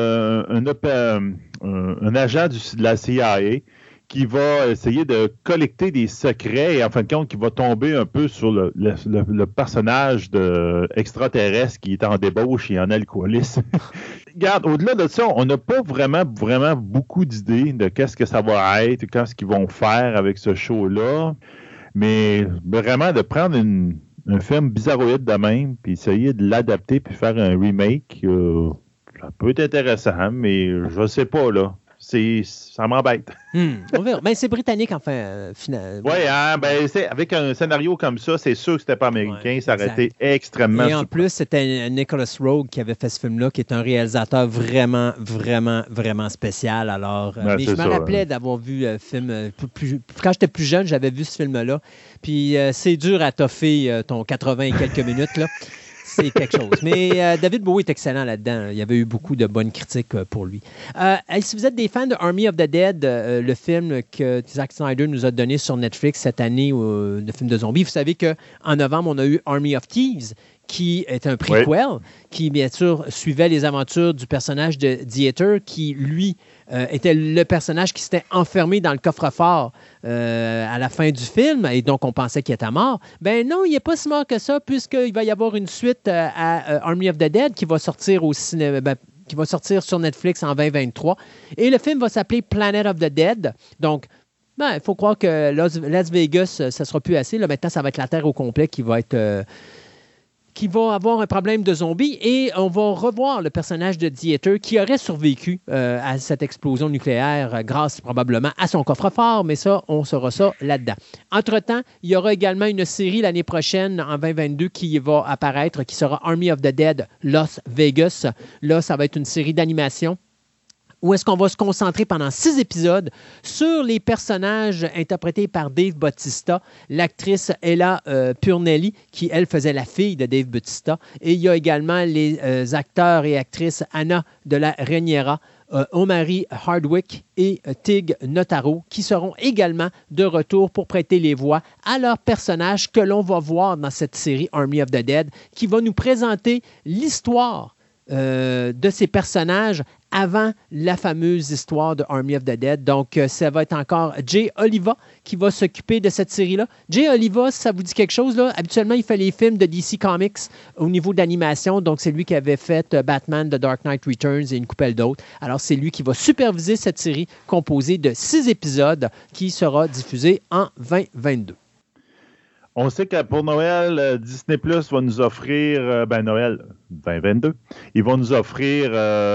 un agent de la CIA qui va essayer de collecter des secrets et en fin de compte, qui va tomber un peu sur le personnage extraterrestre qui est en débauche et en alcoolisme. Regarde, au-delà de ça, on n'a pas vraiment beaucoup d'idées de qu'est-ce que ça va être, qu'est-ce qu'ils vont faire avec ce show-là. Mais vraiment, de prendre un film bizarroïde de même, puis essayer de l'adapter, puis faire un remake, ça peut être intéressant, mais je sais pas, là. Ça m'embête. On verra. Ben, c'est britannique, enfin, finalement. Oui, avec un scénario comme ça, c'est sûr que c'était pas américain. Ça aurait été extrêmement... Et en plus, c'était Nicholas Roeg qui avait fait ce film-là, qui est un réalisateur vraiment, vraiment, vraiment spécial. Alors, mais je me rappelais d'avoir vu le film... quand j'étais plus jeune, j'avais vu ce film-là. Puis c'est dur à toffer ton 80 et quelques minutes, là. C'est quelque chose. Mais David Bowie est excellent là-dedans. Il y avait eu beaucoup de bonnes critiques pour lui. Si vous êtes des fans de Army of the Dead, le film que Zack Snyder nous a donné sur Netflix cette année, le film de zombies, vous savez qu'en novembre, on a eu Army of Thieves, qui est un prequel, qui, bien sûr, suivait les aventures du personnage de The Eater, qui, lui, était le personnage qui s'était enfermé dans le coffre-fort à la fin du film, et donc on pensait qu'il était mort. Ben non, il n'est pas si mort que ça, puisqu'il va y avoir une suite à Army of the Dead qui va sortir au cinéma, qui va sortir sur Netflix en 2023. Et le film va s'appeler Planet of the Dead. Donc, il faut croire que Las Vegas, ça ne sera plus assez. Là, maintenant, ça va être la Terre au complet qui va être... qui va avoir un problème de zombies, et on va revoir le personnage de The Eater qui aurait survécu à cette explosion nucléaire grâce probablement à son coffre-fort, mais ça, on saura ça là-dedans. Entre-temps, il y aura également une série l'année prochaine, en 2022, qui va apparaître, qui sera Army of the Dead Las Vegas. Là, ça va être une série d'animation où est-ce qu'on va se concentrer pendant 6 épisodes sur les personnages interprétés par Dave Bautista, l'actrice Ella Purnelli, qui, elle, faisait la fille de Dave Bautista. Et il y a également les acteurs et actrices Anna de la Reniera, Omari Hardwick et Tig Notaro, qui seront également de retour pour prêter les voix à leurs personnages que l'on va voir dans cette série Army of the Dead, qui va nous présenter l'histoire de ces personnages avant la fameuse histoire de Army of the Dead. Donc, ça va être encore Jay Oliva qui va s'occuper de cette série-là. Jay Oliva, si ça vous dit quelque chose, là, habituellement, il fait les films de DC Comics au niveau d'animation. Donc, c'est lui qui avait fait Batman, The Dark Knight Returns et une coupelle d'autres. Alors, c'est lui qui va superviser cette série composée de 6 épisodes qui sera diffusée en 2022. On sait que pour Noël, Disney Plus va nous offrir, Noël 2022, ils vont nous offrir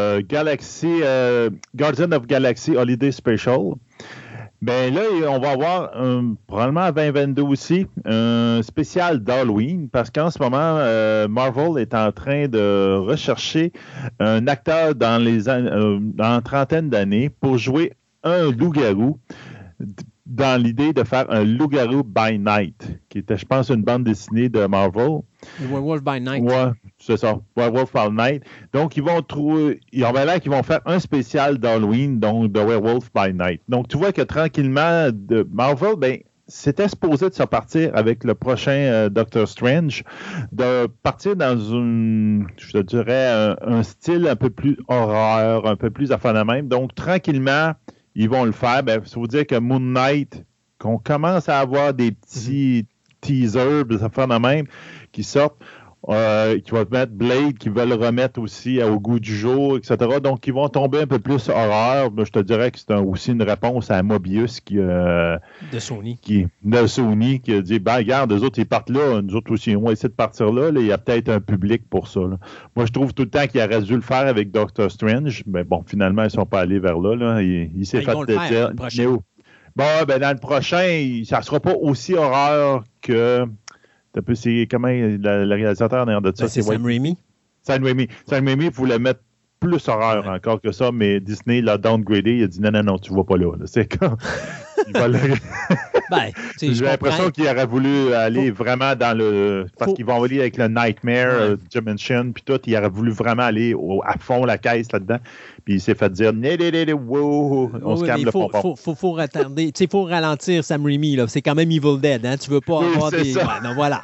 Guardian of Galaxy Holiday Special. Ben là, on va avoir probablement à 2022 aussi un spécial d'Halloween, parce qu'en ce moment, Marvel est en train de rechercher un acteur dans une trentaine d'années pour jouer un loup-garou, dans l'idée de faire un Loup-garou by Night, qui était, je pense, une bande dessinée de Marvel. Werewolf by Night. Ouais, c'est ça. Werewolf by Night. Donc, ils vont l'air qu'ils vont faire un spécial d'Halloween, donc de Werewolf by Night. Donc, tu vois que tranquillement, de Marvel, c'était supposé de se partir avec le prochain Doctor Strange, de partir dans je te dirais, un style un peu plus horreur, un peu plus afin de même. Donc, tranquillement, ils vont le faire. Ça veut dire que Moon Knight, qu'on commence à avoir des petits teasers, des affaires de même, qui sortent, qui vont mettre Blade, qui veulent remettre aussi au goût du jour, etc. Donc, ils vont tomber un peu plus horreur. Je te dirais que c'est aussi une réponse à Mobius de Sony. Qui a dit, regarde, eux autres, ils partent là, nous autres aussi, on va essayer de partir là. Il y a peut-être un public pour ça. Là. Moi, je trouve tout le temps qu'il aurait dû le faire avec Doctor Strange. Mais bon, finalement, ils ne sont pas allés vers là. Il s'est fait dire. Dans le prochain, ça ne sera pas aussi horreur que. C'est comment le réalisateur en de ça? C'est Sam Raimi. Sam Raimi voulait mettre plus horreur encore que ça, mais Disney l'a downgradé. Il a dit non, tu ne vas pas là. C'est quand. J'ai l'impression qu'il aurait voulu aller vraiment dans le... Parce qu'ils vont aller avec le Nightmare Dimension, puis tout, il aurait voulu vraiment aller à fond la caisse là-dedans. Puis il s'est fait dire, wow, on se calme le pompon. Faut retarder. Il faut ralentir Sam Raimi, là. C'est quand même Evil Dead, hein? Tu veux pas avoir des... Ouais, non, voilà.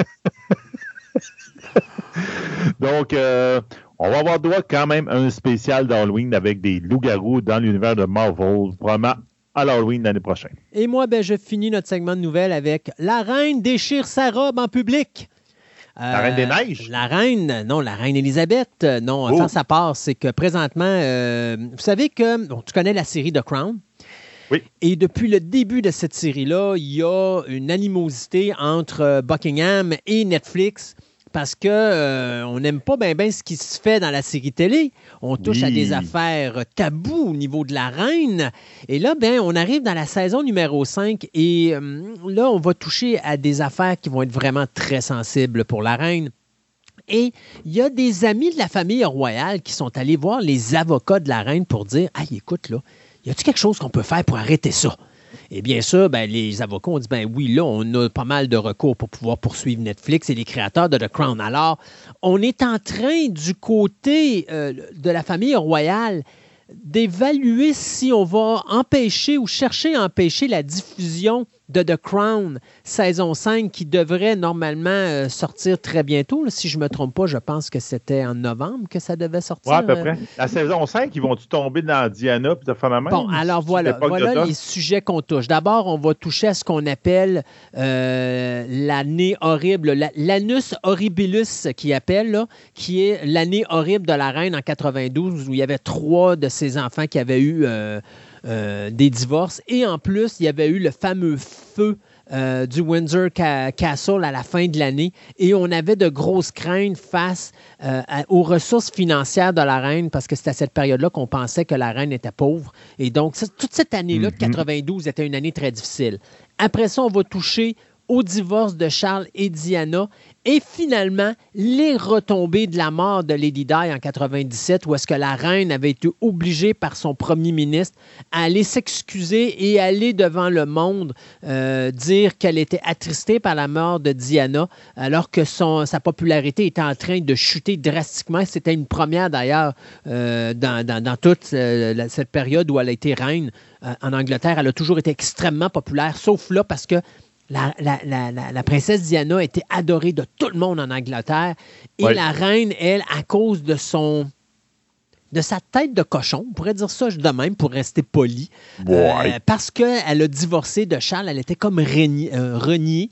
Donc, on va avoir droit quand même à un spécial d'Halloween avec des loups-garous dans l'univers de Marvel, probablement à l'Halloween l'année prochaine. Et moi, je finis notre segment de nouvelles avec La Reine déchire sa robe en public. La Reine des Neiges? La Reine Élisabeth. Enfin, ça passe. C'est que présentement, vous savez que tu connais la série The Crown. Oui. Et depuis le début de cette série-là, il y a une animosité entre Buckingham et Netflix parce qu'on n'aime pas bien ce qui se fait dans la série télé. On touche à des affaires tabous au niveau de la reine. Et là, on arrive dans la saison numéro 5 et là, on va toucher à des affaires qui vont être vraiment très sensibles pour la reine. Et il y a des amis de la famille royale qui sont allés voir les avocats de la reine pour dire « Hey, écoute, là, y a-t-il quelque chose qu'on peut faire pour arrêter ça? » Et bien sûr, les avocats ont dit, oui, là, on a pas mal de recours pour pouvoir poursuivre Netflix et les créateurs de The Crown. Alors, on est en train, du côté de la famille royale, d'évaluer si on va empêcher ou chercher à empêcher la diffusion de The Crown, saison 5, qui devrait normalement sortir très bientôt. Là, si je ne me trompe pas, je pense que c'était en novembre que ça devait sortir. Oui, à peu près. La saison 5, ils vont-tu tomber dans Diana et de faire la même? Bon, alors voilà les sujets qu'on touche. D'abord, on va toucher à ce qu'on appelle l'année horrible, l'anus horribilus qui appelle, là, qui est l'année horrible de la reine en 92, où il y avait 3 de ses enfants qui avaient eu des divorces. Et en plus, il y avait eu le fameux feu du Windsor Castle à la fin de l'année. Et on avait de grosses craintes face aux ressources financières de la reine, parce que c'était à cette période-là qu'on pensait que la reine était pauvre. Et donc, toute cette année-là de 92 était une année très difficile. Après ça, on va toucher au divorce de Charles et Diana et finalement les retombées de la mort de Lady Di en 97, où est-ce que la reine avait été obligée par son premier ministre à aller s'excuser et aller devant le monde dire qu'elle était attristée par la mort de Diana, alors que sa popularité était en train de chuter drastiquement. C'était une première d'ailleurs dans toute cette période où elle a été reine en Angleterre. Elle a toujours été extrêmement populaire, sauf là parce que la princesse Diana était adorée de tout le monde en Angleterre. Et la reine, elle, à cause de sa tête de cochon, on pourrait dire ça de même pour rester poli, parce qu'elle a divorcé de Charles, elle était comme reniée.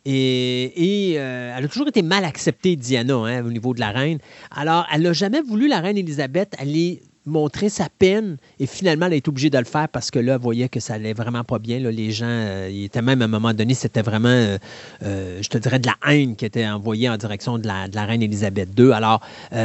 Et elle a toujours été mal acceptée, Diana, au niveau de la reine. Alors, elle n'a jamais voulu, la reine Élisabeth, aller montrer sa peine, et finalement, elle a été obligée de le faire parce que là, elle voyait que ça allait vraiment pas bien. Là, les gens, il était même à un moment donné, c'était vraiment, je te dirais, de la haine qui était envoyée en direction de la reine Élisabeth II. Alors,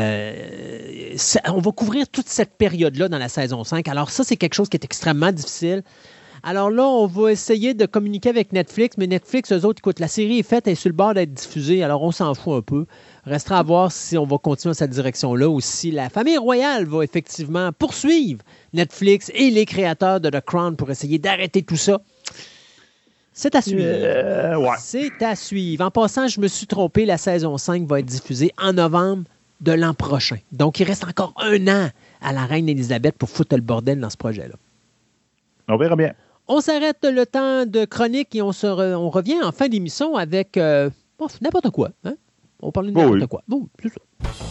on va couvrir toute cette période-là dans la saison 5. Alors ça, c'est quelque chose qui est extrêmement difficile. Alors là, on va essayer de communiquer avec Netflix, mais Netflix, eux autres, écoute, la série est faite, elle est sur le bord d'être diffusée, alors on s'en fout un peu. Restera à voir si on va continuer dans cette direction-là ou si la famille royale va effectivement poursuivre Netflix et les créateurs de The Crown pour essayer d'arrêter tout ça. C'est à suivre. C'est à suivre. En passant, je me suis trompé, la saison 5 va être diffusée en novembre de l'an prochain. Donc, il reste encore 1 an à la reine Élisabeth pour foutre le bordel dans ce projet-là. On verra bien. On s'arrête le temps de chronique et on revient en fin d'émission avec n'importe quoi. Hein? On parle de n'importe quoi. Bon, c'est ça.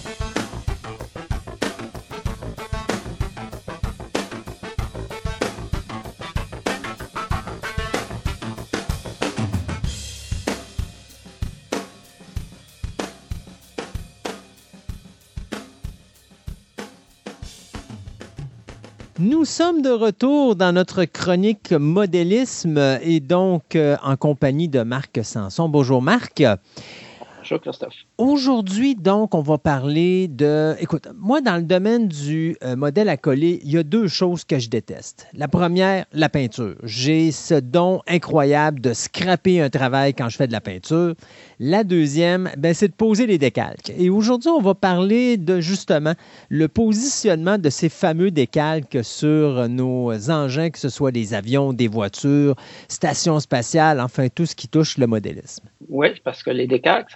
Nous sommes de retour dans notre chronique modélisme et donc en compagnie de Marc Sanson. Bonjour Marc. Bonjour, Christophe. Aujourd'hui, donc, on va parler de... Écoute, moi, dans le domaine du modèle à coller, il y a deux choses que je déteste. La première, la peinture. J'ai ce don incroyable de scraper un travail quand je fais de la peinture. La deuxième, c'est de poser les décalques. Et aujourd'hui, on va parler de, justement, le positionnement de ces fameux décalques sur nos engins, que ce soit des avions, des voitures, stations spatiales, enfin, tout ce qui touche le modélisme. Oui, parce que les décalques,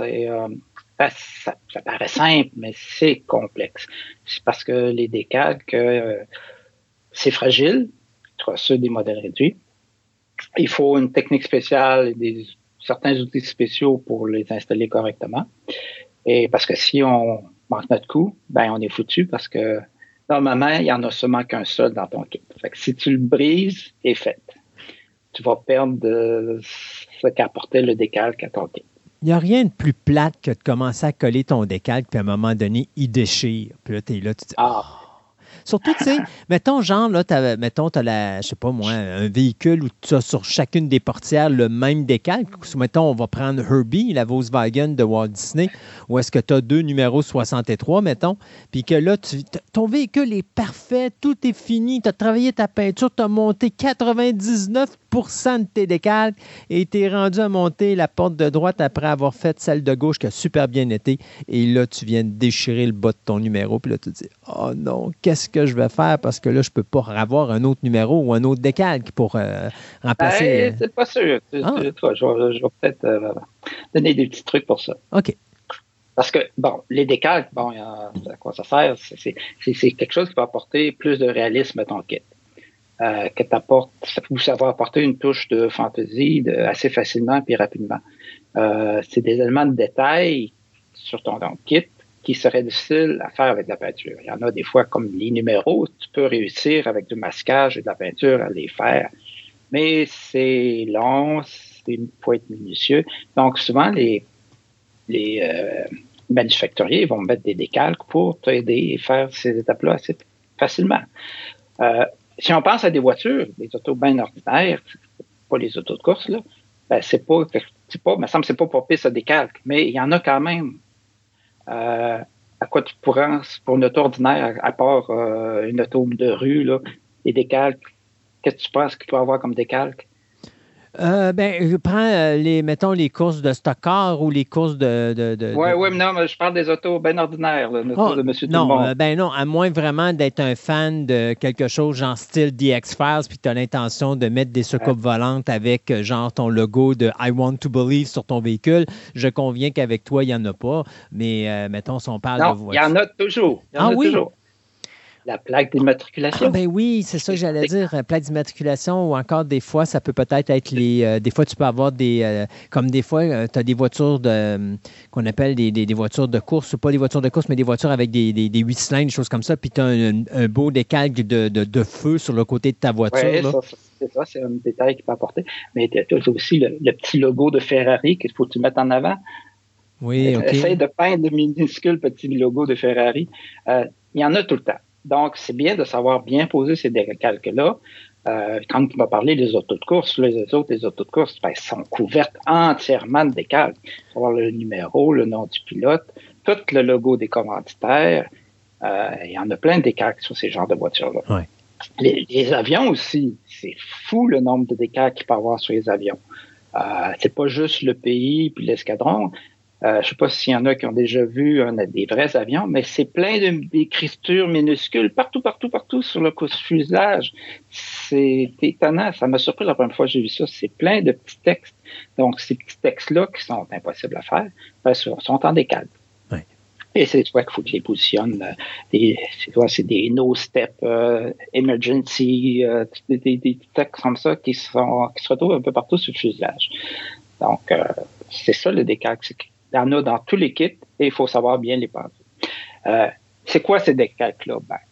ça paraît simple, mais c'est complexe. C'est parce que les décalques, c'est fragile, ceux des modèles réduits. Il faut une technique spéciale et certains outils spéciaux pour les installer correctement. Et parce que si on manque notre coup, on est foutu parce que normalement, il n'y en a seulement qu'un seul dans ton kit. Fait que si tu le brises, c'est fait. Tu vas perdre ce qu'apportait le décalque à ton kit. Il n'y a rien de plus plate que de commencer à coller ton décalque, puis à un moment donné, il déchire. Puis là, tu es là, tu te dis, Surtout, tu sais, mettons, genre, là, tu as je sais pas moi, un véhicule où tu as sur chacune des portières le même décalque. Mettons, on va prendre Herbie, la Volkswagen de Walt Disney, où est-ce que tu as 2 numéros 63, mettons, puis que là, ton véhicule est parfait, tout est fini, tu as travaillé ta peinture, tu as monté 99% de tes décalques et tu es rendu à monter la porte de droite après avoir fait celle de gauche qui a super bien été. Et là, tu viens de déchirer le bas de ton numéro, puis là, tu te dis, oh non, qu'est-ce que je vais faire parce que là, je ne peux pas avoir un autre numéro ou un autre décalque pour remplacer. C'est pas sûr. Je vais peut-être donner des petits trucs pour ça. OK. Parce que, les décalques, à quoi ça sert? C'est quelque chose qui va apporter plus de réalisme à ton kit. Que t'apporte, ça va apporter une touche de fantaisie assez facilement et rapidement. C'est des éléments de détail sur ton kit qui serait difficile à faire avec de la peinture. Il y en a des fois, comme les numéros, tu peux réussir avec du masquage et de la peinture à les faire, mais c'est long, il faut être minutieux. Donc, souvent, les manufacturiers vont mettre des décalques pour t'aider et faire ces étapes-là assez facilement. Si on pense à des voitures, des autos bien ordinaires, pas les autos de course, là, c'est pas, me semble, c'est pas pour piste à décalque, mais il y en a quand même. À quoi tu pourrais, pour une auto ordinaire, à part une auto de rue, là, les décalques, qu'est-ce que tu penses qu'il peut avoir comme décalque? Je prends mettons les courses de stock car ou les courses de... Oui, mais non, mais je parle des autos bien ordinaires, une auto de Monsieur Tout-le-Monde. Non, à moins vraiment d'être un fan de quelque chose genre style DX-Files, puis que tu as l'intention de mettre des soucoupes volantes avec genre ton logo de I Want to Believe sur ton véhicule. Je conviens qu'avec toi, il n'y en a pas, mais mettons, si on parle de voiture... il y en a toujours. Toujours. La plaque d'immatriculation. Oui, c'est ça que j'allais dire. Plaque d'immatriculation ou encore des fois, ça peut peut-être être des fois, tu peux avoir comme des fois, tu as des voitures qu'on appelle des voitures de course, pas des voitures de course, mais des voitures avec des 8 cylindres, des choses comme ça, puis tu as un beau décalque de feu sur le côté de ta voiture. Oui, c'est un détail qui peut apporter. Mais tu as aussi le petit logo de Ferrari qu'il faut que tu mettes en avant. Oui, OK. Essaye de peindre le minuscule petit logo de Ferrari. Il y en a tout le temps. Donc, c'est bien de savoir bien poser ces décalques-là. Quand tu m'as parlé des autos de course, les autos de course sont couvertes entièrement de décalques. Savoir le numéro, le nom du pilote, tout le logo des commanditaires. Il y en a plein de décalques sur ces genres de voitures-là. Ouais. Les avions aussi, c'est fou le nombre de décalques qu'il peut y avoir sur les avions. C'est pas juste le pays puis l'escadron. Je sais pas s'il y en a qui ont déjà vu des vrais avions, mais c'est plein d'écritures minuscules partout sur le fuselage. C'est étonnant. Ça m'a surpris la première fois que j'ai vu ça. C'est plein de petits textes. Donc, ces petits textes-là qui sont impossibles à faire, sont en décalque. Ouais. Et c'est toi qu'il faut que je les positionne. C'est des no-step, emergency, des textes comme ça qui se retrouvent un peu partout sur le fuselage. Donc, c'est ça le décalque. Il y en a dans tous les kits et il faut savoir bien les penser. C'est quoi ces décalques-là?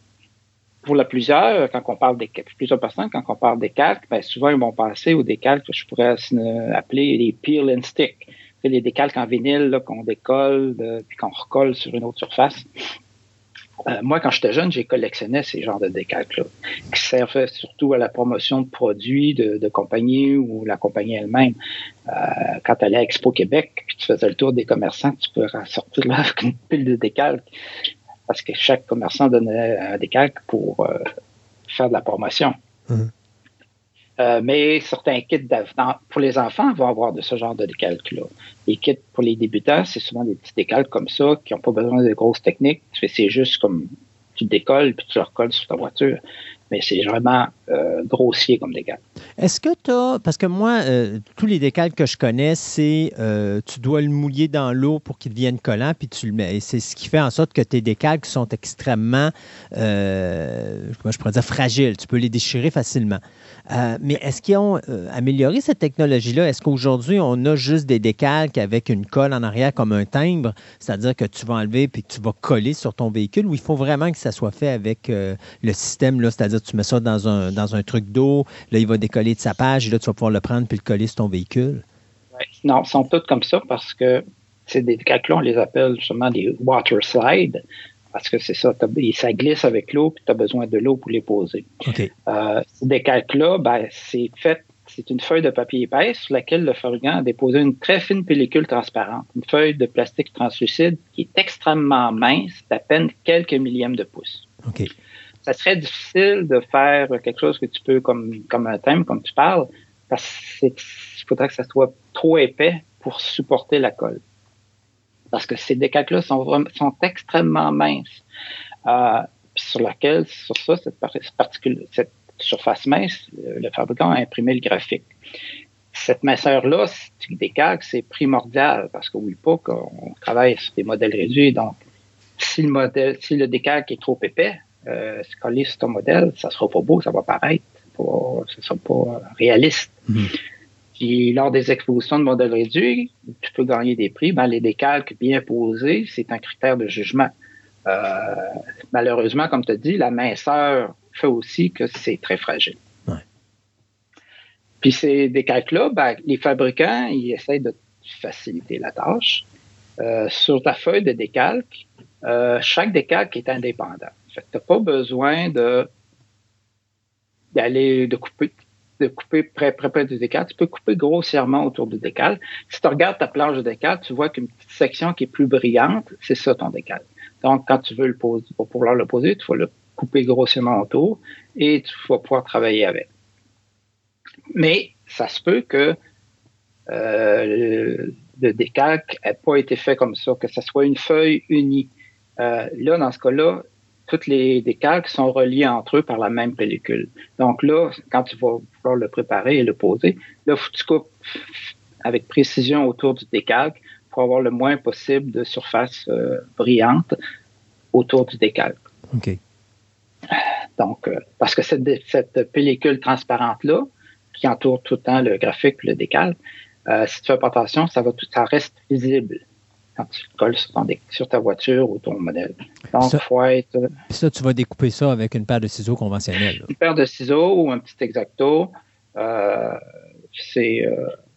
Pour plusieurs personnes, quand on parle des calques, souvent ils vont penser aux décalques que je pourrais appeler les peel and stick. C'est les décalques en vinyle là, qu'on décolle puis qu'on recolle sur une autre surface. Moi, quand j'étais jeune, j'ai collectionné ces genres de décalques-là, qui servaient surtout à la promotion de produits de compagnies ou la compagnie elle-même. Quand tu allais à Expo Québec, puis tu faisais le tour des commerçants, tu peux ressortir là avec une pile de décalques, parce que chaque commerçant donnait un décalque pour faire de la promotion. Mais certains kits pour les enfants vont avoir de ce genre de décalques-là. Les kits pour les débutants, c'est souvent des petits décalques comme ça, qui n'ont pas besoin de grosses techniques. C'est juste comme tu décolles puis tu le recolles sur ta voiture. Mais c'est vraiment grossier comme décalque. Est-ce que tu as... Parce que moi, tous les décalques que je connais, c'est tu dois le mouiller dans l'eau pour qu'il devienne collant, puis tu le mets. Et c'est ce qui fait en sorte que tes décalques sont extrêmement, je pourrais dire, fragiles. Tu peux les déchirer facilement. Mais est-ce qu'ils ont amélioré cette technologie-là? Est-ce qu'aujourd'hui, on a juste des décalques avec une colle en arrière comme un timbre, c'est-à-dire que tu vas enlever puis que tu vas coller sur ton véhicule, ou il faut vraiment que ça soit fait avec le système, là, c'est-à-dire que tu mets ça dans un truc d'eau, là, il va décoller de sa page, et là, tu vas pouvoir le prendre puis le coller sur ton véhicule? Non, ils sont tous comme ça parce que ces décalques-là, on les appelle justement des water slides. Parce que c'est ça, ça glisse avec l'eau, puis tu as besoin de l'eau pour les poser. Okay. Ces décalques-là, c'est une feuille de papier épaisse sur laquelle le fabricant a déposé une très fine pellicule transparente, une feuille de plastique translucide qui est extrêmement mince, d'à peine quelques millièmes de pouce. Okay. Ça serait difficile de faire quelque chose que tu peux, comme un thème, comme tu parles, parce qu'il faudrait que ça soit trop épais pour supporter la colle. Parce que ces décalques-là sont extrêmement minces. Cette surface mince, le fabricant a imprimé le graphique. Cette minceur-là, du décalque, c'est primordial parce qu'oublie pas qu'on travaille sur des modèles réduits. Donc, si le décalque est trop épais, se coller sur ton modèle, ça sera pas beau, ça va paraître, ça sera pas réaliste. Puis, lors des expositions de modèles réduits, tu peux gagner des prix. Les décalques bien posés, c'est un critère de jugement. Malheureusement, comme tu as dit, la minceur fait aussi que c'est très fragile. Ouais. Puis ces décalques-là, les fabricants, ils essayent de faciliter la tâche. Sur ta feuille de décalque, chaque décalque est indépendant. Fait que tu n'as pas besoin de couper près du décalque. Tu peux couper grossièrement autour du décalque. Si tu regardes ta planche de décalque, tu vois qu'une petite section qui est plus brillante, c'est ça ton décalque. Donc, quand tu veux le poser, pour pouvoir le poser, tu vas le couper grossièrement autour et tu vas pouvoir travailler avec. Mais ça se peut que le décalque n'ait pas été fait comme ça, que ce soit une feuille unie. Là, dans ce cas-là, tous les décalques sont reliés entre eux par la même pellicule. Donc là, quand tu vas pouvoir le préparer et le poser, là, il faut que tu coupes avec précision autour du décalque pour avoir le moins possible de surface brillante autour du décalque. OK. Donc, parce que cette pellicule transparente-là, qui entoure tout le temps le graphique et le décalque, si tu fais pas attention, ça reste visible quand tu le colles sur ta voiture ou ton modèle. Donc, il faut être... Puis ça, tu vas découper ça avec une paire de ciseaux conventionnels. Là. Une paire de ciseaux ou un petit X-Acto, c'est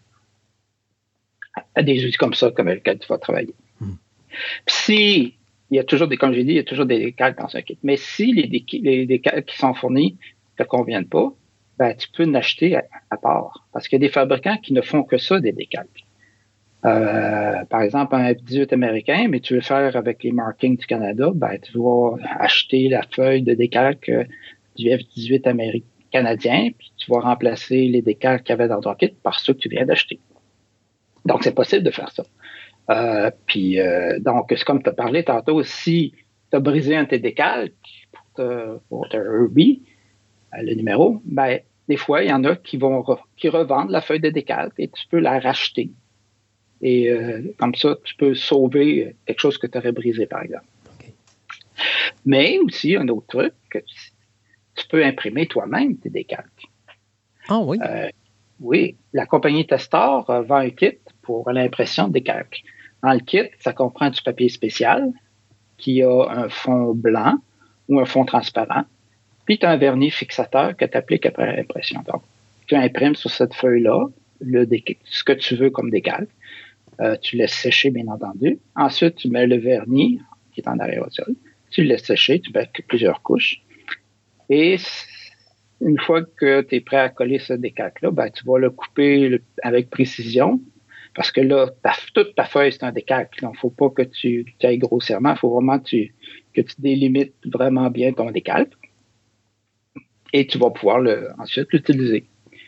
des outils comme ça, comme lequel tu vas travailler. Puis il y a toujours comme j'ai dit, il y a toujours des décalques dans un kit. Mais si les décalques qui sont fournis ne te conviennent pas, tu peux en acheter à part. Parce qu'il y a des fabricants qui ne font que ça, des décalques. Par exemple, un F-18 américain, mais tu veux faire avec les markings du Canada, tu vas acheter la feuille de décalque du F-18 canadien, puis tu vas remplacer les décalques qu'il y avait dans ton kit par ceux que tu viens d'acheter. Donc, c'est possible de faire ça. Donc, c'est comme tu as parlé tantôt, si tu as brisé un de tes décalques pour ta Herbie, le numéro, des fois, il y en a qui revendent la feuille de décalque et tu peux la racheter. Et comme ça, tu peux sauver quelque chose que tu aurais brisé, par exemple. Okay. Mais aussi, un autre truc, tu peux imprimer toi-même tes décalques. Ah oui? Oui. La compagnie Testor vend un kit pour l'impression de décalques. Dans le kit, ça comprend du papier spécial qui a un fond blanc ou un fond transparent. Puis, tu as un vernis fixateur que tu appliques après l'impression. Donc, tu imprimes sur cette feuille-là ce que tu veux comme décalque. Tu laisses sécher, bien entendu. Ensuite, tu mets le vernis qui est en aérosol. tu le laisses sécher, tu mets plusieurs couches. Et une fois que tu es prêt à coller ce décalque-là, ben, tu vas le couper avec précision. Parce que là, toute ta feuille, c'est un décalque. Donc, il ne faut pas que tu ailles grossièrement. Il faut vraiment que tu délimites vraiment bien ton décalque. Et tu vas pouvoir ensuite l'utiliser.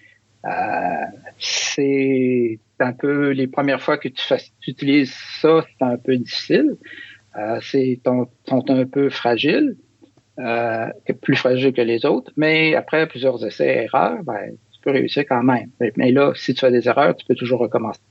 C'est un peu les premières fois que tu utilises ça, c'est un peu difficile. Sont un peu fragiles, plus fragiles que les autres. Mais après plusieurs essais et erreurs, ben, tu peux réussir quand même. Mais là, si tu fais des erreurs, tu peux toujours recommencer.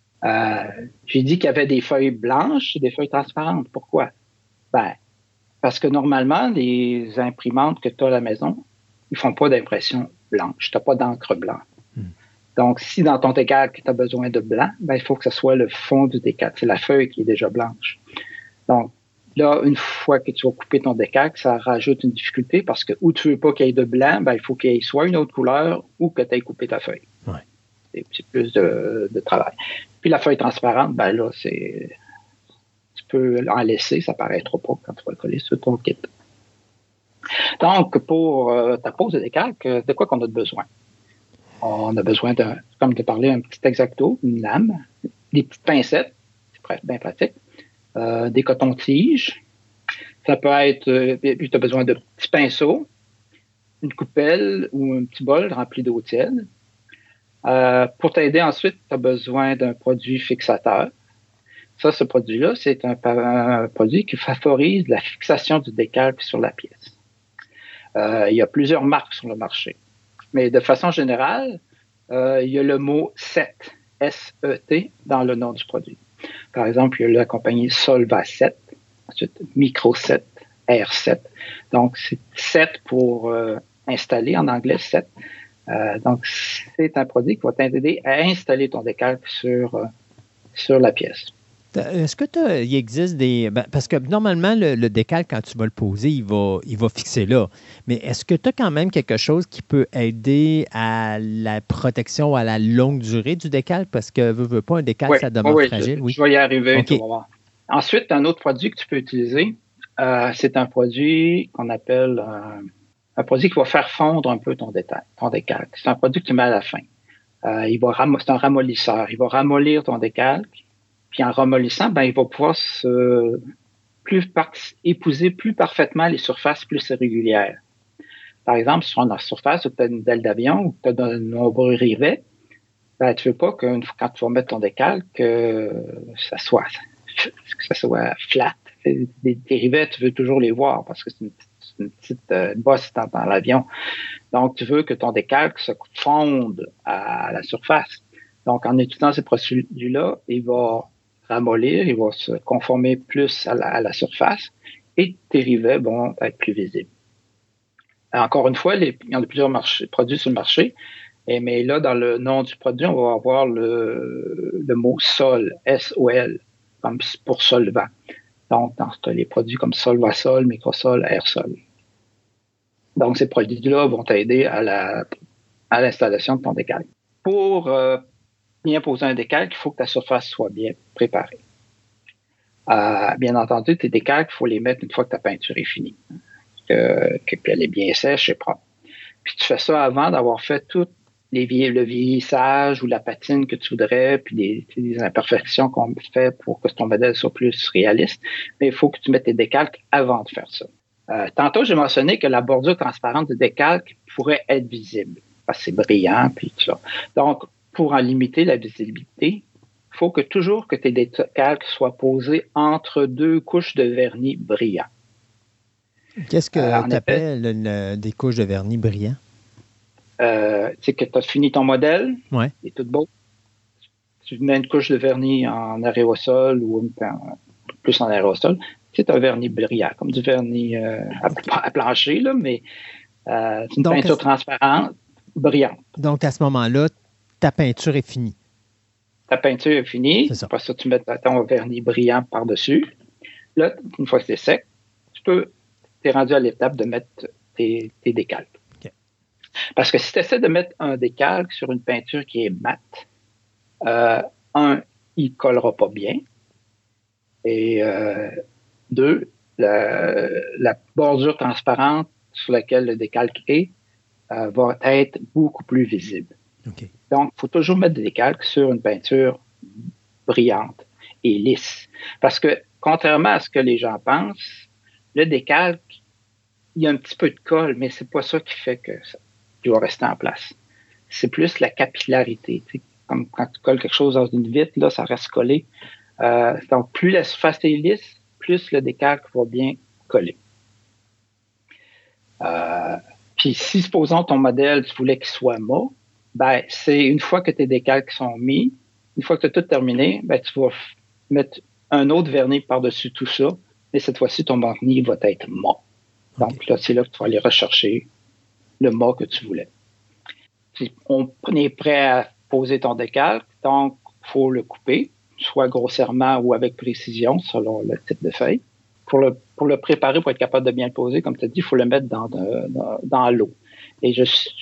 J'ai dit qu'il y avait des feuilles blanches et des feuilles transparentes. Pourquoi? Ben, parce que normalement, les imprimantes que tu as à la maison, ils font pas d'impression blanche. Tu n'as pas d'encre blanche. Donc, si dans ton décalque, tu as besoin de blanc, ben, il faut que ce soit le fond du décalque. C'est la feuille qui est déjà blanche. Donc, là, une fois que tu vas couper ton décalque, ça rajoute une difficulté parce que ou tu veux pas qu'il y ait de blanc, ben, il faut qu'il y ait soit une autre couleur ou que tu aies coupé ta feuille. Ouais. C'est plus de travail. Puis la feuille transparente, ben là, tu peux en laisser, ça paraîtra pas quand tu vas le coller sur ton kit. Donc, pour ta pose de décalque, de quoi qu'on a besoin? On a besoin comme tu as parlé, un petit X-Acto, une lame, des petites pincettes, c'est bien pratique, des cotons-tiges. Ça peut être, puis tu as besoin de petits pinceaux, une coupelle ou un petit bol rempli d'eau tiède. Pour t'aider ensuite, tu as besoin d'un produit fixateur. Ça, ce produit-là, c'est un produit qui favorise la fixation du décalque sur la pièce. Il y a plusieurs marques sur le marché. Mais de façon générale, il y a le mot SET, S-E-T, dans le nom du produit. Par exemple, il y a la compagnie Solvaset, ensuite Microset, R7. Donc, c'est SET pour installer en anglais, SET. Donc, c'est un produit qui va t'aider à installer ton décalque sur la pièce. Est-ce qu'il existe des... parce que normalement, le décalque, quand tu vas le poser, il va fixer là. Mais est-ce que tu as quand même quelque chose qui peut aider à la protection à la longue durée du décalque? Parce que, veux pas, un décalque, ça demeure fragile. Je vais y arriver. Okay. Ensuite, un autre produit que tu peux utiliser, c'est un produit qu'on appelle un produit qui va faire fondre un peu ton décalque. C'est un produit que tu mets à la fin. C'est un ramollisseur. Il va ramollir ton décalque. Puis en ramollissant, ben, il va pouvoir épouser plus parfaitement les surfaces plus irrégulières. Par exemple, sur une surface où tu as une dalle d'avion ou que tu as de nombreux rivets, ben, tu veux pas que quand tu vas mettre ton décalque, que ça soit flat. Tes rivets, tu veux toujours les voir parce que c'est une petite bosse dans l'avion. Donc, tu veux que ton décalque se fonde à la surface. Donc, en utilisant ces produits-là, il va ramollir, il va se conformer plus à la surface et tes rivets vont être plus visibles. Encore une fois, il y en a plusieurs produits sur le marché, mais là, dans le nom du produit, on va avoir le mot SOL, S-O-L, comme pour solvant. Donc, tu as les produits comme Solvasol, Microsol, Aersol. Donc, ces produits-là vont t'aider à l'installation de ton décalque. Pour bien poser un décalque, il faut que ta surface soit bien préparée. Bien entendu, tes décalques, il faut les mettre une fois que ta peinture est finie, qu'elle est bien sèche et propre. Puis tu fais ça avant d'avoir fait tout le vieillissage ou la patine que tu voudrais, puis des imperfections qu'on fait pour que ton modèle soit plus réaliste. Mais il faut que tu mettes tes décalques avant de faire ça. Tantôt, j'ai mentionné que la bordure transparente du décalque pourrait être visible parce que c'est brillant, puis tout ça. Donc, pour en limiter la visibilité, il faut toujours que tes décalques soient posés entre deux couches de vernis brillant. Qu'est-ce que tu appelles des couches de vernis brillant? C'est que tu as fini ton modèle, ouais. Il est tout beau. Tu mets une couche de vernis en aérosol ou plus en aérosol. C'est un vernis brillant, comme du vernis à plancher, là, mais c'est une peinture transparente, brillante. Donc, à ce moment-là, ta peinture est finie. Ta peinture est finie. C'est ça. Après ça, tu mets ton vernis brillant par-dessus. Là, une fois que c'est sec, t'es rendu à l'étape de mettre tes décalques. Okay. Parce que si tu essaies de mettre un décalque sur une peinture qui est mate, il ne collera pas bien. Et deux, la bordure transparente sur laquelle le décalque est va être beaucoup plus visible. Okay. Donc, il faut toujours mettre des décalques sur une peinture brillante et lisse. Parce que, contrairement à ce que les gens pensent, le décalque, il y a un petit peu de colle, mais c'est pas ça qui fait qu'il va rester en place. C'est plus la capillarité. Comme quand tu colles quelque chose dans une vitre, là, ça reste collé. Donc, plus la surface est lisse, plus le décalque va bien coller. Puis, si, supposons, ton modèle, tu voulais qu'il soit mat, ben, c'est une fois que tes décalques sont mis, une fois que tu as tout terminé, ben, tu vas mettre un autre vernis par-dessus tout ça, mais cette fois-ci, ton vernis va être mat. Donc, okay. Là, c'est là que tu vas aller rechercher le mat que tu voulais. Puis, on est prêt à poser ton décalque, donc, il faut le couper, soit grossièrement ou avec précision, selon le type de feuille. Pour le préparer, pour être capable de bien le poser, comme tu as dit, il faut le mettre dans l'eau. Et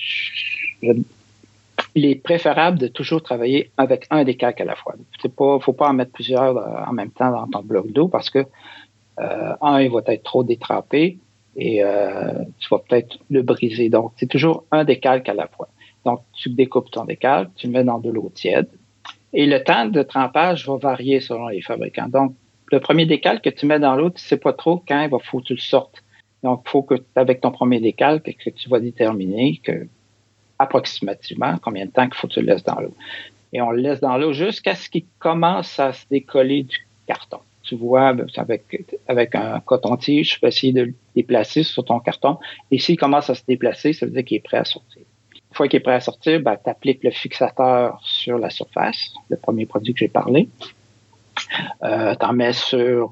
il est préférable de toujours travailler avec un décalque à la fois. Il ne faut pas en mettre plusieurs en même temps dans ton bloc d'eau parce que il va être trop détrempé et tu vas peut-être le briser. Donc, c'est toujours un décalque à la fois. Donc, tu découpes ton décalque, tu le mets dans de l'eau tiède et le temps de trempage va varier selon les fabricants. Donc, le premier décalque que tu mets dans l'eau, tu ne sais pas trop quand il faut que tu le sortes. Donc, il faut que, avec ton premier décalque, que tu vas déterminer approximativement combien de temps qu'il faut que tu le laisses dans l'eau. Et on le laisse dans l'eau jusqu'à ce qu'il commence à se décoller du carton. Tu vois, avec un coton-tige, tu peux essayer de le déplacer sur ton carton. Et s'il commence à se déplacer, ça veut dire qu'il est prêt à sortir. Une fois qu'il est prêt à sortir, ben, tu appliques le fixateur sur la surface, le premier produit que j'ai parlé. Tu en mets sur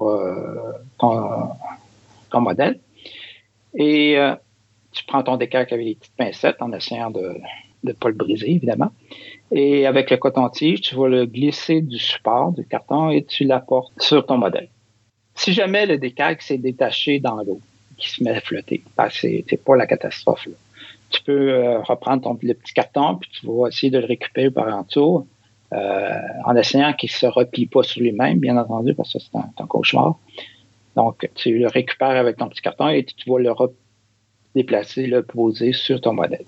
ton modèle. Et tu prends ton décalque avec les petites pincettes en essayant de ne pas le briser, évidemment. Et avec le coton-tige, tu vas le glisser du support, du carton, et tu l'apportes sur ton modèle. Si jamais le décalque s'est détaché dans l'eau, qui se met à flotter, ben c'est pas la catastrophe, là. Tu peux reprendre le petit carton, puis tu vas essayer de le récupérer par en dessous, en essayant qu'il ne se replie pas sur lui-même, bien entendu, parce que c'est un cauchemar. Donc, tu le récupères avec ton petit carton et tu vas le déplacer, le poser sur ton modèle.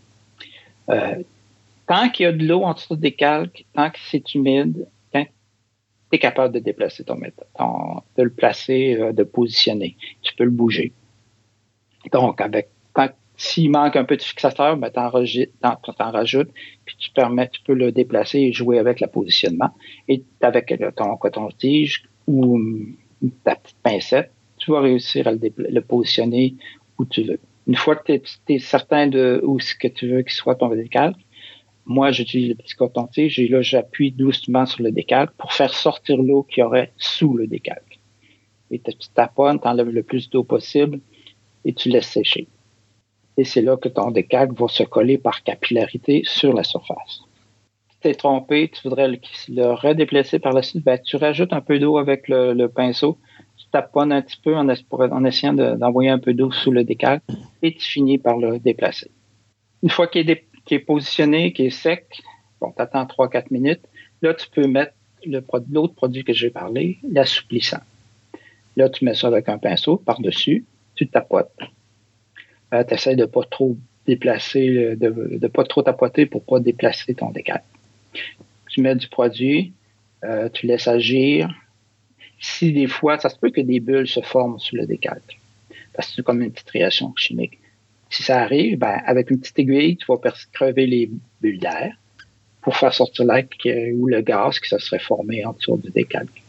Tant qu'il y a de l'eau en dessous du décalque, tant que c'est humide, tu es capable de déplacer ton méthode, de le placer, de positionner. Tu peux le bouger. Donc, s'il manque un peu de fixateur, ben, t'en rajoutes, puis tu peux le déplacer et jouer avec le positionnement. Et avec ton coton-tige ou ta petite pincette, tu vas réussir à le positionner où tu veux. Une fois que tu es certain de où ce que tu veux qu'il soit ton décalque, moi, j'utilise le petit coton-tige et là, j'appuie doucement sur le décalque pour faire sortir l'eau qu'il y aurait sous le décalque. Et tu taponnes, tu enlèves le plus d'eau possible et tu laisses sécher. Et c'est là que ton décalque va se coller par capillarité sur la surface. Si tu t'es trompé, tu voudrais le redéplacer par la suite, ben, tu rajoutes un peu d'eau avec le pinceau, tu taponnes un petit peu en essayant d'envoyer un peu d'eau sous le décalque et tu finis par le déplacer. Une fois qu'il est positionné, qu'il est sec, bon, tu attends 3-4 minutes, là, tu peux mettre l'autre produit que j'ai parlé, l'assouplissant. Là, tu mets ça avec un pinceau par-dessus, tu tapotes. Tu essaies de pas trop déplacer, de pas trop tapoter pour pas déplacer ton décalque. Tu mets du produit, tu laisses agir. Si des fois, ça se peut que des bulles se forment sur le décalque, parce que c'est comme une petite réaction chimique. Si ça arrive, ben, avec une petite aiguille, tu vas crever les bulles d'air pour faire sortir l'air ou le gaz qui se serait formé en dessous du décalque.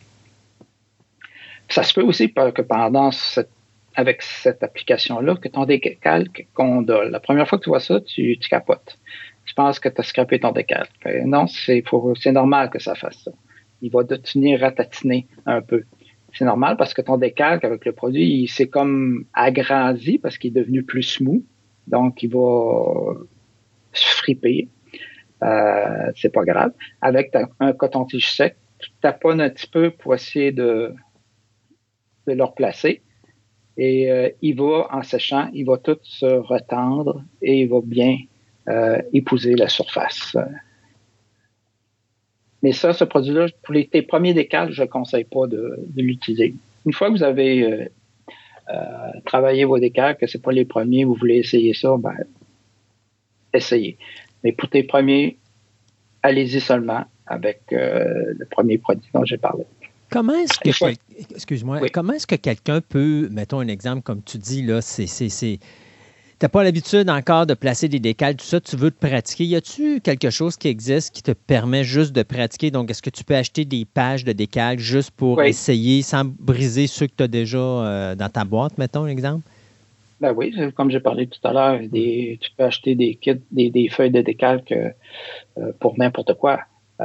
Ça se peut aussi que pendant avec cette application-là, que ton décalque condole. La première fois que tu vois ça, tu capotes. Tu penses que tu as scrapé ton décalque. Non, c'est normal que ça fasse ça. Il va tenir à tatiner un peu. C'est normal parce que ton décalque, avec le produit, il s'est comme agrandi parce qu'il est devenu plus smooth. Donc, il va se friper. C'est pas grave. Avec un coton-tige sec, tu taponnes un petit peu pour essayer de le replacer. Et il va, en séchant, il va tout se retendre et il va bien épouser la surface. Mais ça, ce produit-là, pour tes premiers décalques, je ne conseille pas de l'utiliser. Une fois que vous avez travaillez vos décals, que c'est pas les premiers, vous voulez essayer ça, ben, essayez. Mais pour tes premiers, allez-y seulement avec le premier produit dont j'ai parlé. Comment est-ce que comment est-ce que quelqu'un peut, mettons un exemple comme tu dis là, t'as pas l'habitude encore de placer des décals, tout ça, tu veux te pratiquer. Y a-tu quelque chose qui existe qui te permet juste de pratiquer? Donc, est-ce que tu peux acheter des pages de décals juste pour essayer sans briser ceux que tu as déjà dans ta boîte, mettons un exemple? Ben oui, comme j'ai parlé tout à l'heure, tu peux acheter des kits, des feuilles de décalque pour n'importe quoi.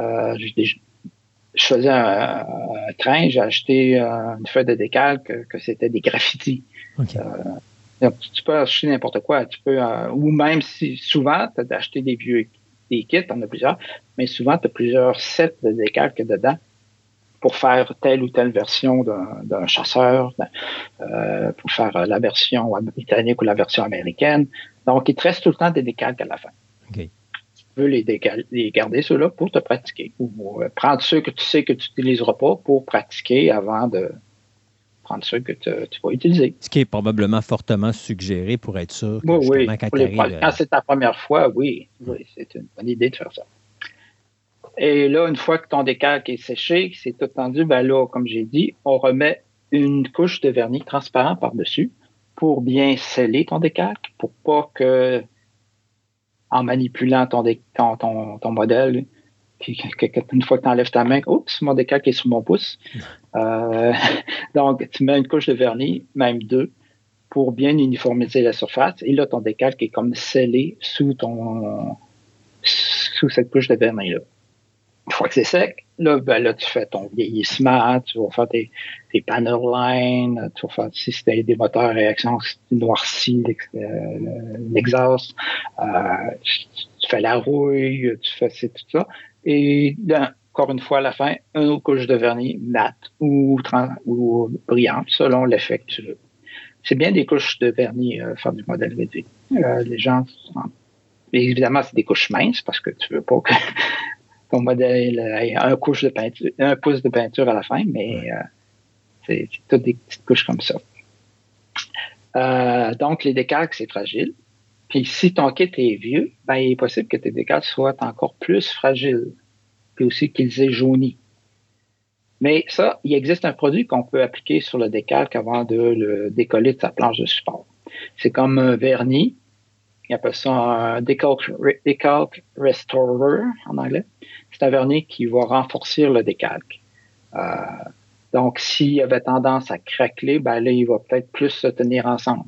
Je faisais un train, j'ai acheté une feuille de décalque que c'était des graffitis. Okay. Donc, tu peux acheter n'importe quoi. Tu peux, ou même si souvent, tu as acheté des kits, t'en as plusieurs, mais souvent, tu as plusieurs sets de décalques dedans pour faire telle ou telle version d'un chasseur, pour faire la version britannique ou la version américaine. Donc, il te reste tout le temps des décalques à la fin. Okay. Tu veux les garder, ceux-là, pour te pratiquer. Ou prendre ceux que tu sais que tu n'utiliseras pas pour pratiquer avant de prendre ceux que tu vas utiliser. Ce qui est probablement fortement suggéré pour être sûr que oui, quand quand c'est ta première fois, oui, c'est une bonne idée de faire ça. Et là, une fois que ton décalque est séché, que c'est tout tendu, ben là, comme j'ai dit, on remet une couche de vernis transparent par-dessus pour bien sceller ton décalque, pour pas que, en manipulant ton modèle, une fois que tu enlèves ta main, oups, mon décalque est sur mon pouce. Donc, tu mets une couche de vernis, même 2, pour bien uniformiser la surface. Et là, ton décalque est comme scellé sous cette couche de vernis-là. Une fois que c'est sec, là, tu fais ton vieillissement, tu vas faire tes panel lines, tu vas faire, si c'était des moteurs à réaction, si tu noircis l'exhaust, tu fais la rouille, tu fais tout ça. Et là, encore une fois, à la fin, une autre couche de vernis mat ou brillante, selon l'effet que tu veux. C'est bien des couches de vernis faire du modèle réduit. Les gens, évidemment, c'est des couches minces parce que tu veux pas que ton modèle ait un pouce de peinture à la fin, mais c'est toutes des petites couches comme ça. Donc, les décalques, c'est fragile. Puis, si ton kit est vieux, ben, il est possible que tes décalques soient encore plus fragiles, puis aussi qu'ils aient jauni. Mais ça, il existe un produit qu'on peut appliquer sur le décalque avant de le décoller de sa planche de support. C'est comme un vernis. Il appelle ça un Decalque Restorer en anglais. C'est un vernis qui va renforcer le décalque. Donc, s'il avait tendance à craqueler, ben là, il va peut-être plus se tenir ensemble.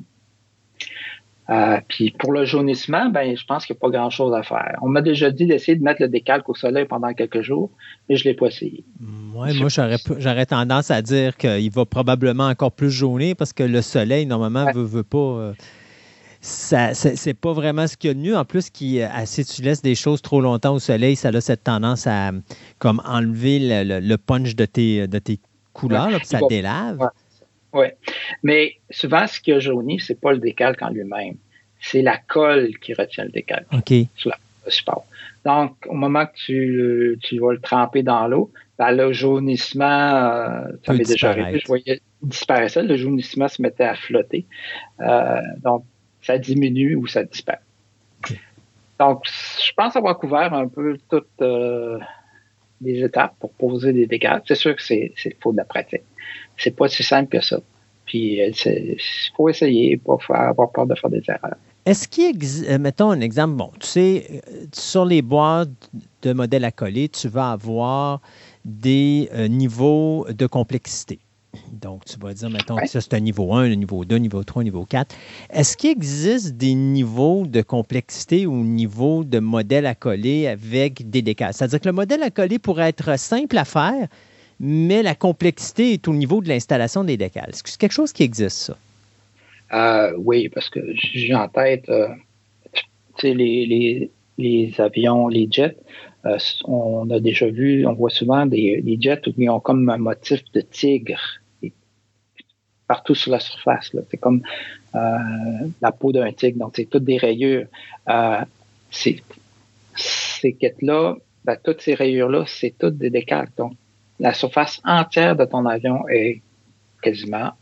Puis pour le jaunissement, ben je pense qu'il n'y a pas grand-chose à faire. On m'a déjà dit d'essayer de mettre le décalque au soleil pendant quelques jours, mais je ne l'ai pas essayé. Ouais, moi, j'aurais tendance à dire qu'il va probablement encore plus jaunir parce que le soleil, normalement, veut pas... c'est pas vraiment ce qu'il y a de mieux. En plus, si tu laisses des choses trop longtemps au soleil, ça a cette tendance à comme enlever le punch de tes couleurs, là, puis ça délave. Oui, mais souvent, ce qui a jauni, c'est pas le décalque en lui-même. C'est la colle qui retient le décalque sur le support. Donc, au moment que tu vas le tremper dans l'eau, ben, le jaunissement, ça m'est déjà arrivé, je voyais disparaissait, le jaunissement se mettait à flotter. Donc, ça diminue ou ça disparaît. Okay. Donc, je pense avoir couvert un peu toutes les étapes pour poser des décalques. C'est sûr que c'est faut de la pratique. C'est pas si simple que ça. Puis, il faut essayer, pas avoir peur de faire des erreurs. Est-ce qu'il existe, mettons un exemple, bon, tu sais, sur les boîtes de modèles à coller, tu vas avoir des niveaux de complexité. Donc, tu vas dire, mettons, que ça, c'est un niveau 1, un niveau 2, un niveau 3, un niveau 4. Est-ce qu'il existe des niveaux de complexité ou niveau de modèle à coller avec des décals? C'est-à-dire que le modèle à coller pourrait être simple à faire, mais la complexité est au niveau de l'installation des décals. Est-ce que c'est quelque chose qui existe, ça? Oui, parce que j'ai en tête, tu sais, les avions, les jets, on a déjà vu, on voit souvent des jets où ils ont comme un motif de tigre partout sur la surface. Là. C'est comme la peau d'un tigre, donc c'est toutes des rayures. Ces kits-là, ben, toutes ces rayures-là, c'est toutes des décalques. Donc, la surface entière de ton avion est quasiment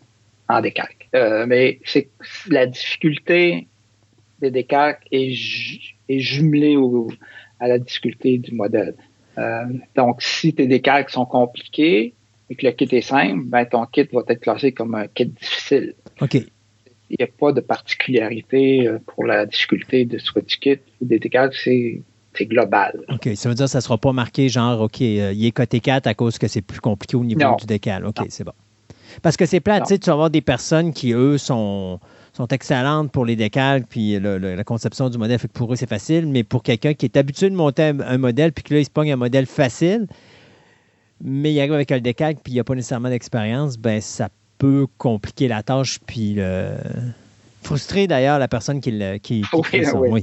en décalque. Mais la difficulté des décalques est jumelée à la difficulté du modèle. Donc, si tes décalques sont compliqués et que le kit est simple, ben, ton kit va être classé comme un kit difficile. OK. Il n'y a pas de particularité pour la difficulté de soit du kit ou des décalques, c'est global. OK. Ça veut dire que ça ne sera pas marqué genre, OK, il est coté 4 à cause que c'est plus compliqué au niveau du décal. OK, c'est bon. Parce que c'est plate, tu sais, tu vas avoir des personnes qui, eux, sont excellentes pour les décalques, puis la conception du modèle fait que pour eux, c'est facile, mais pour quelqu'un qui est habitué de monter un modèle, puis que là, il se pogne un modèle facile, mais il arrive avec un décalque, puis il n'y a pas nécessairement d'expérience, ben ça peut compliquer la tâche, puis frustrer d'ailleurs la personne qui fait ça. Oui.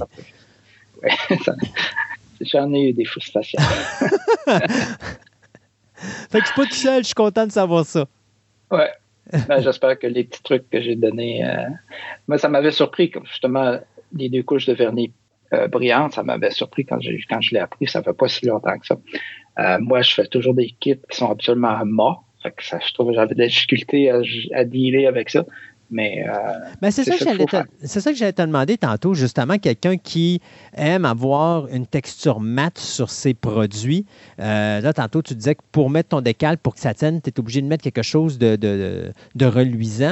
J'en ai eu des frustrations. Fait que je suis pas tout seul, je suis content de savoir ça. Ouais. Ben, j'espère que les petits trucs que j'ai donnés... Moi, ça m'avait surpris, justement, les 2 couches de vernis brillantes, ça m'avait surpris quand je l'ai appris, ça fait pas si longtemps que ça. Moi, je fais toujours des kits qui sont absolument morts. Fait que je trouve que j'avais des difficultés à dealer avec ça. Mais c'est ça que j'allais te demander tantôt, justement, quelqu'un qui aime avoir une texture mate sur ses produits. Là, tantôt, tu disais que pour mettre ton décal, pour que ça tienne, tu es obligé de mettre quelque chose de reluisant.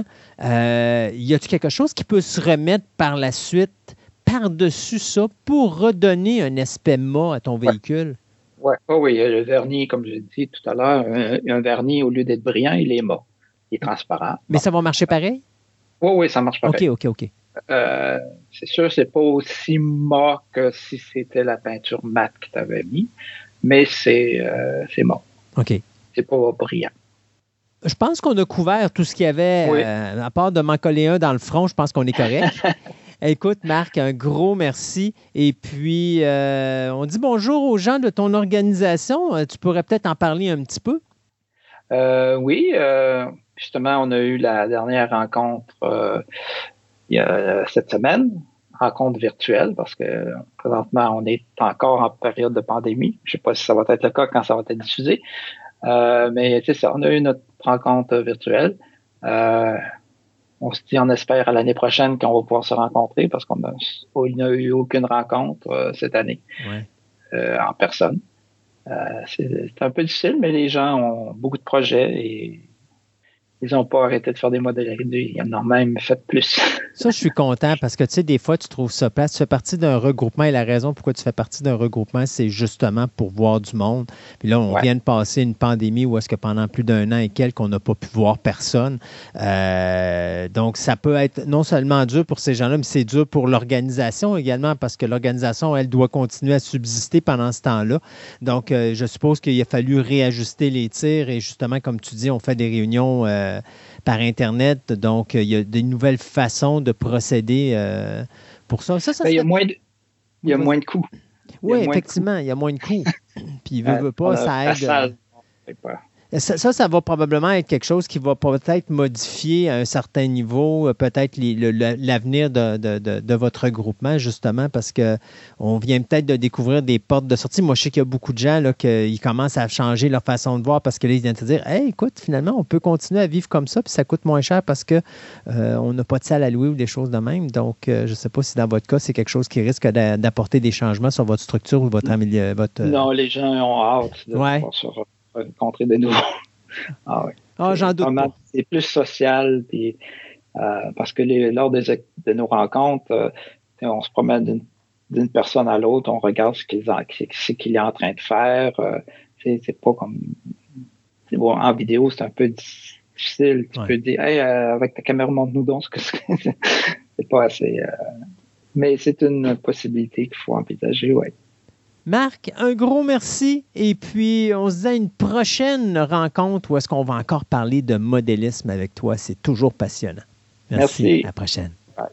Y a-t-il quelque chose qui peut se remettre par la suite par-dessus ça pour redonner un aspect mat à ton véhicule? Ouais. Oh oui, le vernis, comme je dit tout à l'heure, un vernis, au lieu d'être brillant, il est mat. Il est transparent. Mais ça va marcher pareil? Oui, ça marche pareil. OK. C'est sûr, c'est pas aussi mat que si c'était la peinture mate que tu avais mis, mais c'est mat. OK. C'est pas brillant. Je pense qu'on a couvert tout ce qu'il y avait, à part de m'en coller un dans le front, je pense qu'on est correct. Écoute, Marc, un gros merci. Et puis, on dit bonjour aux gens de ton organisation. Tu pourrais peut-être en parler un petit peu? Oui, justement, on a eu la dernière rencontre cette semaine, rencontre virtuelle, parce que présentement, on est encore en période de pandémie. Je ne sais pas si ça va être le cas quand ça va être diffusé. Mais c'est ça, on a eu notre rencontre virtuelle. On se dit, on espère à l'année prochaine qu'on va pouvoir se rencontrer parce qu'on n'a eu aucune rencontre cette année en personne. C'est un peu difficile, mais les gens ont beaucoup de projets et ils n'ont pas arrêté de faire des modèles réduits. Ils en ont même fait plus. Ça, je suis content parce que, tu sais, des fois, tu trouves ça place. Tu fais partie d'un regroupement et la raison pourquoi tu fais partie d'un regroupement, c'est justement pour voir du monde. Puis là, on vient de passer une pandémie où est-ce que pendant plus d'un an et quelques, on n'a pas pu voir personne. Donc, ça peut être non seulement dur pour ces gens-là, mais c'est dur pour l'organisation également parce que l'organisation, elle, doit continuer à subsister pendant ce temps-là. Donc, je suppose qu'il a fallu réajuster les tirs et justement, comme tu dis, on fait des réunions par Internet. Donc, il y a des nouvelles façons de procéder pour ça. Il y a moins de coûts. Oui, effectivement, il y a moins de coûts. Puis, il veut pas, ça aide. Ça va probablement être quelque chose qui va peut-être modifier à un certain niveau, peut-être l'avenir de votre regroupement, justement, parce qu'on vient peut-être de découvrir des portes de sortie. Moi, je sais qu'il y a beaucoup de gens là, qui commencent à changer leur façon de voir parce que là, ils viennent se dire « Hey, écoute, finalement, on peut continuer à vivre comme ça, puis ça coûte moins cher parce qu'on n'a pas de salle à louer ou des choses de même. » Donc, je ne sais pas si dans votre cas, c'est quelque chose qui risque d'apporter des changements sur votre structure ou votre... Non, les gens ont hâte de rencontrer de nouveau. Ah oui. J'en doute pas. C'est plus social, puis, parce que lors de nos rencontres, on se promène d'une personne à l'autre, on regarde ce qu'il est en train de faire. C'est pas comme... Bon, en vidéo, c'est un peu difficile. Tu peux dire, hey, avec ta caméra, montre-nous donc ce que c'est. C'est pas assez... mais c'est une possibilité qu'il faut envisager, oui. Marc, un gros merci. Et puis, on se dit à une prochaine rencontre où est-ce qu'on va encore parler de modélisme avec toi. C'est toujours passionnant. Merci. À la prochaine. Bye.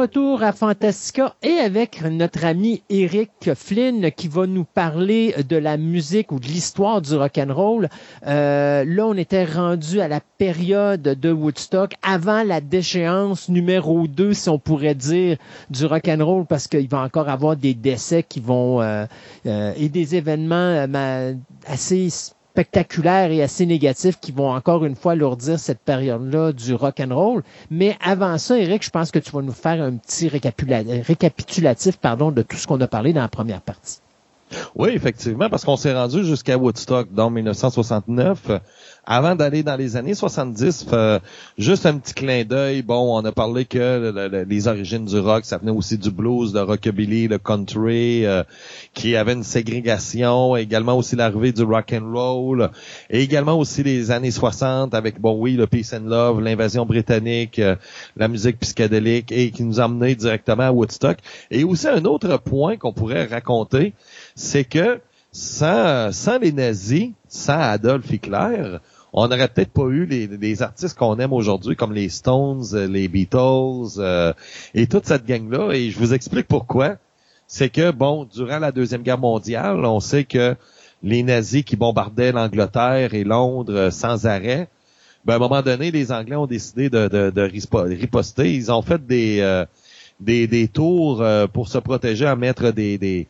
retour à Fantastica et avec notre ami Eric Flynn qui va nous parler de la musique ou de l'histoire du rock'n'roll. Là, on était rendu à la période de Woodstock, avant la déchéance numéro 2, si on pourrait dire, du rock'n'roll, parce qu'il va encore avoir des décès qui vont et des événements assez spectaculaires et assez négatifs qui vont encore une fois lourdir cette période-là du rock'n'roll. Mais avant ça, Eric, je pense que tu vas nous faire un petit récapitulatif de tout ce qu'on a parlé dans la première partie. Oui, effectivement, parce qu'on s'est rendu jusqu'à Woodstock, dans 1969. Avant d'aller dans les années 70, juste un petit clin d'œil. Bon, on a parlé que les origines du rock, ça venait aussi du blues, le rockabilly, le country, qui avait une ségrégation. Également aussi l'arrivée du rock and roll. Et également aussi les années 60 avec, le Peace and Love, l'invasion britannique, la musique psychédélique et qui nous a emmenés directement à Woodstock. Et aussi un autre point qu'on pourrait raconter, c'est que sans les nazis, sans Adolf Hitler, on n'aurait peut-être pas eu les artistes qu'on aime aujourd'hui, comme les Stones, les Beatles, et toute cette gang-là. Et je vous explique pourquoi. C'est que, durant la Deuxième Guerre mondiale, on sait que les nazis qui bombardaient l'Angleterre et Londres sans arrêt, à un moment donné, les Anglais ont décidé de riposter. Ils ont fait des tours pour se protéger, à mettre des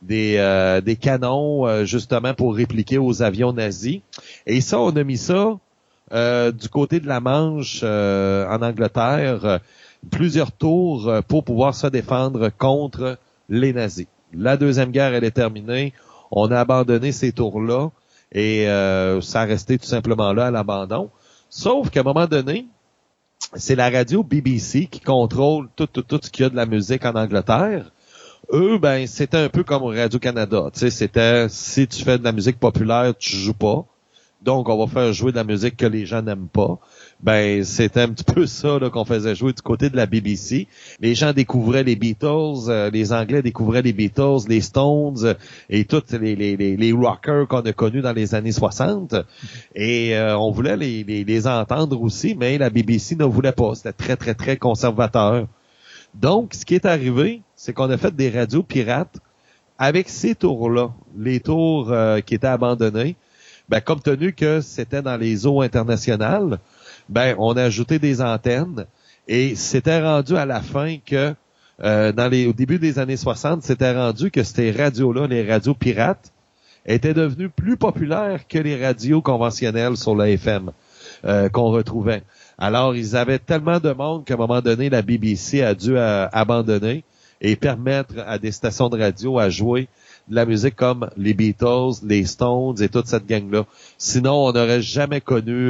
canons justement pour répliquer aux avions nazis. Et ça, on a mis ça du côté de la Manche en Angleterre, plusieurs tours pour pouvoir se défendre contre les nazis. La Deuxième Guerre, elle est terminée. On a abandonné ces tours-là et ça a resté tout simplement là à l'abandon. Sauf qu'à un moment donné, c'est la radio BBC qui contrôle tout ce qu'il y a de la musique en Angleterre. Eux, c'était un peu comme Radio-Canada. Tu sais, c'était, si tu fais de la musique populaire, tu joues pas. Donc, on va faire jouer de la musique que les gens n'aiment pas. C'était un petit peu ça qu'on faisait jouer du côté de la BBC. Les gens découvraient les Beatles, les Anglais découvraient les Beatles, les Stones et tous les rockers qu'on a connus dans les années 60. Et on voulait les entendre aussi, mais la BBC ne voulait pas. C'était très, très, très conservateur. Donc, ce qui est arrivé, c'est qu'on a fait des radios pirates avec ces tours-là, les tours qui étaient abandonnés. Compte tenu que c'était dans les eaux internationales, on a ajouté des antennes et c'était rendu à la fin que, au début des années 60, c'était rendu que ces radios-là, les radios pirates, étaient devenues plus populaires que les radios conventionnelles sur la FM qu'on retrouvait. Alors, ils avaient tellement de monde qu'à un moment donné, la BBC a dû abandonner et permettre à des stations de radio à jouer de la musique comme les Beatles, les Stones et toute cette gang-là. Sinon, on n'aurait jamais connu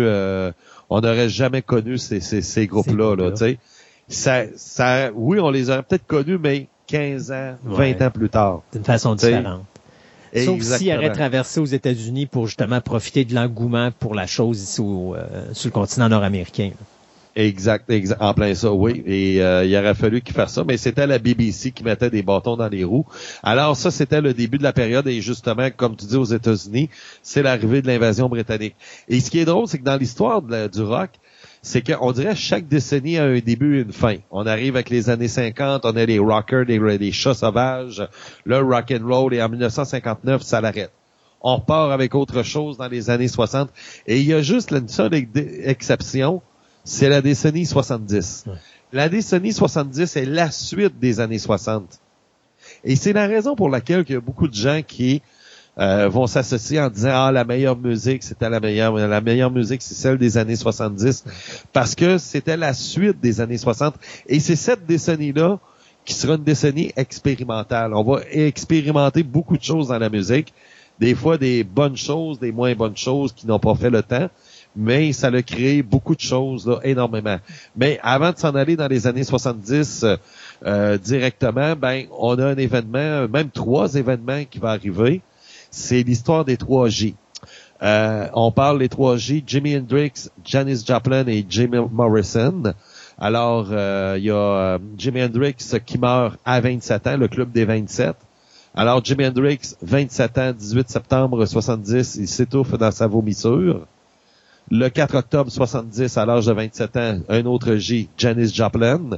ces groupes-là, tu sais. Oui, on les aurait peut-être connus, mais 15 ans, 20 ans plus tard. D'une façon différente. Sauf Exactement. s'il aurait traversé aux États-Unis pour justement profiter de l'engouement pour la chose ici sur le continent nord-américain. Exact, en plein ça, oui. Et il aurait fallu qu'il fasse ça, mais c'était la BBC qui mettait des bâtons dans les roues. Alors ça, c'était le début de la période et justement, comme tu dis aux États-Unis, c'est l'arrivée de l'invasion britannique. Et ce qui est drôle, c'est que dans l'histoire du rock, c'est qu'on dirait que chaque décennie a un début et une fin. On arrive avec les années 50, on a les rockers, les chats sauvages, le rock and roll, et en 1959, ça l'arrête. On repart avec autre chose dans les années 60. Et il y a juste une seule exception, c'est la décennie 70. Ouais. La décennie 70 est la suite des années 60. Et c'est la raison pour laquelle il y a beaucoup de gens qui vont s'associer en disant la meilleure musique, c'était la meilleure musique, c'est celle des années 70, parce que c'était la suite des années 60. Et c'est cette décennie-là qui sera une décennie expérimentale. On va expérimenter beaucoup de choses dans la musique, des fois des bonnes choses, des moins bonnes choses qui n'ont pas fait le temps, mais ça a créé beaucoup de choses, là, énormément. Mais avant de s'en aller dans les années 70 directement, on a un événement, même 3 événements qui vont arriver. C'est l'histoire des 3J. On parle des 3J, Jimi Hendrix, Janis Joplin et Jim Morrison. Alors, il y a Jimi Hendrix qui meurt à 27 ans, le club des 27. Alors, Jimi Hendrix, 27 ans, 18 septembre 70, il s'étouffe dans sa vomissure. Le 4 octobre 70, à l'âge de 27 ans, un autre J, Janis Joplin.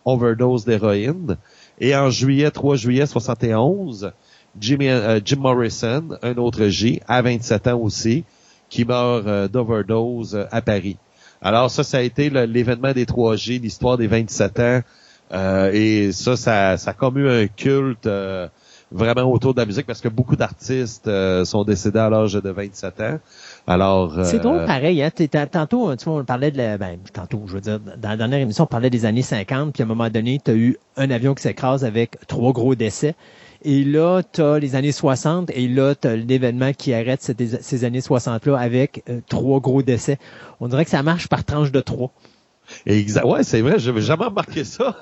overdose d'héroïne. Et en 3 juillet 71, Jim Morrison, un autre J, à 27 ans aussi, qui meurt d'overdose à Paris. Alors ça a été l'événement des 3G, l'histoire des 27 ans. Et ça a comme eu un culte vraiment autour de la musique parce que beaucoup d'artistes sont décédés à l'âge de 27 ans. Alors c'est drôle pareil, hein. Tantôt, tu vois, on parlait tantôt, je veux dire, dans la dernière émission, on parlait des années 50, puis à un moment donné, tu as eu un avion qui s'écrase avec 3 gros décès. Et là, tu as les années 60, et là, tu as l'événement qui arrête ces années 60-là avec 3 gros décès. On dirait que ça marche par tranche de 3. Exact. Ouais, c'est vrai, je n'avais jamais remarqué ça.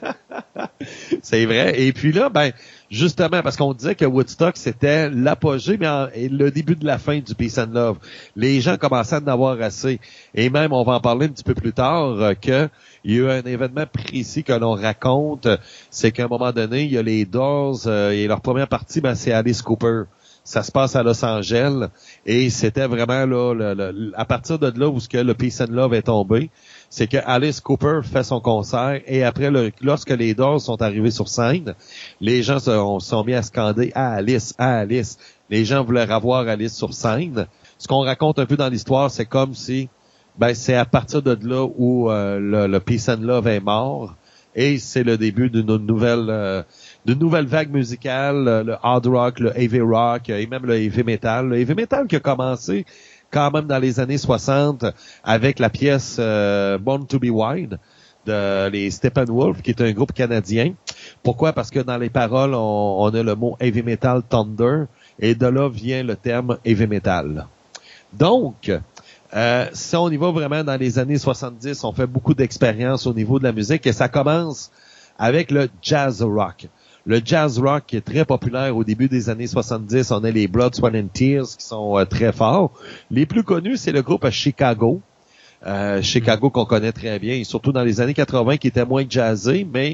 C'est vrai. Et puis là, justement, parce qu'on disait que Woodstock, c'était l'apogée, mais le début de la fin du Peace and Love. Les gens commençaient à en avoir assez. Et même, on va en parler un petit peu plus tard, que il y a eu un événement précis que l'on raconte. C'est qu'à un moment donné, il y a les Doors, et leur première partie, c'est Alice Cooper. Ça se passe à Los Angeles. Et c'était vraiment là, à partir de là où le Peace and Love est tombé, c'est que Alice Cooper fait son concert et après, lorsque les Doors sont arrivés sur scène, les gens sont mis à scander « Ah, Alice, ah, Alice ». Les gens voulaient revoir Alice sur scène. Ce qu'on raconte un peu dans l'histoire, c'est comme si c'est à partir de là où le Peace and Love est mort et c'est le début d'une nouvelle vague musicale, le hard rock, le heavy rock et même le heavy metal. Le heavy metal qui a commencé quand même dans les années 60 avec la pièce Born to be Wild de les Steppenwolf, qui est un groupe canadien. Pourquoi? Parce que dans les paroles, on a le mot heavy metal thunder et de là vient le terme heavy metal. Donc, si on y va vraiment dans les années 70, on fait beaucoup d'expériences au niveau de la musique et ça commence avec le jazz rock. Le jazz rock qui est très populaire au début des années 70, on a les Blood, Sweat and Tears qui sont très forts. Les plus connus, c'est le groupe Chicago. Chicago qu'on connaît très bien, et surtout dans les années 80 qui était moins jazzé, mais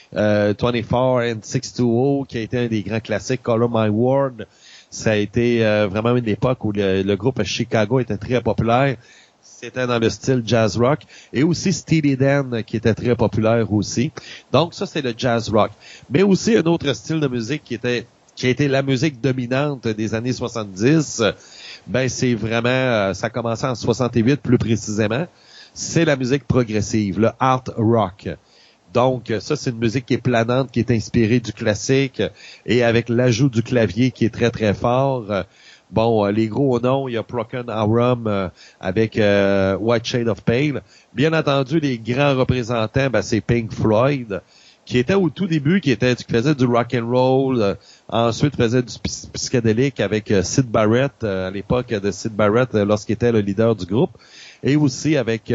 24 and 620 qui a été un des grands classiques, Color My World, ça a été vraiment une époque où le groupe Chicago était très populaire. C'était dans le style jazz rock. Et aussi Steely Dan, qui était très populaire aussi. Donc, ça, c'est le jazz rock. Mais aussi un autre style de musique qui a été la musique dominante des années 70. C'est vraiment, ça a commencé en 68 plus précisément. C'est la musique progressive, le art rock. Donc, ça, c'est une musique qui est planante, qui est inspirée du classique et avec l'ajout du clavier qui est très, très fort. Les gros noms, il y a Procol Harum avec White Shade of Pale. Bien entendu, les grands représentants, c'est Pink Floyd, qui était au tout début, qui faisait du rock and roll, ensuite faisait du psychédélique avec Syd Barrett, à l'époque de Syd Barrett, lorsqu'il était le leader du groupe, et aussi avec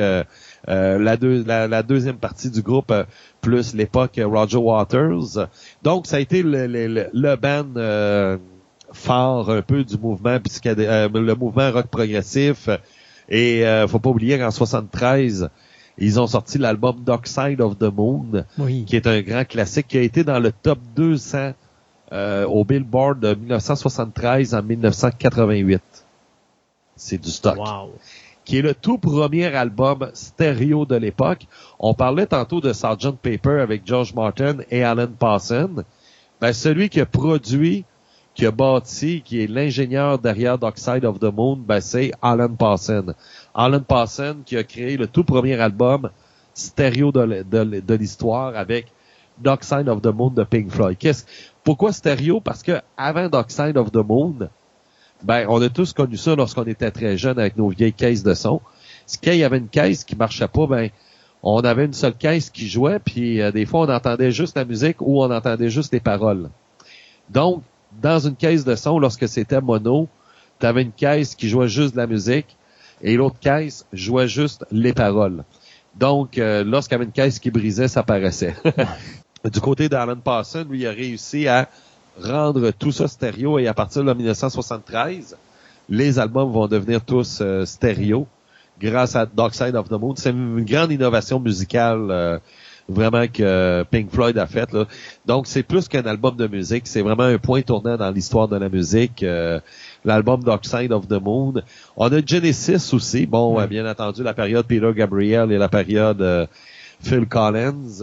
la deuxième partie du groupe, plus l'époque Roger Waters. Donc, ça a été le band fort un peu du mouvement le mouvement rock progressif. Et faut pas oublier qu'en 73, ils ont sorti l'album Dark Side of the Moon, qui est un grand classique qui a été dans le top 200 au Billboard de 1973 en 1988. C'est du stock. Wow. Qui est le tout premier album stéréo de l'époque. On parlait tantôt de Sgt. Pepper avec George Martin et Alan Parsons. Celui qui a produit, qui a bâti, qui est l'ingénieur derrière Dark Side of the Moon, c'est Alan Parsons. Alan Parsons qui a créé le tout premier album stéréo de l'histoire avec Dark Side of the Moon de Pink Floyd. Pourquoi stéréo? Parce que avant Dark Side of the Moon, on a tous connu ça lorsqu'on était très jeunes avec nos vieilles caisses de son. Quand il y avait une caisse qui marchait pas, on avait une seule caisse qui jouait, puis des fois on entendait juste la musique ou on entendait juste les paroles. Donc, dans une caisse de son, lorsque c'était mono, tu avais une caisse qui jouait juste de la musique et l'autre caisse jouait juste les paroles. Donc, lorsqu'il y avait une caisse qui brisait, ça paraissait. Du côté d'Alan Parsons, lui, il a réussi à rendre tout ça stéréo et à partir de 1973, les albums vont devenir tous stéréo grâce à Dark Side of the Moon. C'est une grande innovation musicale vraiment que Pink Floyd a faite. Donc, c'est plus qu'un album de musique. C'est vraiment un point tournant dans l'histoire de la musique. L'album Dark Side of the Moon. On a Genesis aussi. Bien entendu, la période Peter Gabriel et la période Phil Collins.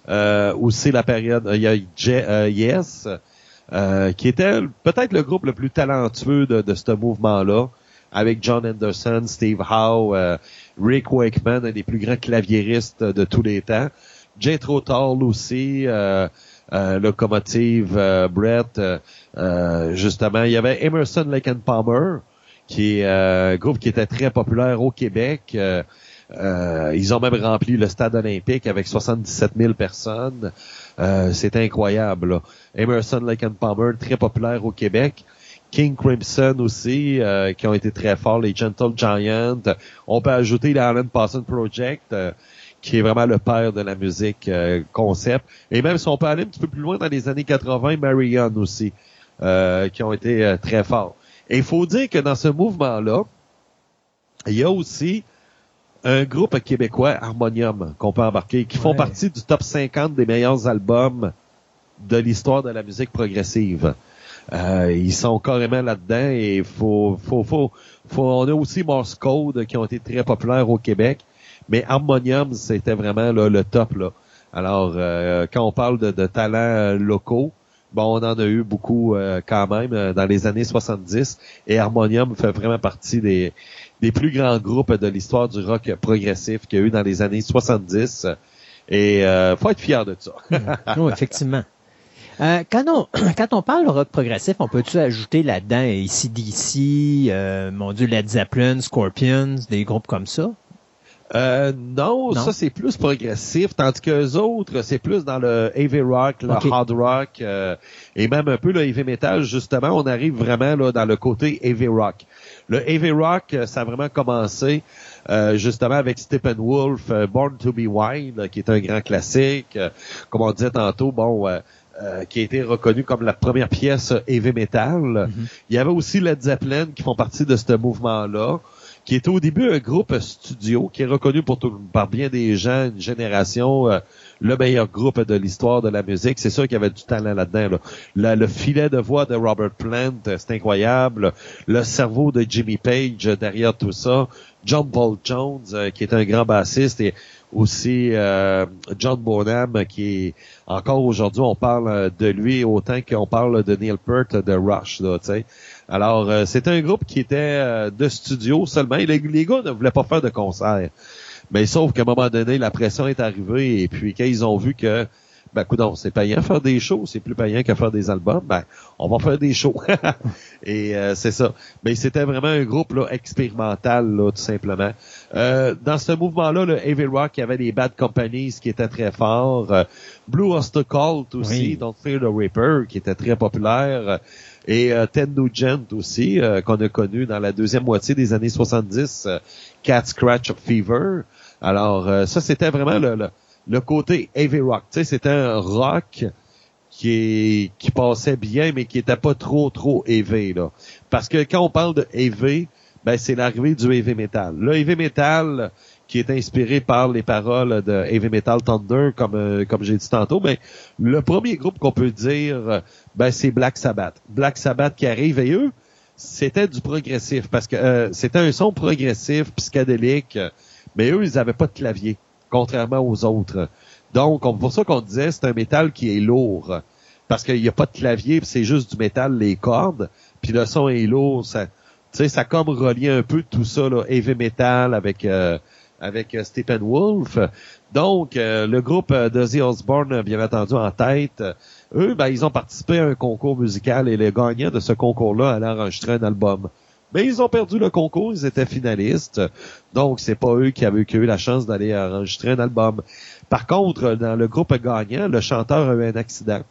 Aussi la période, il y a Yes, qui était peut-être le groupe le plus talentueux de ce mouvement-là, avec John Anderson, Steve Howe, Rick Wakeman, un des plus grands claviéristes de tous les temps. Jethro Tull aussi, Locomotive, Brett, justement. Il y avait Emerson, Lake and Palmer, qui est un groupe qui était très populaire au Québec. Ils ont même rempli le stade olympique avec 77 000 personnes. C'est incroyable, là. Emerson, Lake and Palmer, très populaire au Québec. King Crimson aussi, qui ont été très forts, les Gentle Giant. On peut ajouter l'Alan Parsons Project, qui est vraiment le père de la musique concept. Et même si on peut aller un petit peu plus loin dans les années 80, Marion aussi, qui ont été très forts. Et il faut dire que dans ce mouvement-là, il y a aussi un groupe québécois, Harmonium, qu'on peut embarquer, qui font partie du top 50 des meilleurs albums de l'histoire de la musique progressive. Ils sont carrément là-dedans et on a aussi Morse Code qui ont été très populaires au Québec, mais Harmonium, c'était vraiment là, le top, là. Alors, quand on parle de talents locaux, bon, on en a eu beaucoup quand même dans les années 70 et Harmonium fait vraiment partie des plus grands groupes de l'histoire du rock progressif qu'il y a eu dans les années 70 et faut être fier de ça. Oui, effectivement. Quand on parle de rock progressif, on peut-tu ajouter là-dedans AC/DC, mon Dieu, Led Zeppelin, Scorpions, des groupes comme ça? Non, ça c'est plus progressif, tandis que les autres, c'est plus dans le heavy rock, le hard rock, et même un peu le heavy metal, justement, on arrive vraiment là dans le côté heavy rock. Le heavy rock, ça a vraiment commencé justement avec Steppenwolf, Born to be Wild, qui est un grand classique, comme on disait tantôt, bon, qui a été reconnu comme la première pièce heavy metal. Mm-hmm. Il y avait aussi Led Zeppelin qui font partie de ce mouvement-là, qui était au début un groupe studio qui est reconnu par bien des gens, une génération, le meilleur groupe de l'histoire de la musique. C'est sûr qu'il y avait du talent là-dedans. Là. Le filet de voix de Robert Plant, c'est incroyable. Le cerveau de Jimmy Page derrière tout ça. John Paul Jones, qui est un grand bassiste, et aussi John Bonham, qui est encore aujourd'hui, on parle de lui autant qu'on parle de Neil Peart de Rush, là, tu sais. Alors, c'était un groupe qui était de studio seulement. Et les gars ne voulaient pas faire de concert. Mais sauf qu'à un moment donné, la pression est arrivée. Et puis, quand ils ont vu que, coudonc, c'est payant faire des shows, c'est plus payant que faire des albums, on va faire des shows. Et c'est ça. Mais c'était vraiment un groupe là expérimental, là, tout simplement. Dans ce mouvement-là, le heavy rock, il y avait les Bad Companies qui étaient très forts. Blue Oyster Cult aussi, Don't Fear the Reaper, qui était très populaire. Et Ted Nugent aussi, qu'on a connu dans la deuxième moitié des années 70, Cat Scratch Fever. Alors, ça, c'était vraiment le côté heavy rock. Tu sais, c'était un rock qui passait bien, mais qui était pas trop heavy, là. Parce que quand on parle de heavy, c'est l'arrivée du heavy metal. Le heavy metal, qui est inspiré par les paroles de Heavy Metal Thunder, comme j'ai dit tantôt, le premier groupe qu'on peut dire, c'est Black Sabbath. Black Sabbath qui arrive, et eux, c'était du progressif, parce que c'était un son progressif, psychédélique, mais eux, ils avaient pas de clavier, contrairement aux autres. Donc, pour ça qu'on disait, c'est un métal qui est lourd, parce qu'il y a pas de clavier, c'est juste du métal, les cordes, puis le son est lourd, ça, tu sais, ça comme relie un peu tout ça, là, heavy metal avec Steppenwolf. Donc, le groupe d'Ozzy Osbourne, bien entendu, en tête, eux, ils ont participé à un concours musical et le gagnant de ce concours-là allait enregistrer un album. Mais ils ont perdu le concours, ils étaient finalistes. Donc, c'est pas eux qui avaient eu la chance d'aller enregistrer un album. Par contre, dans le groupe gagnant, le chanteur a eu un accident.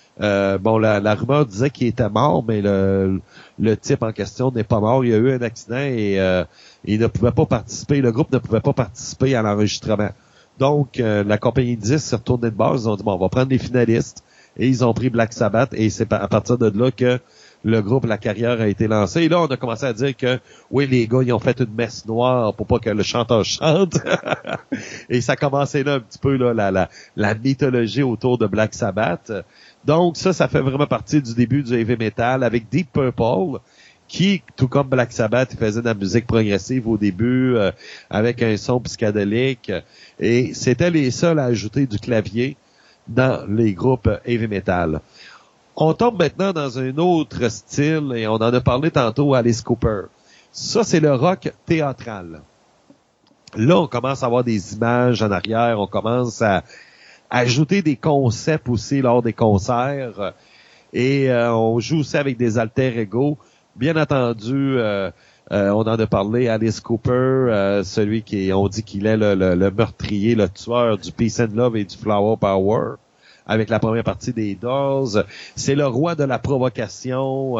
La rumeur disait qu'il était mort, mais le type en question n'est pas mort. Il y a eu un accident et il ne pouvait pas participer. Le groupe ne pouvait pas participer à l'enregistrement. Donc, la compagnie 10 s'est retournée de base. Ils ont dit, on va prendre les finalistes. Et ils ont pris Black Sabbath. Et c'est à partir de là que le groupe, la carrière a été lancée. Et là, on a commencé à dire que, oui, les gars, ils ont fait une messe noire pour pas que le chanteur chante. Et ça commençait là un petit peu là la mythologie autour de Black Sabbath. Donc, ça fait vraiment partie du début du heavy metal avec Deep Purple, qui, tout comme Black Sabbath, faisait de la musique progressive au début, avec un son psychédélique. Et c'était les seuls à ajouter du clavier. dans les groupes heavy metal. On tombe maintenant dans un autre style, et on en a parlé tantôt, Alice Cooper. Ça, c'est le rock théâtral. Là, on commence à avoir des images en arrière, on commence à ajouter des concepts aussi lors des concerts, et on joue aussi avec des alter ego. Bien entendu, on en a parlé, Alice Cooper, celui on dit qu'il est le meurtrier, le tueur du Peace and Love et du Flower Power, avec la première partie des Doors. C'est le roi de la provocation,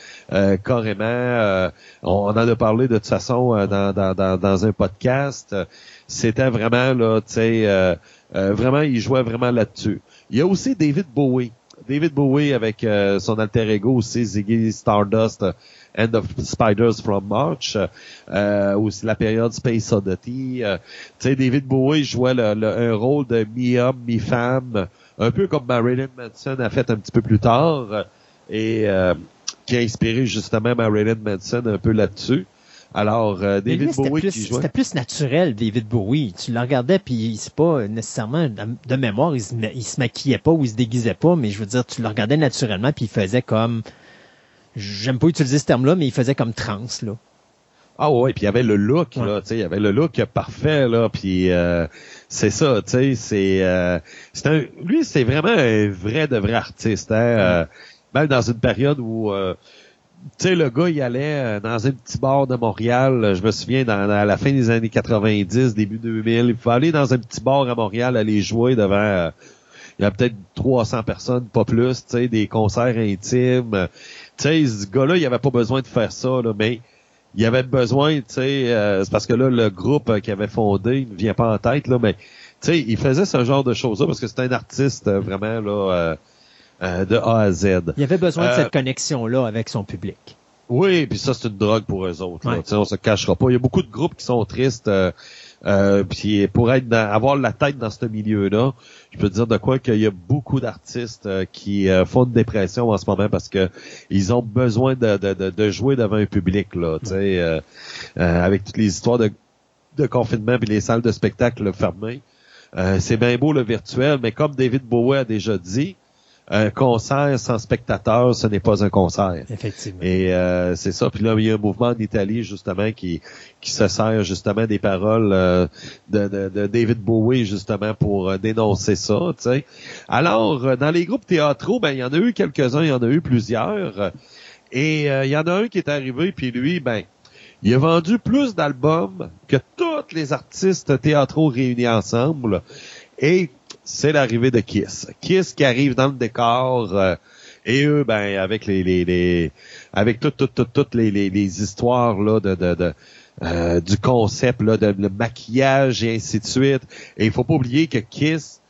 carrément. On en a parlé de toute façon dans un podcast. C'était vraiment là, tu sais, vraiment, il jouait vraiment là-dessus. Il y a aussi David Bowie. David Bowie avec son alter ego aussi, Ziggy Stardust, End of Spiders from March, aussi la période Space Oddity. Tu sais, David Bowie jouait un rôle de mi-homme, mi-femme, un peu comme Marilyn Manson a fait un petit peu plus tard, et qui a inspiré justement Marilyn Manson un peu là-dessus. Alors, David Bowie qui jouait... C'était plus naturel, David Bowie. Tu le regardais, puis c'est pas nécessairement de mémoire, il se maquillait pas ou il se déguisait pas, mais je veux dire, tu le regardais naturellement, puis il faisait comme... J'aime pas utiliser ce terme-là, mais il faisait comme trans, là. Ah ouais, puis il y avait le look, là, tu sais, il y avait le look parfait, là, puis c'est ça, tu sais, lui, c'est vraiment un vrai de vrai artiste, hein, même dans une période où... tu sais, le gars, il allait dans un petit bar de Montréal, je me souviens, à la fin des années 90, début 2000, il pouvait aller dans un petit bar à Montréal, aller jouer devant, il y a peut-être 300 personnes, pas plus, tu sais, des concerts intimes. Tu sais, ce gars-là, il avait pas besoin de faire ça, là, mais il avait besoin, tu sais, c'est parce que là, le groupe qu'il avait fondé, il ne vient pas en tête, là, mais tu sais, il faisait ce genre de choses-là parce que c'était un artiste vraiment, là... de A à Z. Il avait besoin de cette connexion-là avec son public. Oui, puis ça, c'est une drogue pour eux autres. Ouais. On se cachera pas. Il y a beaucoup de groupes qui sont tristes. Puis pour avoir la tête dans ce milieu-là, je peux te dire de quoi qu'il y a beaucoup d'artistes qui font une dépression en ce moment parce que ils ont besoin de jouer devant un public, là, tu sais, avec toutes les histoires de confinement puis les salles de spectacle fermées. C'est bien beau le virtuel, mais comme David Bowie a déjà dit, un concert sans spectateurs, ce n'est pas un concert. Effectivement. Et c'est ça. Puis là, il y a un mouvement en Italie, justement, qui se sert justement des paroles de David Bowie, justement, pour dénoncer ça, tu sais. Alors, dans les groupes théâtraux, ben, il y en a eu quelques-uns, il y en a eu plusieurs. Et il y en a un qui est arrivé, puis lui, ben, il a vendu plus d'albums que tous les artistes théâtraux réunis ensemble. Et c'est l'arrivée de Kiss. Kiss qui arrive dans le décor, et eux, ben, avec avec toutes les histoires, là, du concept, là, de le maquillage et ainsi de suite. Et il faut pas oublier que Kiss,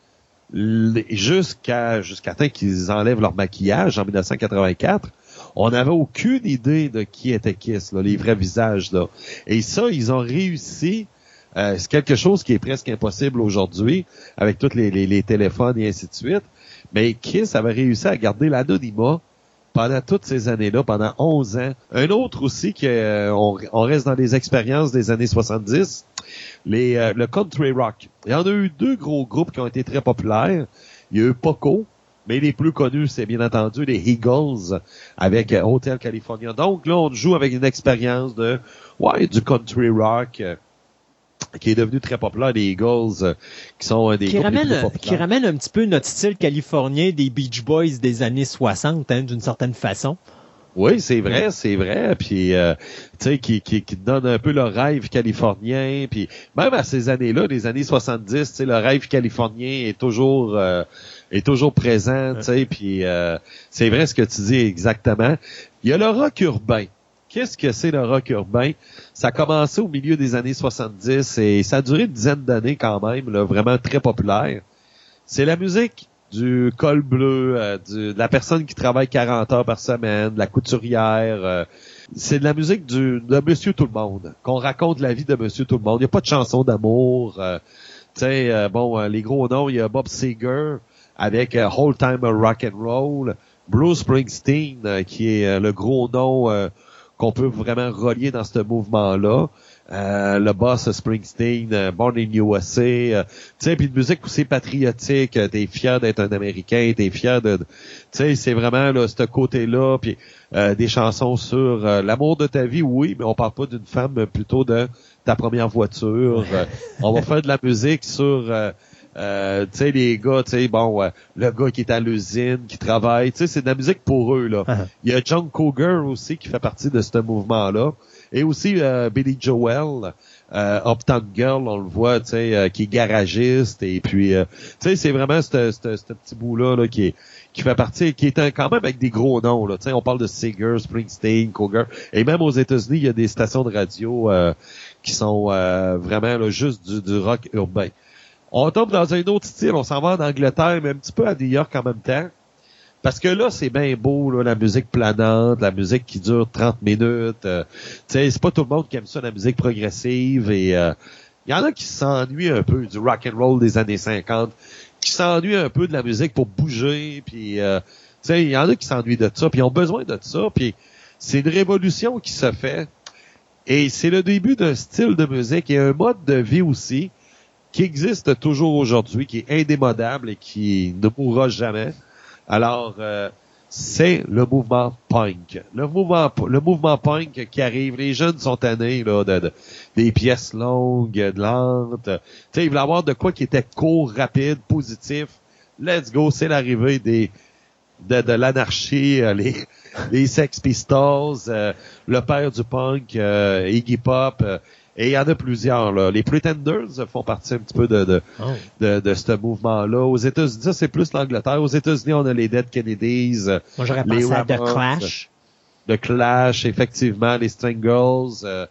jusqu'à temps qu'ils enlèvent leur maquillage en 1984, on n'avait aucune idée de qui était Kiss, là, les vrais visages, là. Et ça, ils ont réussi. C'est quelque chose qui est presque impossible aujourd'hui avec tous les téléphones et ainsi de suite. Mais Kiss avait réussi à garder l'anonymat pendant toutes ces années-là, pendant 11 ans. Un autre aussi, on reste dans les expériences des années 70, le country rock. Il y en a eu deux gros groupes qui ont été très populaires. Il y a eu Poco, mais les plus connus, c'est bien entendu les Eagles avec Hotel California. Donc là, on joue avec une expérience du country rock, qui est devenu très populaire, les Eagles, qui sont des groupes les plus populaires. Qui ramène un petit peu notre style californien des Beach Boys des années 60, hein, d'une certaine façon. Oui, c'est vrai. Puis, tu sais, qui donne un peu le rêve californien. Puis, même à ces années-là, les années 70, tu sais, le rêve californien est toujours présent, tu sais. Puis, c'est vrai ce que tu dis exactement. Il y a le rock urbain. Qu'est-ce que c'est le rock urbain? Ça a commencé au milieu des années 70 et ça a duré une dizaine d'années quand même, là, vraiment très populaire. C'est la musique du col bleu, de la personne qui travaille 40 heures par semaine, de la couturière. C'est de la musique de Monsieur Tout-le-Monde, qu'on raconte la vie de Monsieur Tout-le-Monde. Il n'y a pas de chanson d'amour. Tu sais, les gros noms, il y a Bob Seger avec Whole Time Rock and Roll, Bruce Springsteen qui est le gros nom qu'on peut vraiment relier dans ce mouvement-là. le boss Springsteen, Born in USA, tu sais, puis une musique aussi patriotique, t'es fier d'être un Américain, t'es fier tu sais, c'est vraiment là ce côté-là, puis des chansons sur l'amour de ta vie, oui, mais on parle pas d'une femme, plutôt de ta première voiture. On va faire de la musique sur tu sais, les gars, tu sais, bon, le gars qui est à l'usine, qui travaille, tu sais, c'est de la musique pour eux, là. Il y a John Cougar aussi qui fait partie de ce mouvement-là. Et aussi Billy Joel, Uptown Girl, on le voit, tu sais, qui est garagiste. Et puis, tu sais, c'est vraiment ce petit bout-là là, qui fait partie, qui est quand même avec des gros noms, là. Tu sais, on parle de Seeger, Springsteen, Cougar. Et même aux États-Unis, il y a des stations de radio qui sont vraiment là, juste du rock urbain. On tombe dans un autre style, on s'en va en Angleterre, mais un petit peu à New York en même temps. Parce que là, c'est bien beau, là, la musique planante, la musique qui dure 30 minutes. Tu sais, c'est pas tout le monde qui aime ça, la musique progressive. Et il y en a qui s'ennuient un peu du rock and roll des années 50, qui s'ennuient un peu de la musique pour bouger. Puis, tu sais, il y en a qui s'ennuient de ça, puis ils ont besoin de ça. Puis, c'est une révolution qui se fait. Et c'est le début d'un style de musique et un mode de vie aussi qui existe toujours aujourd'hui, qui est indémodable et qui ne mourra jamais. Alors, c'est le mouvement punk. Le mouvement punk qui arrive. Les jeunes sont tannés là, des pièces longues, de lentes. Tu sais, ils voulaient avoir de quoi qui était court, rapide, positif. Let's go, c'est l'arrivée de l'anarchie, les Sex Pistols, le père du punk, Iggy Pop. Et il y en a plusieurs, là. Les Pretenders font partie un petit peu de ce mouvement-là. Aux États-Unis, ça, c'est plus l'Angleterre. Aux États-Unis, on a les Dead Kennedys. Moi, j'aurais pensé à The Clash. The Clash, effectivement, les Strangles,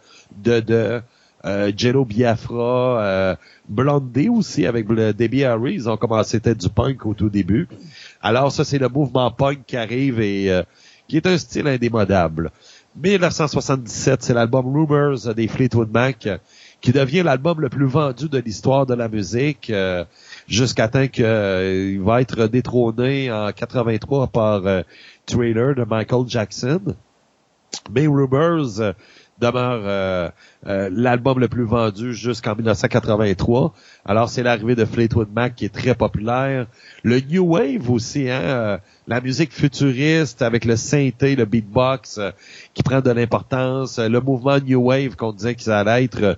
Jello Biafra, Blondie aussi, avec Debbie Harry. Ils ont commencé peut-être du punk au tout début. Alors, ça, c'est le mouvement punk qui arrive et qui est un style indémodable. 1977, c'est l'album Rumors des Fleetwood Mac qui devient l'album le plus vendu de l'histoire de la musique jusqu'à temps qu'il va être détrôné en 83 par Thriller de Michael Jackson. Mais Rumors demeure l'album le plus vendu jusqu'en 1983. Alors, c'est l'arrivée de Fleetwood Mac qui est très populaire. Le New Wave aussi, hein, la musique futuriste avec le synthé, le beatbox qui prend de l'importance. Le mouvement New Wave qu'on disait que ça allait être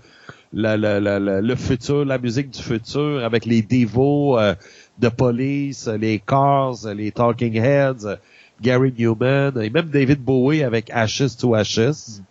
le futur, la musique du futur avec les Devo de Police, les Cars, les Talking Heads, Gary Newman et même David Bowie avec Ashes to Ashes.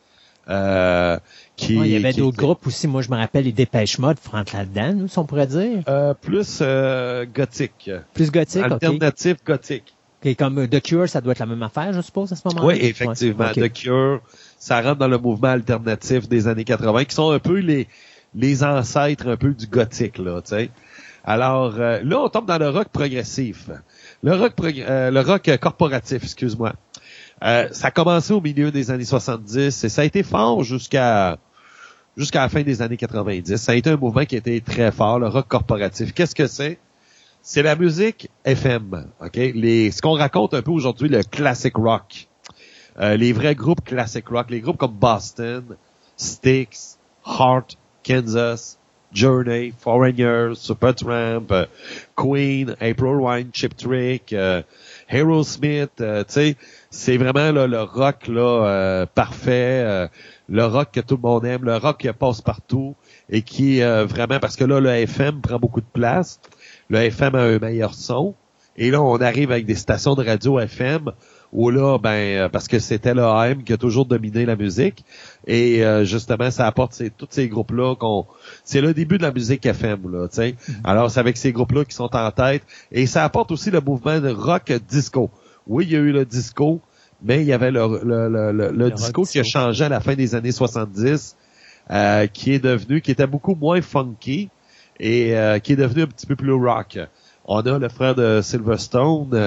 Il y avait d'autres groupes aussi. Moi, je me rappelle les Dépêche Mode, rentrent là-dedans, si on pourrait dire. Plus gothique. Plus gothique, alternatif gothique. Okay, comme The Cure, ça doit être la même affaire, je suppose, à ce moment-là? Oui, effectivement. Ouais. Okay. The Cure, ça rentre dans le mouvement alternatif des années 80, qui sont un peu les ancêtres un peu du gothique, là, tu sais. Alors, là, on tombe dans le rock progressif. Le rock corporatif, excuse-moi. Ça a commencé au milieu des années 70 et ça a été fort jusqu'à la fin des années 90. Ça a été un mouvement qui a été très fort, le rock corporatif. Qu'est-ce que c'est? C'est la musique FM, ok? Ce qu'on raconte un peu aujourd'hui, le classic rock. Les vrais groupes classic rock, les groupes comme Boston, Styx, Heart, Kansas, Journey, Foreigner, Supertramp, Queen, April Wine, Chip Trick, Aerosmith, tu sais, c'est vraiment là, le rock là parfait, le rock que tout le monde aime, le rock qui passe partout et qui vraiment, parce que là, le FM prend beaucoup de place, le FM a un meilleur son, et là, on arrive avec des stations de radio FM où là, parce que c'était le AM qui a toujours dominé la musique, et justement, ça apporte tous ces groupes-là c'est le début de la musique FM, là, tu sais. Alors, c'est avec ces groupes-là qui sont en tête, et ça apporte aussi le mouvement de rock disco. Oui, il y a eu le disco, mais il y avait le disco qui a changé à la fin des années 70, qui était beaucoup moins funky, et qui est devenu un petit peu plus rock. On a le frère de Sylvester,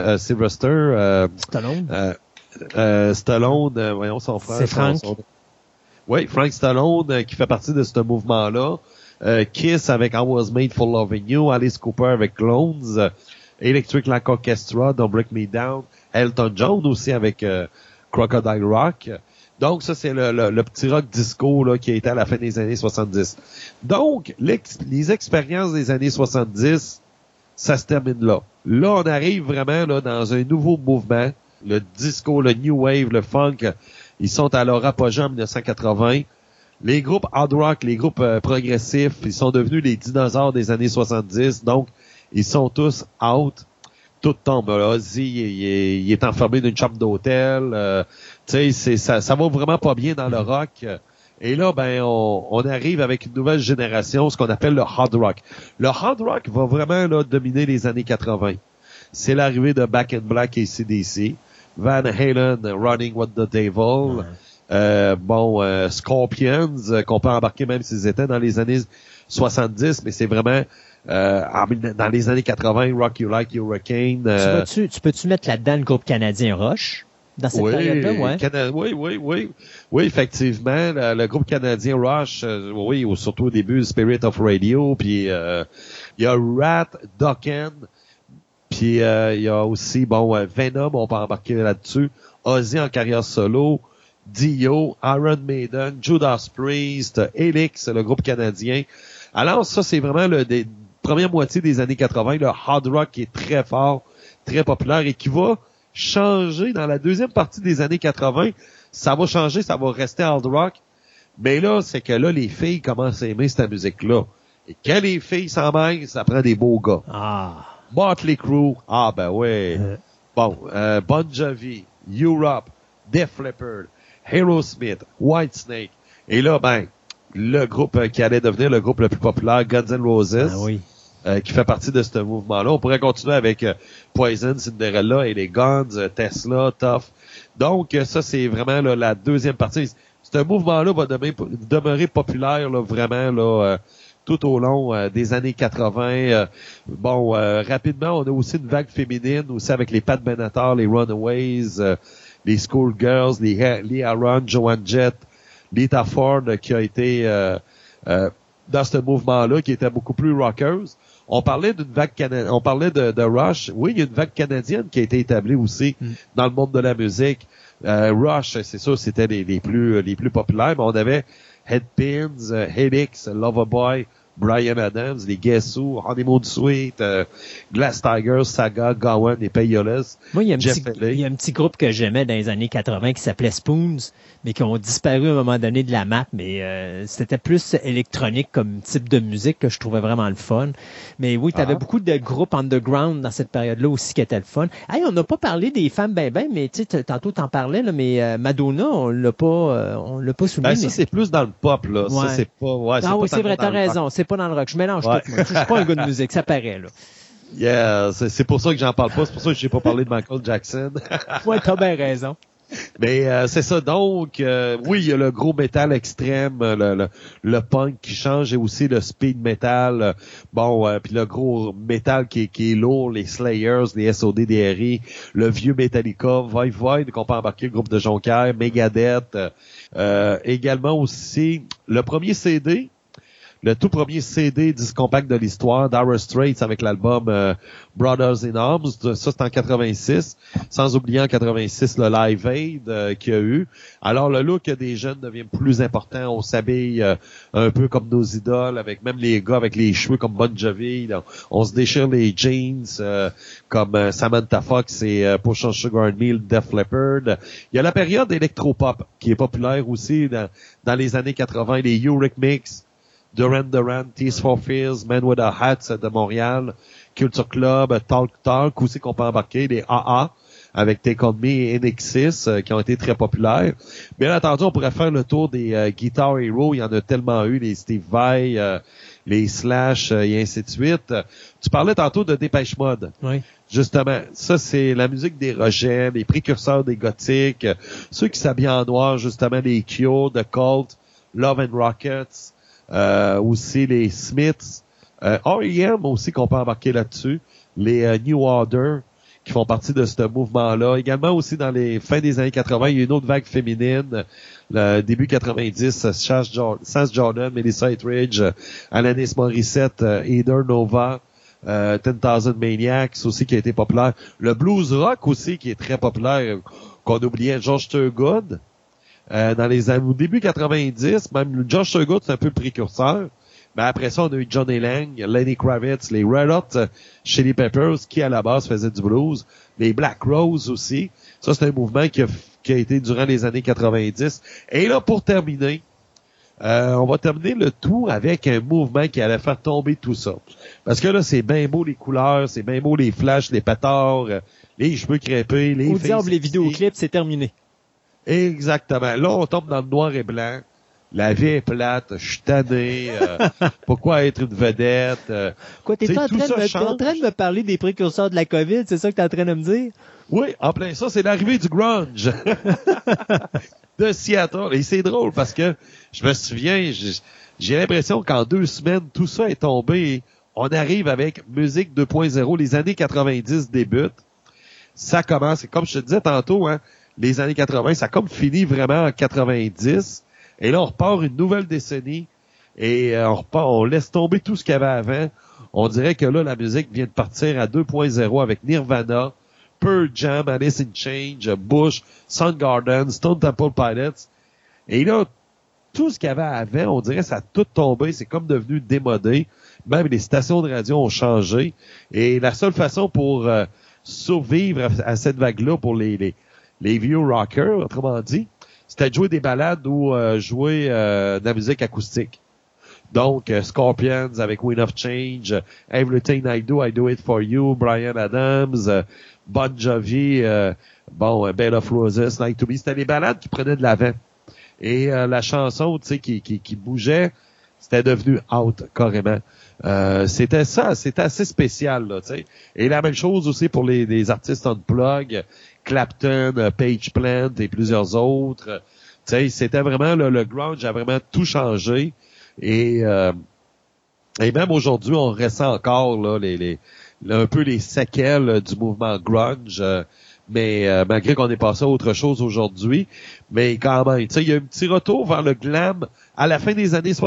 Stallone, voyons son frère. C'est Frank. Oui, Frank Stallone, qui fait partie de ce mouvement-là. Kiss avec I Was Made for Loving You, Alice Cooper avec Clones, Electric Light Orchestra, Don't Break Me Down, Elton John aussi avec Crocodile Rock. Donc, ça, c'est le petit rock disco là, qui a été à la fin des années 70. Donc, les expériences des années 70, ça se termine là. Là, on arrive vraiment là dans un nouveau mouvement. Le disco, le new wave, le funk, ils sont à leur apogée en 1980. Les groupes hard rock, les groupes progressifs, ils sont devenus les dinosaures des années 70. Donc, ils sont tous out. Tout tombe. Ozzy, il est enfermé d'une chambre d'hôtel. Tu sais, ça va vraiment pas bien dans le rock. Et là, ben, on arrive avec une nouvelle génération, ce qu'on appelle le hard rock. Le hard rock va vraiment là dominer les années 80. C'est l'arrivée de Back in Black et AC/DC, Van Halen, Running with the Devil, Scorpions, qu'on peut embarquer même s'ils étaient dans les années 70, mais c'est vraiment dans les années 80, Rock You Like Hurricane. Tu peux-tu mettre là-dedans le groupe canadien Rush? Dans cette période-là, ouais. Oui, effectivement. Le groupe canadien Rush, surtout au début, Spirit of Radio, puis il y a Rat, Dokken, puis il y a aussi, Venom, on peut embarquer là-dessus, Ozzy en carrière solo, Dio, Iron Maiden, Judas Priest, Helix, le groupe canadien. Alors ça, c'est vraiment des première moitié des années 80, le hard rock qui est très fort, très populaire et qui va changer dans la deuxième partie des années 80. Ça va changer, ça va rester hard rock. Mais là, c'est que là, les filles commencent à aimer cette musique-là. Et quand les filles s'en mêlent, ça prend des beaux gars. Motley Crue, Bon Jovi, Europe, Def Leppard, Aerosmith, Whitesnake. Et là, le groupe qui allait devenir le groupe le plus populaire, Guns N' Roses, qui fait partie de ce mouvement-là. On pourrait continuer avec Poison, Cinderella et les Guns, Tesla, Tough. Donc, ça, c'est vraiment là, la deuxième partie. Ce mouvement-là va demeurer populaire là, vraiment là, tout au long des années 80. Rapidement, on a aussi une vague féminine, aussi avec les Pat Benatar, les Runaways, les Schoolgirls, les Aaron, Joan Jett, Lita Ford, qui a été dans ce mouvement-là, qui était beaucoup plus rockers. On parlait d'une vague on parlait de Rush. Oui, il y a une vague canadienne qui a été établie aussi dans le monde de la musique. Rush, c'est sûr, c'était les plus populaires, mais on avait Headpins, Helix, Loverboy, Bryan Adams, les Guess Who, Honeymoon Suite, Glass Tigers, Saga, Gowan et Payolas. Moi, il y a un petit groupe que j'aimais dans les années 80 qui s'appelait Spoons, mais qui ont disparu à un moment donné de la map, mais c'était plus électronique comme type de musique que je trouvais vraiment le fun. Mais oui, tu avais beaucoup de groupes underground dans cette période-là aussi qui étaient le fun. Hey, on n'a pas parlé des femmes mais tu sais, tantôt t'en parlais, là, mais Madonna, on l'a pas souligné. Ça, c'est plus dans le pop, là. Ouais. Ça, c'est pas, c'est vrai, t'as raison. C'est pas dans le rock. Je mélange tout. Moi. Je suis pas un gars de musique, ça paraît, là. Yeah, c'est pour ça que j'en parle pas. C'est pour ça que j'ai pas parlé de Michael Jackson. Ouais, t'as bien raison. Mais c'est ça. Donc, oui, il y a le gros métal extrême, le punk qui change et aussi le speed metal. Puis le gros métal qui est lourd, les Slayers, les SOD/DRI, le vieux Metallica, Void qu'on peut embarquer, le groupe de Jonquière, Megadeth. Également aussi le premier CD. Le tout premier CD disque compact de l'histoire, Dire Straits avec l'album Brothers in Arms. Ça, c'est en 86. Sans oublier en 86 le Live Aid qu'il y a eu. Alors, le look des jeunes devient plus important. On s'habille un peu comme nos idoles, avec même les gars avec les cheveux comme Bon Jovi. On se déchire les jeans comme Samantha Fox et Push on Sugar and Meal, Def Leppard. Il y a la période électropop qui est populaire aussi dans les années 80. Les Eurythmics, Duran Duran, Tears for Fears, Men with a Hats de Montréal, Culture Club, Talk aussi qu'on peut embarquer, les AA avec Take On Me et NX6 qui ont été très populaires. Bien entendu, on pourrait faire le tour des Guitar Hero, il y en a tellement eu, les Steve Vai, les Slash et ainsi de suite. Tu parlais tantôt de Dépêche Mode. Oui. Justement, ça c'est la musique des rejets, les précurseurs des gothiques, ceux qui s'habillent en noir, justement les Cure, The Cult, Love and Rockets, aussi les Smiths, R.E.M. aussi qu'on peut embarquer là-dessus, les New Order qui font partie de ce mouvement-là. Également aussi dans les fins des années 80, il y a une autre vague féminine, le début 90, Sass Jordan, Melissa Etheridge, Alanis Morissette, Heather Nova, 10,000 Maniacs aussi qui a été populaire. Le blues rock aussi qui est très populaire, qu'on oubliait, George Thorogood. au début 90, même Josh Surgood, c'est un peu le précurseur. Mais après ça, on a eu Johnny Lang, Lenny Kravitz, les Red Hot Chili Peppers, qui à la base faisaient du blues, les Black Rose aussi. Ça, c'est un mouvement qui a été durant les années 90. Et là, pour terminer, on va terminer le tout avec un mouvement qui allait faire tomber tout ça. Parce que là, c'est bien beau les couleurs, c'est bien beau les flashs, les pétards, les cheveux crêpés, les Au diable, les vidéoclips, c'est terminé. Exactement. Là, on tombe dans le noir et blanc. La vie est plate, je suis tanné, pourquoi être une vedette? Quoi, t'es en train de me parler des précurseurs de la COVID, c'est ça que t'es en train de me dire? Oui, en plein ça, c'est l'arrivée du grunge de Seattle. Et c'est drôle parce que je me souviens, j'ai l'impression qu'en 2 semaines, tout ça est tombé. On arrive avec musique 2.0, les années 90 débutent. Ça commence, comme je te disais tantôt, hein, les années 80, ça comme fini vraiment en 90. Et là, on repart une nouvelle décennie et on laisse tomber tout ce qu'il y avait avant. On dirait que là, la musique vient de partir à 2.0 avec Nirvana, Pearl Jam, Alice in Chains, Bush, Soundgarden, Stone Temple Pilots. Et là, tout ce qu'il y avait avant, on dirait que ça a tout tombé. C'est comme devenu démodé. Même les stations de radio ont changé. Et la seule façon pour survivre à cette vague-là pour les vieux rockers, autrement dit, c'était de jouer des ballades ou jouer de la musique acoustique. Donc, Scorpions avec Wind of Change, Everything I Do It For You, Bryan Adams, Bon Jovi, Bed of Roses, Like to Be. C'était des ballades qui prenaient de l'avant. Et la chanson, tu sais, qui bougeait, c'était devenu out, carrément. C'était ça, c'était assez spécial, là, tu sais. Et la même chose aussi pour les artistes unplug, Clapton, Page Plant et plusieurs autres. Tu sais, c'était vraiment le grunge a vraiment tout changé. Et même aujourd'hui, on ressent encore là un peu les séquelles du mouvement grunge. Mais malgré qu'on est passé à autre chose aujourd'hui, mais quand même, tu sais, il y a un petit retour vers le glam à la fin des années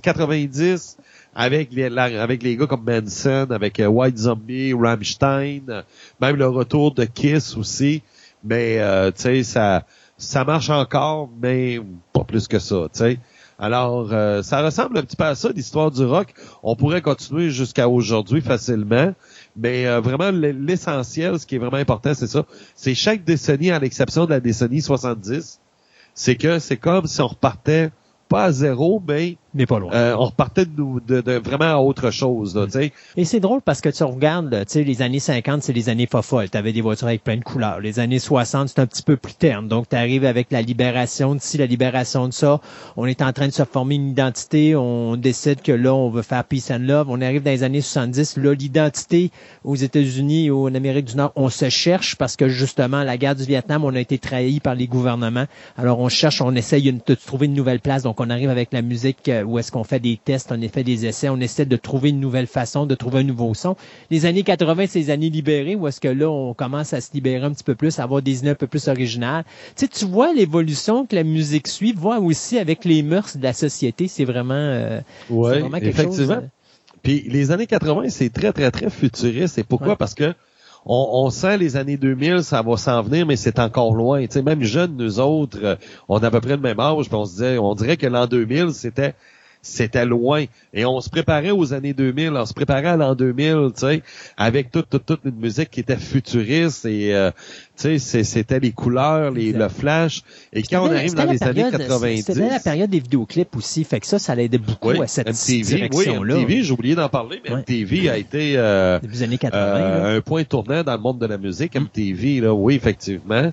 90 avec les gars comme Manson, avec White Zombie, Rammstein, même le retour de Kiss aussi. Mais tu sais, ça marche encore, mais pas plus que ça, tu sais. Alors, ça ressemble un petit peu à ça, l'histoire du rock. On pourrait continuer jusqu'à aujourd'hui facilement, mais vraiment, l'essentiel, ce qui est vraiment important, c'est ça. C'est chaque décennie, à l'exception de la décennie 70, c'est que c'est comme si on repartait pas à zéro, mais pas loin. On repartait de vraiment à autre chose, là, tu sais. Et c'est drôle parce que tu regardes, tu sais, les années 50, c'est les années folles. T'avais des voitures avec plein de couleurs. Les années 60, c'est un petit peu plus terne. Donc, t'arrives avec la libération d'ici, la libération de ça. On est en train de se former une identité. On décide que là, on veut faire peace and love. On arrive dans les années 70. Là, l'identité aux États-Unis et en Amérique du Nord, on se cherche parce que justement, la guerre du Vietnam, on a été trahi par les gouvernements. Alors, on cherche, on essaye de trouver une nouvelle place. Donc, on arrive avec la musique où est-ce qu'on fait des tests, on fait des essais, on essaie de trouver une nouvelle façon, de trouver un nouveau son. Les années 80, c'est les années libérées où est-ce que là, on commence à se libérer un petit peu plus, à avoir des idées un peu plus originales. Tu sais, tu vois l'évolution que la musique suit, voit aussi avec les mœurs de la société, c'est vraiment, ouais, quelque effectivement. chose. Puis les années 80, c'est très, très, très futuriste. Et pourquoi? Ouais. Parce que on sent les années 2000, ça va s'en venir, mais c'est encore loin. Tu sais, même jeunes, nous autres, on a à peu près le même âge, puis on dirait que l'an 2000, c'était loin. Et on se préparait aux années 2000, on se préparait à l'an 2000, tu sais, avec toute une musique qui était futuriste et, tu sais, c'était les couleurs, le flash. Et quand on arrive dans les années 90... C'était la période des vidéoclips aussi, fait que ça l'aidait beaucoup à cette direction-là. Oui, MTV, j'ai oublié d'en parler, mais MTV a été des années 80, un point tournant dans le monde de la musique. MTV, là, oui, effectivement.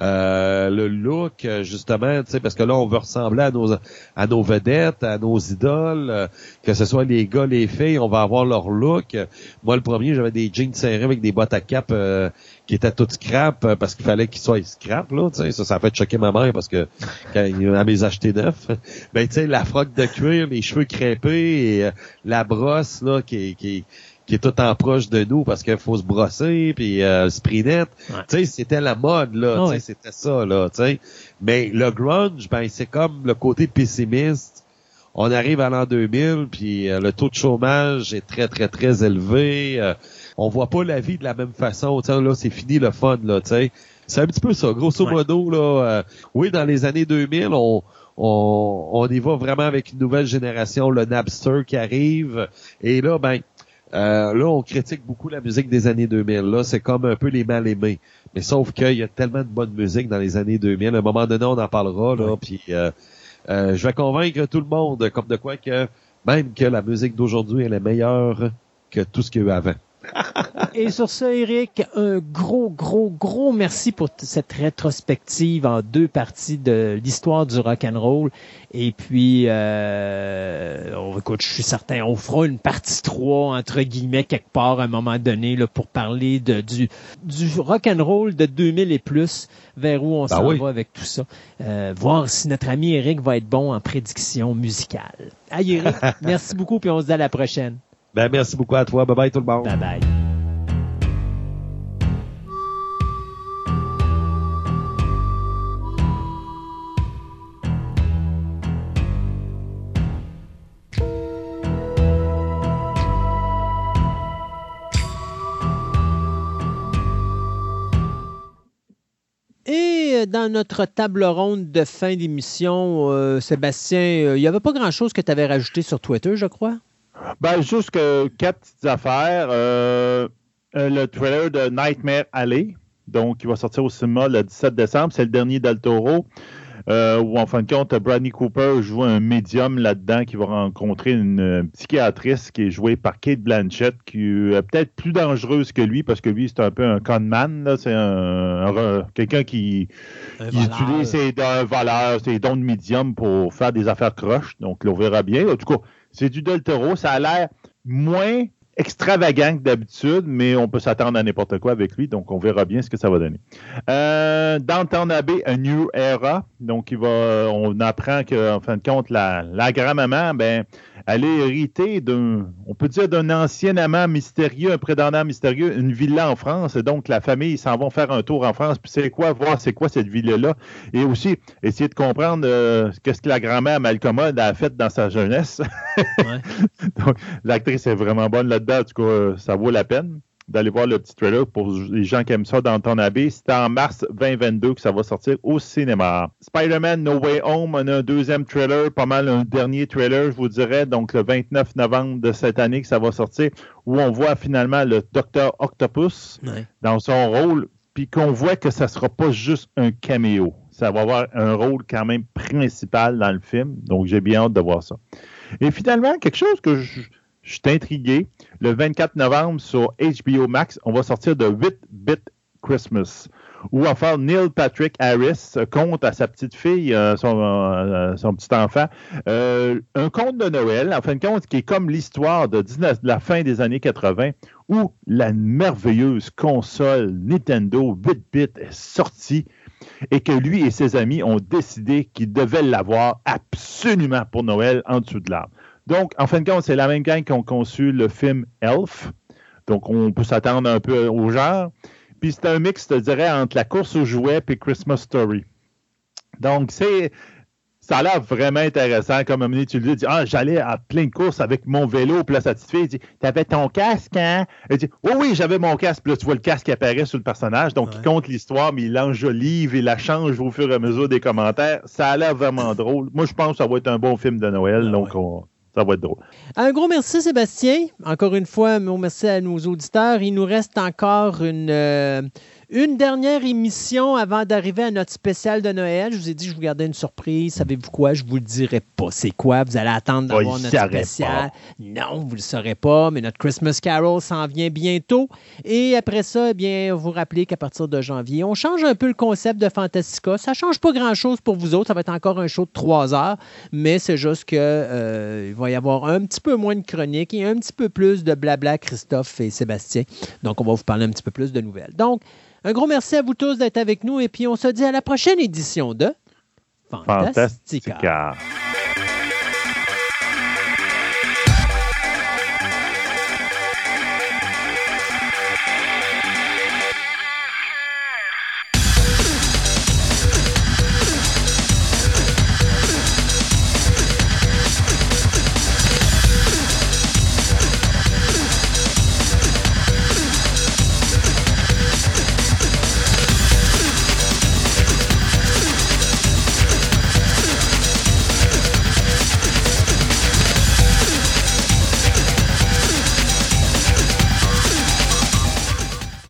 Le look, justement, tu sais, parce que là, on veut ressembler à nos vedettes, à nos idoles, que ce soit les gars, les filles, on va avoir leur look. Moi, le premier, j'avais des jeans serrés avec des bottes à cap qui étaient toutes scrap parce qu'il fallait qu'ils soient scrap, là, tu sais. Ça a fait choquer ma mère parce que quand elle m'les acheté neufs. Ben, tu sais, la froc de cuir, les cheveux crêpés et la brosse, là, qui est tout en proche de nous parce qu'il faut se brosser, puis le spray net. Ouais. Tu sais, c'était la mode, là, tu sais, c'était ça, là, tu sais. Mais le grunge, ben, c'est comme le côté pessimiste. On arrive à l'an 2000, puis le taux de chômage est très, très, très élevé. On voit pas la vie de la même façon. Tu sais, là, c'est fini le fun, là, tu sais. C'est un petit peu ça, grosso modo, là. Oui, dans les années 2000, on y va vraiment avec une nouvelle génération, le Napster qui arrive. Et là, là, on critique beaucoup la musique des années 2000. Là, c'est comme un peu les mal-aimés. Mais sauf qu'il y a tellement de bonne musique dans les années 2000. À un moment donné, on en parlera, là. Puis, je vais convaincre tout le monde, comme de quoi que même que la musique d'aujourd'hui, elle est meilleure que tout ce qu'il y a eu avant. Et sur ça, Éric, un gros merci pour cette rétrospective en 2 parties de l'histoire du rock'n'roll. Et puis, écoute, je suis certain, on fera une partie 3, entre guillemets, quelque part à un moment donné, là, pour parler du rock'n'roll de 2000 et plus, vers où on s'en va avec tout ça. Voir si notre ami Éric va être bon en prédiction musicale. Hey, Éric, merci beaucoup, puis on se dit à la prochaine. Merci beaucoup à toi. Bye bye tout le monde. Bye bye. Et dans notre table ronde de fin d'émission, Sébastien, il n'y avait pas grand-chose que tu avais rajouté sur Twitter, je crois? Juste que 4 petites affaires. Le trailer de Nightmare Alley, donc qui va sortir au cinéma le 17 décembre. C'est le dernier Del Toro, où en fin de compte, Bradley Cooper joue un médium là-dedans qui va rencontrer une psychiatrice qui est jouée par Cate Blanchett, qui est peut-être plus dangereuse que lui, parce que lui, c'est un peu un conman. Là. C'est quelqu'un qui utilise ses dons de médium pour faire des affaires croches. Donc, on verra bien. En tout cas, c'est du Del Toro. Ça a l'air moins extravagant que d'habitude, mais on peut s'attendre à n'importe quoi avec lui, donc on verra bien ce que ça va donner. Downton Abbey, A New Era, donc on apprend qu'en fin de compte, la grand-maman, elle est héritée on peut dire d'un ancien amant mystérieux, un prétendant mystérieux, une villa en France, et donc la famille s'en vont faire un tour en France, puis voir c'est quoi cette villa-là, et aussi essayer de comprendre qu'est-ce que la grand-mère Malcommode a fait dans sa jeunesse. Donc, l'actrice est vraiment bonne là-dedans. En tout cas, ça vaut la peine d'aller voir le petit trailer pour les gens qui aiment ça dans Downton Abbey. C'est en mars 2022 que ça va sortir au cinéma. Spider-Man No Way Home, on a un deuxième trailer, pas mal un dernier trailer, je vous dirais, donc le 29 novembre de cette année que ça va sortir, où on voit finalement le Dr. Octopus dans son rôle, puis qu'on voit que ça sera pas juste un caméo. Ça va avoir un rôle quand même principal dans le film, donc j'ai bien hâte de voir ça. Et finalement, quelque chose que je suis intrigué. Le 24 novembre sur HBO Max, on va sortir de 8-Bit Christmas, où en fait Neil Patrick Harris conte à sa petite fille, son petit enfant, un conte de Noël, en fin de compte, qui est comme l'histoire de la fin des années 80, où la merveilleuse console Nintendo 8-Bit est sortie et que lui et ses amis ont décidé qu'ils devaient l'avoir absolument pour Noël en dessous de l'arbre. Donc, en fin de compte, c'est la même gang qui ont conçu le film Elf. Donc, on peut s'attendre un peu au genre. Puis, c'est un mix, je te dirais, entre la course aux jouets et Christmas Story. Donc, ça a l'air vraiment intéressant. Comme à un moment donné, tu le dis, j'allais à plein de courses avec mon vélo. Puis là, sa petite fille dit, t'avais ton casque, hein? Elle dit, oui, j'avais mon casque. Puis là, tu vois le casque qui apparaît sur le personnage. Donc, il compte l'histoire, mais il l'enjolive et la change au fur et à mesure des commentaires. Ça a l'air vraiment drôle. Moi, je pense que ça va être un bon film de Noël. Donc, ça va être drôle. Un gros merci, Sébastien. Encore une fois, un gros merci à nos auditeurs. Il nous reste encore une dernière émission avant d'arriver à notre spécial de Noël. Je vous ai dit que je vous gardais une surprise. Savez-vous quoi? Je ne vous le dirai pas. C'est quoi? Vous allez attendre d'avoir notre spécial. Non, vous ne le saurez pas, mais notre Christmas Carol s'en vient bientôt. Et après ça, vous rappelez qu'à partir de janvier, on change un peu le concept de Fantastica. Ça ne change pas grand-chose pour vous autres. Ça va être encore un show de 3 heures, mais c'est juste qu'il va y avoir un petit peu moins de chroniques et un petit peu plus de blabla Christophe et Sébastien. Donc, on va vous parler un petit peu plus de nouvelles. Donc, un gros merci à vous tous d'être avec nous et puis on se dit à la prochaine édition de Fantastica.